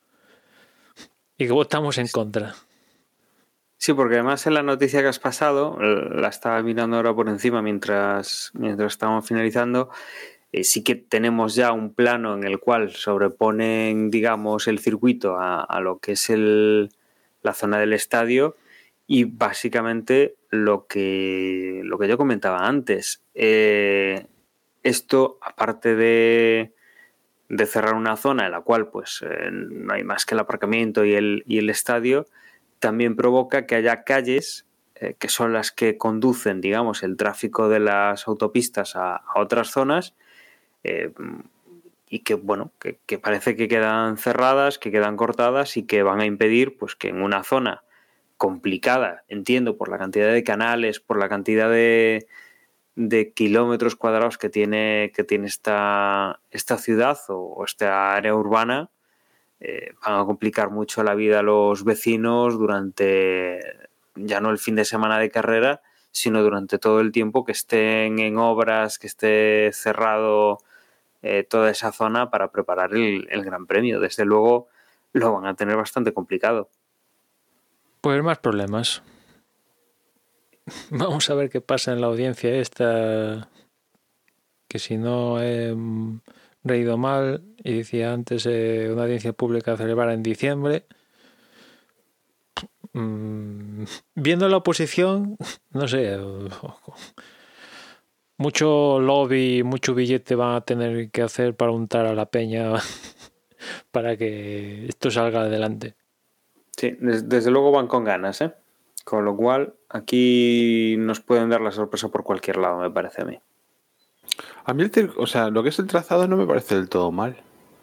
y que votamos en contra. Sí, porque además en la noticia que has pasado, la estaba mirando ahora por encima mientras, mientras estábamos finalizando, eh, sí que tenemos ya un plano en el cual sobreponen, digamos, el circuito a, a lo que es el, la zona del estadio y básicamente lo que, lo que yo comentaba antes. Eh, esto, aparte de, de cerrar una zona en la cual pues eh, no hay más que el aparcamiento y el, y el estadio, también provoca que haya calles eh, que son las que conducen, digamos, el tráfico de las autopistas a, a otras zonas eh, y que, bueno, que, que parece que quedan cerradas, que quedan cortadas y que van a impedir pues que en una zona complicada, entiendo, por la cantidad de canales, por la cantidad de, de kilómetros cuadrados que tiene, que tiene esta, esta ciudad o, o esta área urbana, Eh, van a complicar mucho la vida a los vecinos durante ya no el fin de semana de carrera, sino durante todo el tiempo que estén en obras, que esté cerrado eh, toda esa zona para preparar el, el Gran Premio. Desde luego lo van a tener bastante complicado. Pues más problemas. Vamos a ver qué pasa en la audiencia esta, que si no he reído mal, y decía antes eh, una audiencia pública a celebrar en diciembre. Mm, viendo la oposición, no sé, mucho lobby, mucho billete van a tener que hacer para untar a la peña para que esto salga adelante. Sí, des- desde luego van con ganas, ¿eh? Con lo cual, aquí nos pueden dar la sorpresa por cualquier lado, me parece a mí. A mí, el, o sea, lo que es el trazado no me parece del todo mal.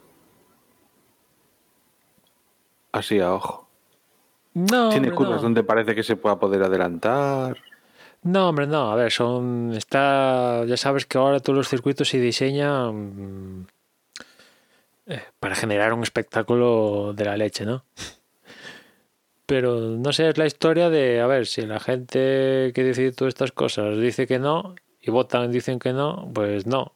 Así a ojo. No, Tiene hombre, curvas no. donde parece que se pueda poder adelantar. No, hombre, no. A ver, son. Está. Ya sabes que ahora todos los circuitos se diseñan eh, para generar un espectáculo de la leche, ¿no? Pero no sé, es la historia de, a ver, si la gente que decide todas estas cosas dice que no y votan y dicen que no, pues no.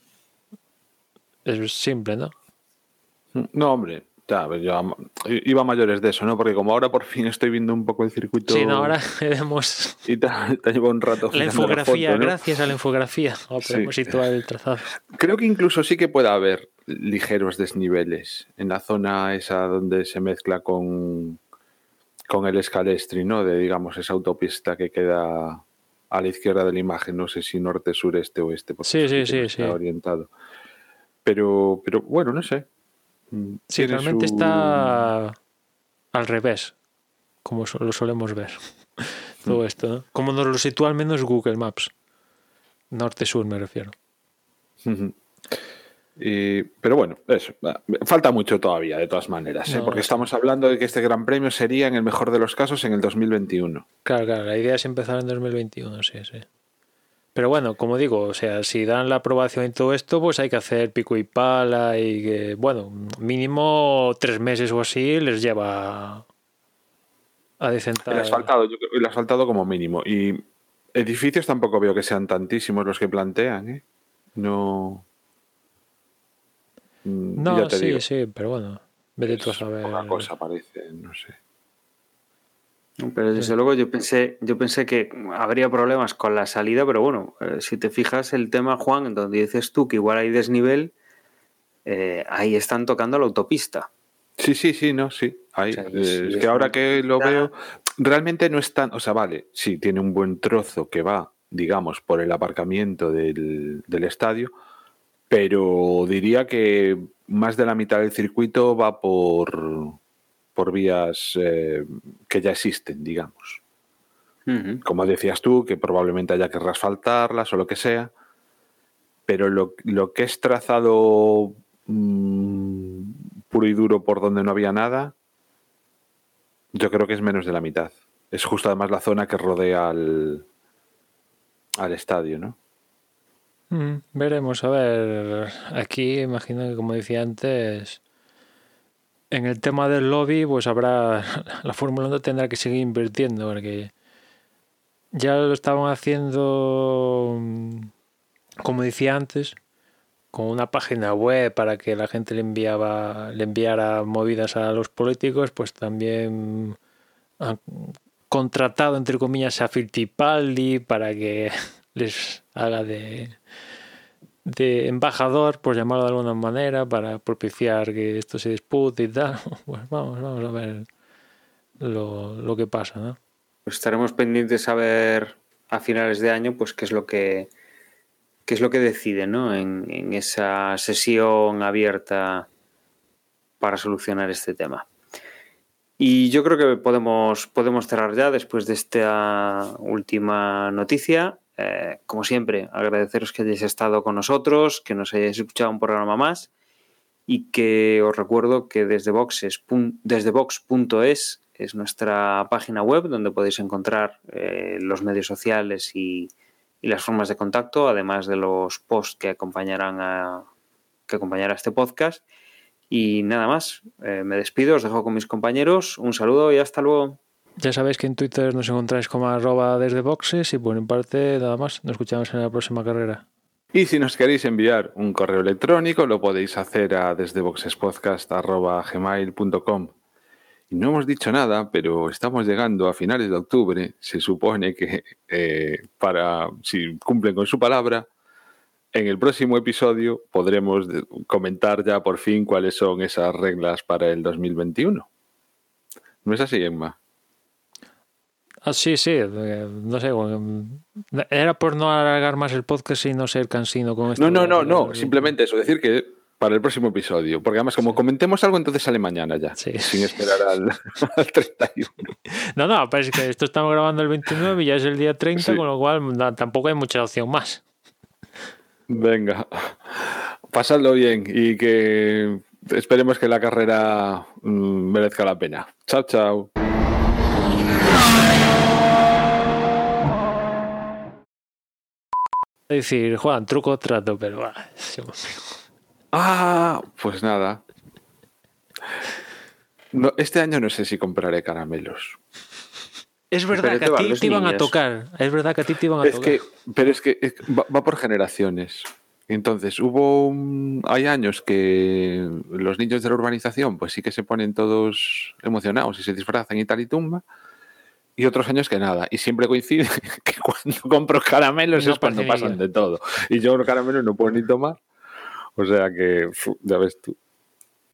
Es simple, ¿no? No, hombre, ya, yo iba a mayores de eso, ¿no? Porque como ahora por fin estoy viendo un poco el circuito. Sí, no, ahora vemos. Y te, te llevo un rato. La infografía, la foto, ¿no? Gracias a la infografía. Oh, podemos Sí. situar el trazado. Creo que incluso sí que puede haber ligeros desniveles en la zona esa donde se mezcla con, con el Scalestri, ¿no? De, digamos, esa autopista que queda a la izquierda de la imagen, no sé si norte, sur, este, oeste, porque Sí, sí, sí, no está sí. orientado. Pero, pero bueno, no sé. Sí, Tiene realmente su... está al revés, como lo solemos ver. Todo esto, ¿no? Como nos lo sitúa al menos Google Maps. Norte-sur me refiero. Uh-huh. Y, pero bueno, eso, falta mucho todavía, de todas maneras, ¿eh? No, porque no, estamos hablando de que este Gran Premio sería, en el mejor de los casos, en el dos mil veintiuno. Claro, claro, la idea es empezar en dos mil veintiuno, sí, sí. Pero bueno, como digo, o sea, si dan la aprobación y todo esto, pues hay que hacer pico y pala y que, bueno, mínimo tres meses o así les lleva a decentar. El asfaltado, yo creo, el asfaltado como mínimo. Y edificios tampoco veo que sean tantísimos los que plantean, ¿eh? No... No, ya te sí, digo, sí, pero bueno, vete tú a saber. poca cosa parece, no sé. Pero desde luego yo pensé, yo pensé que habría problemas con la salida, pero bueno, eh, si te fijas el tema, Juan, en donde dices tú que igual hay desnivel, eh, ahí están tocando la autopista. Sí, sí, sí, no, sí. Ahí, O sea, eh, si es es que ahora una que lo autopista- veo, realmente no es tan, o sea, vale, sí, tiene un buen trozo que va, digamos, por el aparcamiento del, del estadio, pero diría que más de la mitad del circuito va por, por vías eh, que ya existen, digamos. Uh-huh. Como decías tú, que probablemente haya que reasfaltarlas o lo que sea, pero lo, lo que es trazado mmm, puro y duro por donde no había nada, yo creo que es menos de la mitad. Es justo además la zona que rodea al, al estadio, ¿no? Mm, veremos, a ver, aquí imagino que como decía antes, en el tema del lobby, pues habrá, la Fórmula uno tendrá que seguir invirtiendo, porque ya lo estaban haciendo, como decía antes, con una página web para que la gente le enviaba, le enviara movidas a los políticos, pues también han contratado entre comillas a Fittipaldi para que les haga de de embajador, por llamarlo de alguna manera, para propiciar que esto se dispute y tal. Pues vamos, vamos a ver lo, lo que pasa, ¿no? Pues estaremos pendientes a ver a finales de año, pues qué es lo que qué es lo que deciden, ¿no? En, en esa sesión abierta para solucionar este tema. Y yo creo que podemos, podemos cerrar ya después de esta última noticia. Eh, como siempre, agradeceros que hayáis estado con nosotros, que nos hayáis escuchado un programa más y que os recuerdo que desde boxes, desde box punto es es nuestra página web donde podéis encontrar eh, los medios sociales y, y las formas de contacto, además de los posts que acompañarán a, que acompañará este podcast. Y nada más, eh, me despido, os dejo con mis compañeros, un saludo y hasta luego. Ya sabéis que en Twitter nos encontráis como arroba desde boxes y por mi parte nada más, nos escuchamos en la próxima carrera. Y si nos queréis enviar un correo electrónico, lo podéis hacer a desdeboxespodcast arroba gmail punto com. Y no hemos dicho nada, pero estamos llegando a finales de octubre. Se supone que eh, para si cumplen con su palabra, en el próximo episodio podremos comentar ya por fin cuáles son esas reglas para el dos mil veintiuno. ¿No es así, Emma? Ah, sí, sí, no sé, era por no alargar más el podcast y no ser cansino con esto. No, no, no, no, simplemente eso, decir que para el próximo episodio, porque además como sí. comentemos algo, entonces sale mañana ya, sí. sin esperar al, al treinta y uno. No, no, pero es que esto estamos grabando el veintinueve y ya es el día treinta, sí. Con lo cual no, tampoco hay mucha opción más. Venga, pasadlo bien y que esperemos que la carrera mmm, merezca la pena. Chao, chao. Es decir, Juan, truco o trato, pero... Ah, pues nada. No, este año no sé si compraré caramelos. Es verdad pero que a ti te iban niños. a tocar. Es verdad que a ti te iban a es tocar. Que, pero es que es, va, va por generaciones. Entonces, hubo... Un, hay años que los niños de la urbanización pues sí que se ponen todos emocionados y se disfrazan y tal y tumba. Y otros años que nada. Y siempre coincide que cuando compro caramelos no es cuando pasan de todo. Y yo los caramelos no puedo ni tomar. O sea que, ya ves tú.